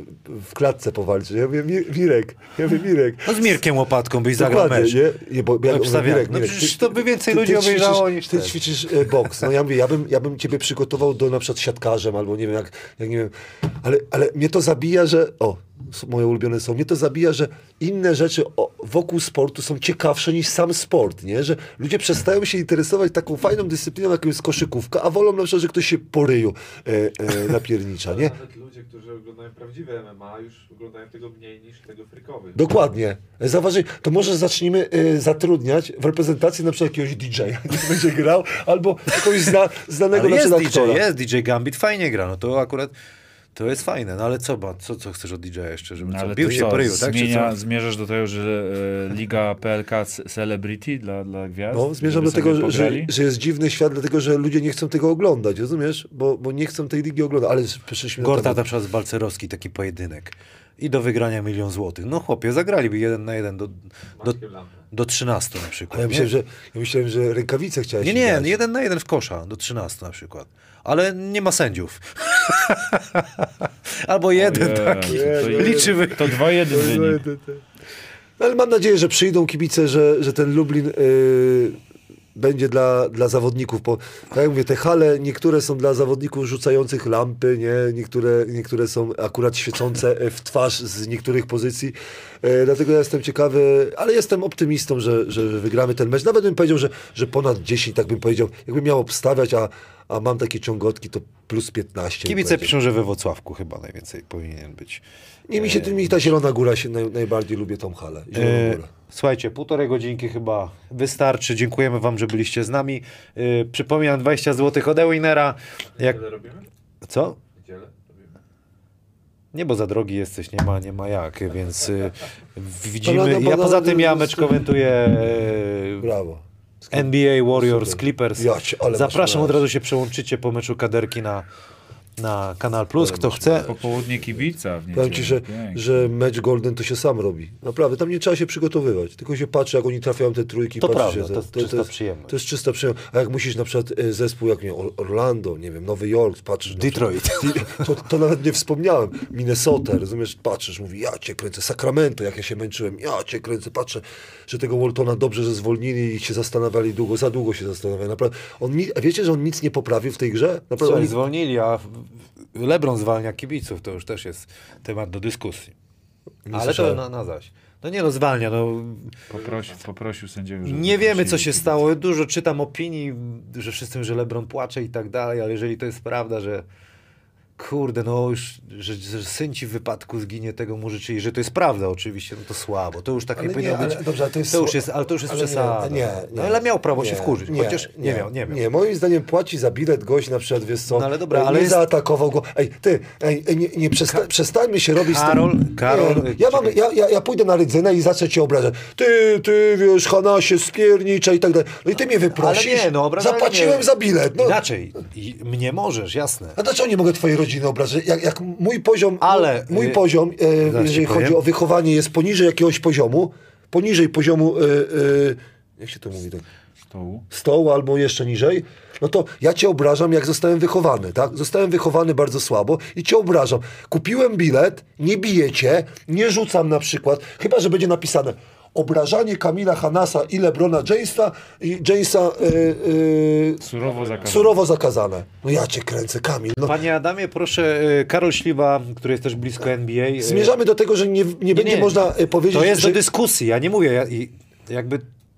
w klatce powalczyć. Ja mówię, Mi- Mirek, ja mówię, Mirek. No z Mirkiem Łopatką byś zagrał Dokładnie, mecz. nie? Nie, bo ja mówię, Obstawiamy. Mirek, No Mirek, przecież to by więcej ludzi ćwiczysz- obejrzało niż Ty ten. ćwiczysz e, boks. No ja mówię, ja bym, ja bym ciebie przygotował do na przykład siatkarzem, albo nie wiem, jak, jak nie wiem. Ale, ale mnie to zabija, że... O, s- moje ulubione są. Mnie to zabija, że inne rzeczy o, wokół sportu są ciekawsze niż sam sport, nie? Że ludzie przestają się interesować taką fajną dyscypliną, jaką jest koszykówka, a wolą na przykład, że ktoś się po ryju e, e, napiernicza, nie? Nawet ludzie, którzy oglądają prawdziwe M M A, już oglądają tego mniej niż tego freakowych. Dokładnie. Zauważyj, to może zacznijmy y, zatrudniać w reprezentacji na przykład jakiegoś D J, niech będzie grał, albo jakiegoś zna, znanego Ale na jest przykład D aktora. J, jest D J Gambit, fajnie gra, no to akurat to jest fajne, no ale co, ba, co, co chcesz od D J jeszcze, żeby No, co, ale bił to się co, po ryju, tak? Czy zmienia, co? zmierzasz do tego, że e, Liga P L K C- Celebrity dla, dla gwiazd? No, zmierzam żeby do tego, sobie że, że, pograli? że jest dziwny świat, dlatego że ludzie nie chcą tego oglądać, rozumiesz? Bo, bo nie chcą tej ligi oglądać, ale przeszliśmy do Gorta tego. na przykład z Balcerowski, taki pojedynek. I do wygrania milion złotych. No chłopie, zagraliby jeden na jeden do, do, Maćkiem Lampę. do trzynastu na A przykład. ja nie? myślałem, że, ja myślałem, że rękawice chciałeś Nie, mi nie, dać. jeden na jeden w kosza, do trzynastu na przykład. Ale nie ma sędziów. Albo jeden Ojej, taki. to- to- Liczy wy... To dwa jeden wynik. No, ale mam nadzieję, że przyjdą kibice, że, że ten Lublin y, będzie dla, dla zawodników. Bo, tak jak mówię, te hale niektóre są dla zawodników rzucających lampy, nie? Niektóre, niektóre są akurat świecące w twarz z niektórych pozycji. E, dlatego ja jestem ciekawy, ale jestem optymistą, że, że wygramy ten mecz. Nawet bym powiedział, że, że ponad dziesięć, tak bym powiedział. Jakbym miał obstawiać, a, a mam takie ciągotki, to plus piętnaście. Kibice bym powiedział. piszą, że we Włocławku chyba najwięcej powinien być. Nie, mi się mi ta Zielona Góra się naj, najbardziej lubię tą halę. Zieloną E, Górę. Słuchajcie, półtorej godzinki chyba wystarczy. Dziękujemy wam, że byliście z nami. E, przypominam, dwadzieścia złotych od Ewinera. Jak... Niedzielę robimy? Co? Niedzielę robimy. Nie, bo za drogi jesteś, nie ma, nie ma jak, więc y, widzimy. Banana, Ja poza banana, tym ja to mecz jest- komentuję y, Brawo. N B A Warriors Super. Clippers. Ja cię, ale masz Zapraszam, od rację. razu się przełączycie po meczu kaderki na, na Kanal Plus, kto chce. Popołudnie kibica w niedzielę. Powiem ci, że, Pięknie. że mecz Golden to się sam robi. Naprawdę, tam nie trzeba się przygotowywać. Tylko się patrzy, jak oni trafiają te trójki. To patrzy prawda, się, to jest czysta jest, przyjemność. To jest czysta przyjemność. A jak musisz na przykład e, zespół jak nie, Or- Orlando, nie wiem, Nowy Jork, patrzysz. na Detroit. przykład- To, to nawet nie wspomniałem. Minnesota, rozumiesz, patrzysz, mówi, ja cię kręcę. Sacramento, jak ja się męczyłem, ja cię kręcę, patrzę, że tego Waltona dobrze, że zwolnili i się zastanawiali długo, za długo się zastanawiali. Naprawdę, on, ni- a wiecie, że on nic nie poprawił w tej grze? Naprawdę, Co, oni, zwolnili, a LeBron zwalnia kibiców, to już też jest temat do dyskusji. Ale to słyszałem. na, na zaś. No nie no, zwalnia, no. Poprosił, poprosił sędziego, żeby Nie wiemy, co zaprosili się kibiców. stało. Dużo czytam opinii, że wszyscy, że LeBron płacze i tak dalej, ale jeżeli to jest prawda, że kurde, no już, że, że syn ci w wypadku zginie, tego mu życzy, że to jest prawda oczywiście, no to słabo. To już tak Ale nie nie, powinno ale być. dobrze, ale to jest to już sła- jest, ale to już jest ale nie, przesada. nie, nie. No, ale miał prawo się Nie, wkurzyć, nie, chociaż nie, miał, nie miał. Nie, moim zdaniem płaci za bilet gość na przykład, wiesz co, No ale dobra, ej, ale nie jest- zaatakował go. Ej, ty, ej, ej, nie, nie przesta- przestańmy się robić Karol, z tym. Karol, nie, no, ja, mam, czekaj. ja, ja, ja pójdę na rydzynę i zacznę cię obrażać. Ty, ty, wiesz, Hanasie, spiernicza i tak dalej. No i ty mnie wyprosisz, Ale nie, no obrażanie zapłaciłem nie. za bilet. No. Inaczej, I, mnie możesz, jasne. A dlaczego nie mogę twojej rodziny obrażać? Jak, jak mój poziom, Ale, mój y, poziom, e, zaraz jeżeli ci chodzi powiem. o wychowanie, jest poniżej jakiegoś poziomu, poniżej poziomu, e, e, jak się to mówi tak? Stołu. Stołu albo jeszcze niżej, no to ja cię obrażam, jak zostałem wychowany, tak? Zostałem wychowany bardzo słabo i cię obrażam. Kupiłem bilet, nie biję cię, nie rzucam na przykład, chyba że będzie napisane obrażanie Kamila Hanasa i LeBrona Jamesa i Jamesa y, y, Surowo zakazane. surowo zakazane. No ja cię kręcę, Kamil. No, Panie Adamie, proszę, y, Karol Śliwa, który jest też blisko N B A. y, zmierzamy do tego, że nie, nie będzie można y, powiedzieć, To jest że... do dyskusji, ja nie mówię. Ja, i jakby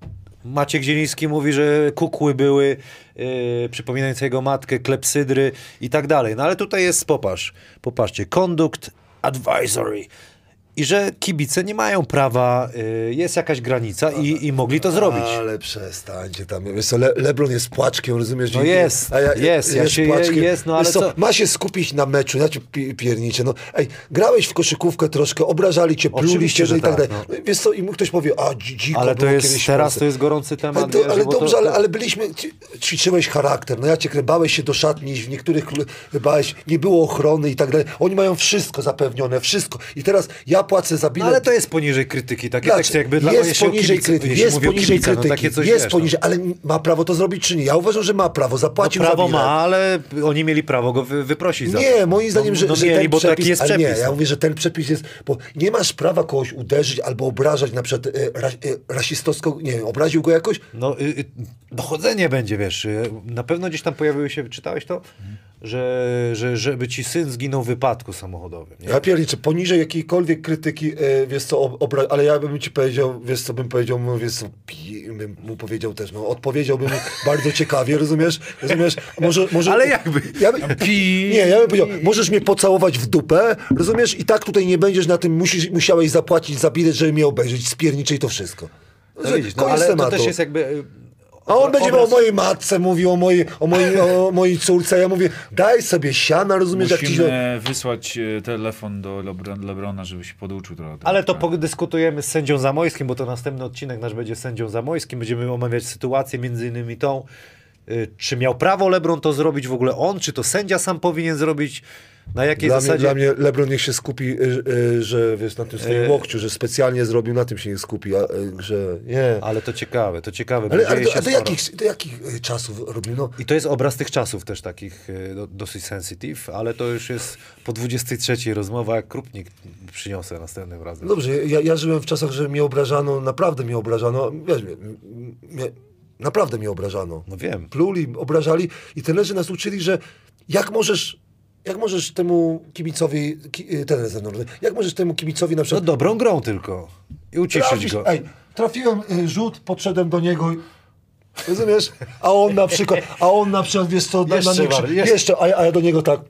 Maciek Zieliński mówi, że kukły były, yy, przypominające jego matkę, klepsydry i tak dalej. No ale tutaj jest, popatrz, popatrzcie, conduct advisory. I że kibice nie mają prawa, yy, jest jakaś granica i, i mogli to zrobić. Ale przestańcie tam. Wiesz co, Le Lebron jest płaczkiem, rozumiesz? No I- jest, jest, ja się- płaczkiem. jest, no ale Wiesz co, co- ma się skupić na meczu, ja cię pi pierniczę. No, ej, grałeś w koszykówkę troszkę, obrażali cię, pluli Oczywiście, cię że i tak tak, dalej. No. Wiesz co, i mu ktoś powie, a dzi- dziko Ale to było jest, kiedyś w teraz Polsce. to jest gorący temat. Ale, to, wiesz, ale bo to- dobrze, ale, to- ale byliśmy, ci- ćwiczyłeś charakter, no ja cię krę- bałeś się do szatni, w niektórych kl- bałeś, nie było ochrony i tak dalej. Oni mają wszystko zapewnione, wszystko. I teraz ja płacę za No, bilet. ale to jest poniżej krytyki. Takie Znaczy, teksty jakby dla jest jeśli o poniżej kibice- krytyki, jeśli jest mówię o poniżej kibicach, no krytyki, takie coś, jest wiesz, no. poniżej, ale ma prawo to zrobić czy nie? Ja uważam, że ma prawo, No zapłacił prawo za bilet. ma, ale oni mieli prawo go wy, wyprosić za to. Nie, moim zdaniem, no, że, no że mieli, ten bo przepis, taki jest ale przepis. nie, ja no. mówię, że ten przepis jest, bo nie masz prawa kogoś uderzyć albo obrażać, na przykład e, ra, e, rasistowsko, nie wiem, obraził go jakoś? No, y, y, dochodzenie będzie, wiesz. y, Na pewno gdzieś tam pojawiły się, czytałeś to? że, że żeby ci syn zginął w wypadku samochodowym. Nie? Ja pierniczę, poniżej jakiejkolwiek krytyki, e, wiesz co, obra... ale ja bym ci powiedział, wiesz co bym powiedział, no, wiesz co, pi... bym mu powiedział też, no odpowiedziałbym bardzo ciekawie, rozumiesz? Rozumiesz? Może, może... Ale jakby? Ja by... Pi... Nie, ja bym powiedział, możesz mnie pocałować w dupę, rozumiesz? I tak tutaj nie będziesz na tym, musisz, musiałeś zapłacić za bilet, żeby mnie obejrzeć, spierniczej to wszystko. No widzisz, no, Koniec ale to tematu. też jest jakby... A on będzie obraz- o mojej matce mówił, o mojej, o mojej, o mojej córce. Ja mówię, daj sobie siana, rozumiesz, jak ci... Musimy wysłać e, telefon do Lebron, Lebrona, żeby się poduczył trochę. Ale to podyskutujemy z sędzią Zamojskim, bo to następny odcinek nasz będzie z sędzią Zamojskim. Będziemy omawiać sytuację, między innymi tą, y, czy miał prawo LeBron to zrobić w ogóle on, czy to sędzia sam powinien zrobić, na jakiej Dla mnie, zasadzie... dla mnie LeBron niech się skupi, y, y, że wiesz, na tym swoim E- łokciu, że specjalnie zrobił, na tym się nie skupi, a, y, że nie. Ale to ciekawe, to ciekawe. bo Ale, ale, dzieje do, się a do sporo. jakich, do jakich y, czasów robił? No, I to jest obraz tych czasów też takich y, do, dosyć sensitive, ale to już jest po dwudziestej trzeciej rozmowa, jak Krupnik przyniosę następnym razem. dobrze, ja, ja żyłem w czasach, że mnie obrażano, naprawdę mnie obrażano, wiesz, mnie, mnie, naprawdę mnie obrażano. No wiem. Pluli, obrażali i trenerzy nas uczyli, że jak możesz, jak możesz temu kibicowi, ki, trener ze mną, jak możesz temu kibicowi na No przykład... dobrą grą tylko. I uciszyć Trafisz, go. ej, trafiłem y, rzut, podszedłem do niego, i- rozumiesz? A on na przykład, a on na przykład, wiesz co, na, Jeszcze na mnie krzy- bardziej, jeszcze- jeszcze, a, ja- a ja do niego tak.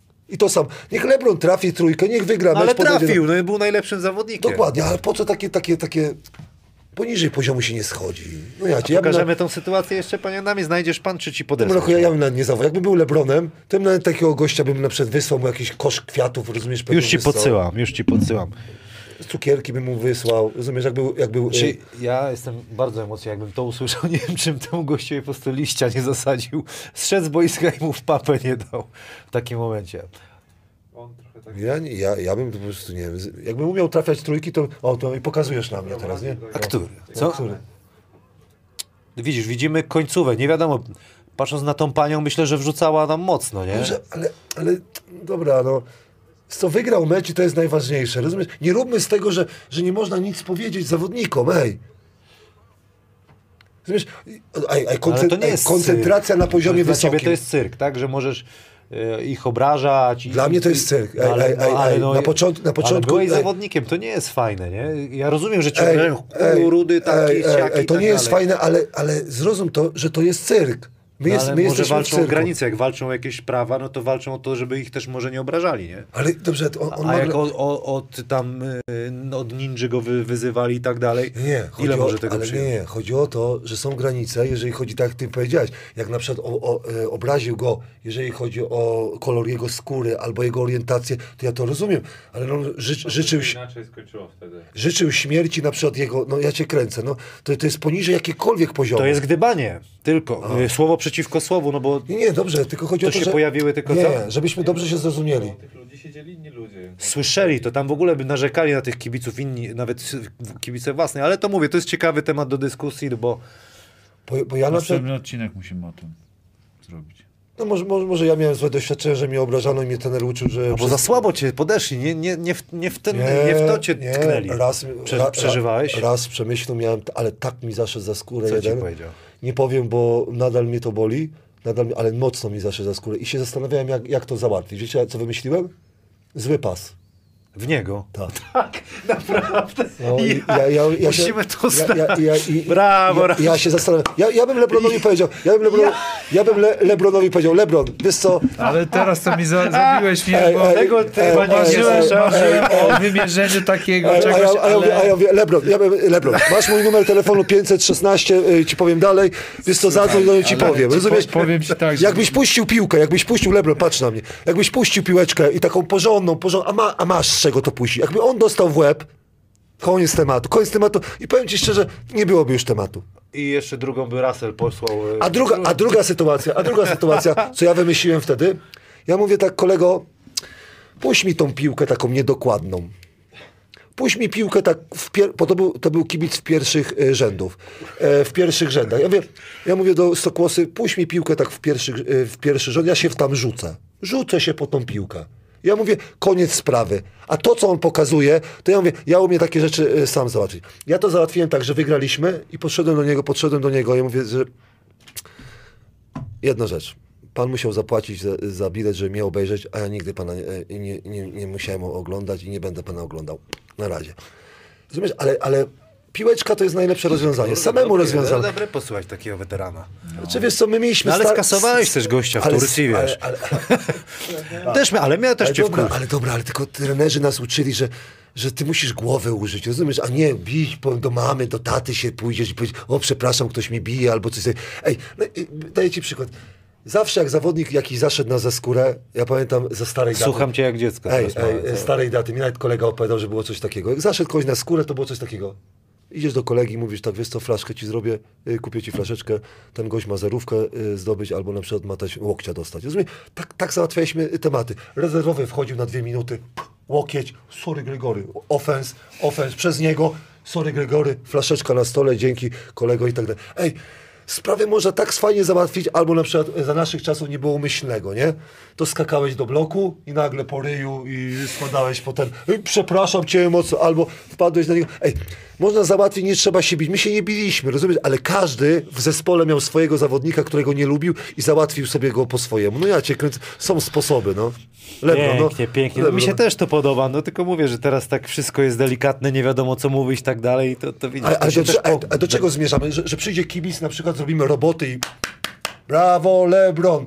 I to sam. Niech LeBron trafi trójkę, niech wygra No, ale mecz. podejdzie trafił, do- no i był najlepszym zawodnikiem. Dokładnie, ale po co takie, takie, takie... Poniżej poziomu się nie schodzi. No ja ci, ja bym na, Pokażemy tą sytuację jeszcze paniami, znajdziesz pan, czy ci w tym podesłać. roku ja, ja bym nawet nie zawołał. Jakbym był LeBronem, to bym nawet takiego gościa bym na przykład wysłał mu jakiś kosz kwiatów, rozumiesz? Już ci wysłał. podsyłam, już ci podsyłam. Cukierki bym mu wysłał, rozumiesz, jak był... Jak był Czy y, ja jestem bardzo emocjonalny, jakbym to usłyszał, nie wiem, czym temu gościowi po prostu liścia nie zasadził, zszedł z boiska i mu w papę nie dał w takim momencie. On trochę tak... Ja, nie, ja, ja bym po prostu, nie wiem, z- jakbym umiał trafiać trójki, to... O, to i pokazujesz na mnie teraz, nie? A który? Co? Co? Który? Widzisz, widzimy końcówę, nie wiadomo, patrząc na tą panią, myślę, że wrzucała nam mocno, nie? Że, ale, ale, dobra, no... Co wygrał mecz i to jest najważniejsze, rozumiesz? Nie róbmy z tego, że, że nie można nic powiedzieć zawodnikom, ej. Rozumiesz? Ej, ej, Ale koncent- to nie ej, jest koncentracja cyrk. na poziomie Dla wysokim. ciebie to jest cyrk, tak? Że możesz e, ich obrażać. I, Dla mnie to jest cyrk. Ej, ale, ej, ej, ej, na początku- na Ale początku- byłeś ej. zawodnikiem, to nie jest fajne, nie? Ja rozumiem, że cię Ej, obrażają, ej, chuju, rudy, taki, ej, siaki ej, i to tak nie jest dalej. fajne, ale, ale zrozum to, że to jest cyrk. My, No, jest, ale my może jesteśmy w walczą o cyrku. granice, jak walczą o jakieś prawa, no to walczą o to, żeby ich też może nie obrażali, nie? Ale dobrze, to on, on A nagle- jak od, od, od tam y, od ninży go wy, wyzywali i tak dalej, Nie, chodzi ile o, może tego ale przyjąć? nie, chodzi o to, że są granice, jeżeli chodzi tak jak ty powiedziałeś, jak na przykład o, o, e, obraził go, jeżeli chodzi o kolor jego skóry albo jego orientację, to ja to rozumiem, ale no, ży, życzył, ś- Inaczej skończyło wtedy. życzył śmierci na przykład jego, no ja cię kręcę, no to, to jest poniżej jakiekolwiek poziomu. To jest gdybanie, tylko. Y, Słowo przeciwko słowu, no bo Nie, nie, dobrze, tylko chodzi To o to, się że... pojawiły tylko nie, co? Nie, żebyśmy dobrze się zrozumieli. Tych ludzi siedzieli inni ludzie. słyszeli to, tam w ogóle by narzekali na tych kibiców inni, nawet kibice własne, ale to mówię, to jest ciekawy temat do dyskusji, bo Bo, bo ja na przykład, Następny odcinek musimy o tym zrobić. no może, może, może ja miałem złe doświadczenie, że mnie obrażano i mnie trener uczył, że... no bo przez- za słabo cię podeszli, nie, nie, nie, w, nie, w, ten, nie, w to cię nie, tknęli. Raz, Prze, ra, przeżywałeś? Ra, raz w Przemyślu miałem, ale tak mi zaszedł za skórę Co ci jeden. powiedział? Nie powiem, bo nadal mnie to boli, nadal, mi- ale mocno mi zaszedł za skórę. I się zastanawiałem, jak, jak to załatwić. Wiecie, co wymyśliłem? Zły pas. W niego. Tak. Tak, naprawdę. No, i ja, ja, ja, ja się, musimy to ja, ja, ja, i- Brawo, ja, Rafał. ja się zastanawiam. Ja, ja bym Lebronowi powiedział, ja bym, Lebron, ja bym Le, Lebronowi powiedział, Lebron, wiesz co, Ale teraz to mi za, zabiłeś mnie, Ej, bo ej, tego ty ej, chyba nie ej, marzyłem, ej, słyszałem. marzyłem ej, o wymierzeniu takiego A, a, czegoś, ja, a, ja mówię, a ja ale... mówię, Lebron, ja bym, Lebron, masz mój numer telefonu pięćset szesnaście, y, ci powiem dalej, wiesz co, zadzwoń do mnie, ci ale powiem, ci rozumiesz? po- powiem ci tak, że- Jakbyś puścił piłkę, jakbyś puścił, Lebron, patrz na mnie, jakbyś puścił piłeczkę i taką porządną, porządną, a, ma, a masz z czego to puścić, jakby on dostał w łeb, koniec tematu, koniec tematu i powiem ci szczerze, nie byłoby już tematu. I jeszcze drugą by Russell posłał. y, A druga, a druga sytuacja, a druga sytuacja, co ja wymyśliłem wtedy, ja mówię tak, kolego, puść mi tą piłkę taką niedokładną. Puść mi piłkę tak, w pier- bo to był, to był kibic w pierwszych e, rzędów, e, w pierwszych rzędach. Ja mówię, ja mówię do Stokłosy, puść mi piłkę tak w, pierwszych, e, w pierwszy rząd, ja się tam rzucę. Rzucę się po tą piłkę. Ja mówię, koniec sprawy. A to, co on pokazuje, to ja mówię, ja umiem takie rzeczy e, sam załatwić. Ja to załatwiłem tak, że wygraliśmy i podszedłem do niego, podszedłem do niego i ja mówię, że jedna rzecz. pan musiał zapłacić za, za bilet, żeby mnie obejrzeć, a ja nigdy pana nie, nie, nie, nie musiałem oglądać i nie będę pana oglądał. Na razie. Rozumiesz? Ale, ale piłeczka to jest najlepsze rozwiązanie. Samemu Dobre, rozwiązanie. Dobre posłuchać takiego weterana. Czy wiesz co, my mieliśmy... No ale sta- skasowałeś też gościa w ale- Turcji, wiesz. Ale, ale, Też, ale mnie też ale, cię dobra, wkur... ale dobra, ale tylko trenerzy nas uczyli, że, że ty musisz głowę użyć, rozumiesz? A nie bić po- do mamy, do taty się pójdziesz i powiedzieć, o przepraszam, ktoś mnie bije albo coś. Ej, no, i- daję ci przykład. Zawsze jak zawodnik jakiś zaszedł na za skórę, ja pamiętam ze starej daty. Słucham cię jak dziecko. Ej, teraz, ej, starej daty. Mi nawet kolega opowiadał, że było coś takiego. Jak zaszedł kogoś na skórę, to było coś takiego. Idziesz do kolegi, mówisz tak, wiesz co, flaszkę ci zrobię, y, kupię ci flaszeczkę, ten gość ma zerówkę y, zdobyć, albo na przykład ma też łokcia dostać. Rozumiesz? Tak, tak załatwialiśmy tematy. Rezerwowy wchodził na dwie minuty, łokieć, sorry Gregory, ofens, ofens, przez niego, sorry Gregory, flaszeczka na stole, dzięki kolego i tak dalej. Ej, sprawę można tak fajnie załatwić, albo na przykład za naszych czasów nie było umyślnego, nie? To skakałeś do bloku i nagle po ryju i spadałeś potem, "Ej, przepraszam cię mocno, albo wpadłeś na niego. Ej, można załatwić, nie trzeba się bić. My się nie biliśmy, rozumiesz? Ale każdy w zespole miał swojego zawodnika, którego nie lubił i załatwił sobie go po swojemu. No ja cię kręcę, są sposoby, no. Lebron, Pięknie, no. pięknie. No, mi Lebron. się też to podoba, no tylko mówię, że teraz tak wszystko jest delikatne, nie wiadomo co mówić i tak dalej, to, to widzisz, A, to a, się do, też a, po... a do czego zmierzamy? Że, że przyjdzie kibic, na przykład zrobimy roboty i brawo Lebron.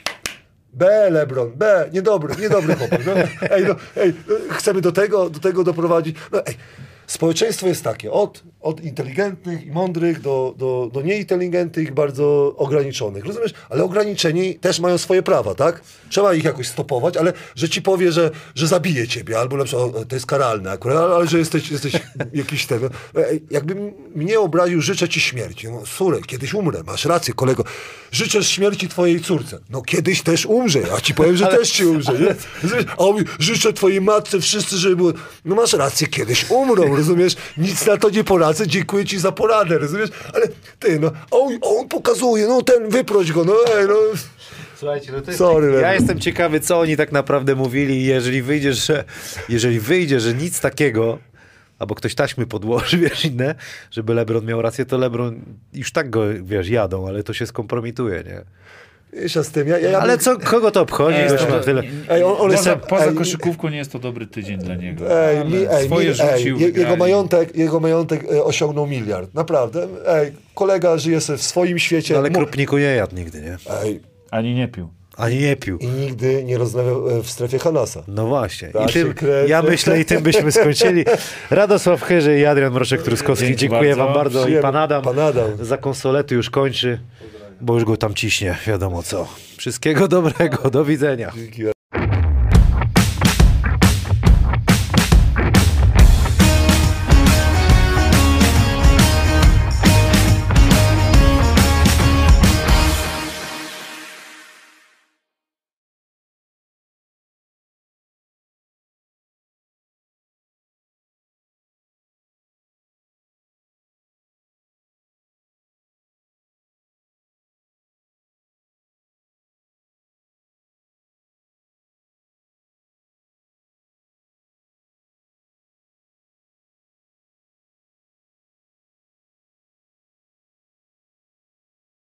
B, Lebron, B, niedobry, niedobry chłopak. No, ej, no, ej, chcemy do tego, do tego doprowadzić. No, ej, społeczeństwo jest takie, od, od inteligentnych i mądrych do, do, do nieinteligentnych, bardzo ograniczonych. Rozumiesz? Ale ograniczeni też mają swoje prawa, tak? Trzeba ich jakoś stopować, ale że ci powie, że, że zabije ciebie, albo na przykład, o, to jest karalne akurat, ale, ale że jesteś, jesteś jakiś ten... Ej, jakby mnie obraził, życzę ci śmierci. No, słuchaj, kiedyś umrę, masz rację, kolego. Życzę śmierci twojej córce. No kiedyś też umrze, ja ci powiem, że też ci umrze. Nie? Rozumiesz? A on mówi, życzę twojej matce, wszyscy, żeby było... No masz rację, kiedyś umrą, rozumiesz? Nic na to nie poradzę, dziękuję ci za poradę, rozumiesz? Ale ty, no, a on, a on pokazuje, no ten, wyproś go, no ej, no... Słuchajcie, no to jest Sorry, tak, ja Lebron. jestem ciekawy, co oni tak naprawdę mówili i jeżeli wyjdzie, że, jeżeli wyjdzie, że nic takiego, albo ktoś taśmy podłoży, wiesz, inne, żeby LeBron miał rację, to LeBron już tak go, wiesz, jadą, ale to się skompromituje, nie? Wiesz, ja z tym, ja, ja, ja Ale bym- co, kogo to obchodzi? Ej, Gościu to- ma tyle... Ej, on, on jest... Poza, poza ej, koszykówką nie jest to dobry tydzień dla niego. Ej, Ale mi, ej, swoje mi, ej, rzucił, je, jego wygrali. majątek, jego majątek e, osiągnął miliard. Naprawdę. Ej, kolega żyje sobie w swoim świecie. Ale Mu- Krupniku nie jadł nigdy, nie? Ej, Ani nie pił. Ani nie pił. i nigdy nie rozmawiał e, w strefie Hanasa. No właśnie. Tak I tym, się kręcę. ja myślę, i tym byśmy skończyli. Radosław Chyży i Adrian Mroczek-Truskowski. Dzięki Dziękuję bardzo. wam bardzo. I Przyjemnie. pan Adam, Pan Adam. za konsolety już kończy, bo już go tam ciśnie, wiadomo co. Wszystkiego dobrego, do widzenia. Dzięki.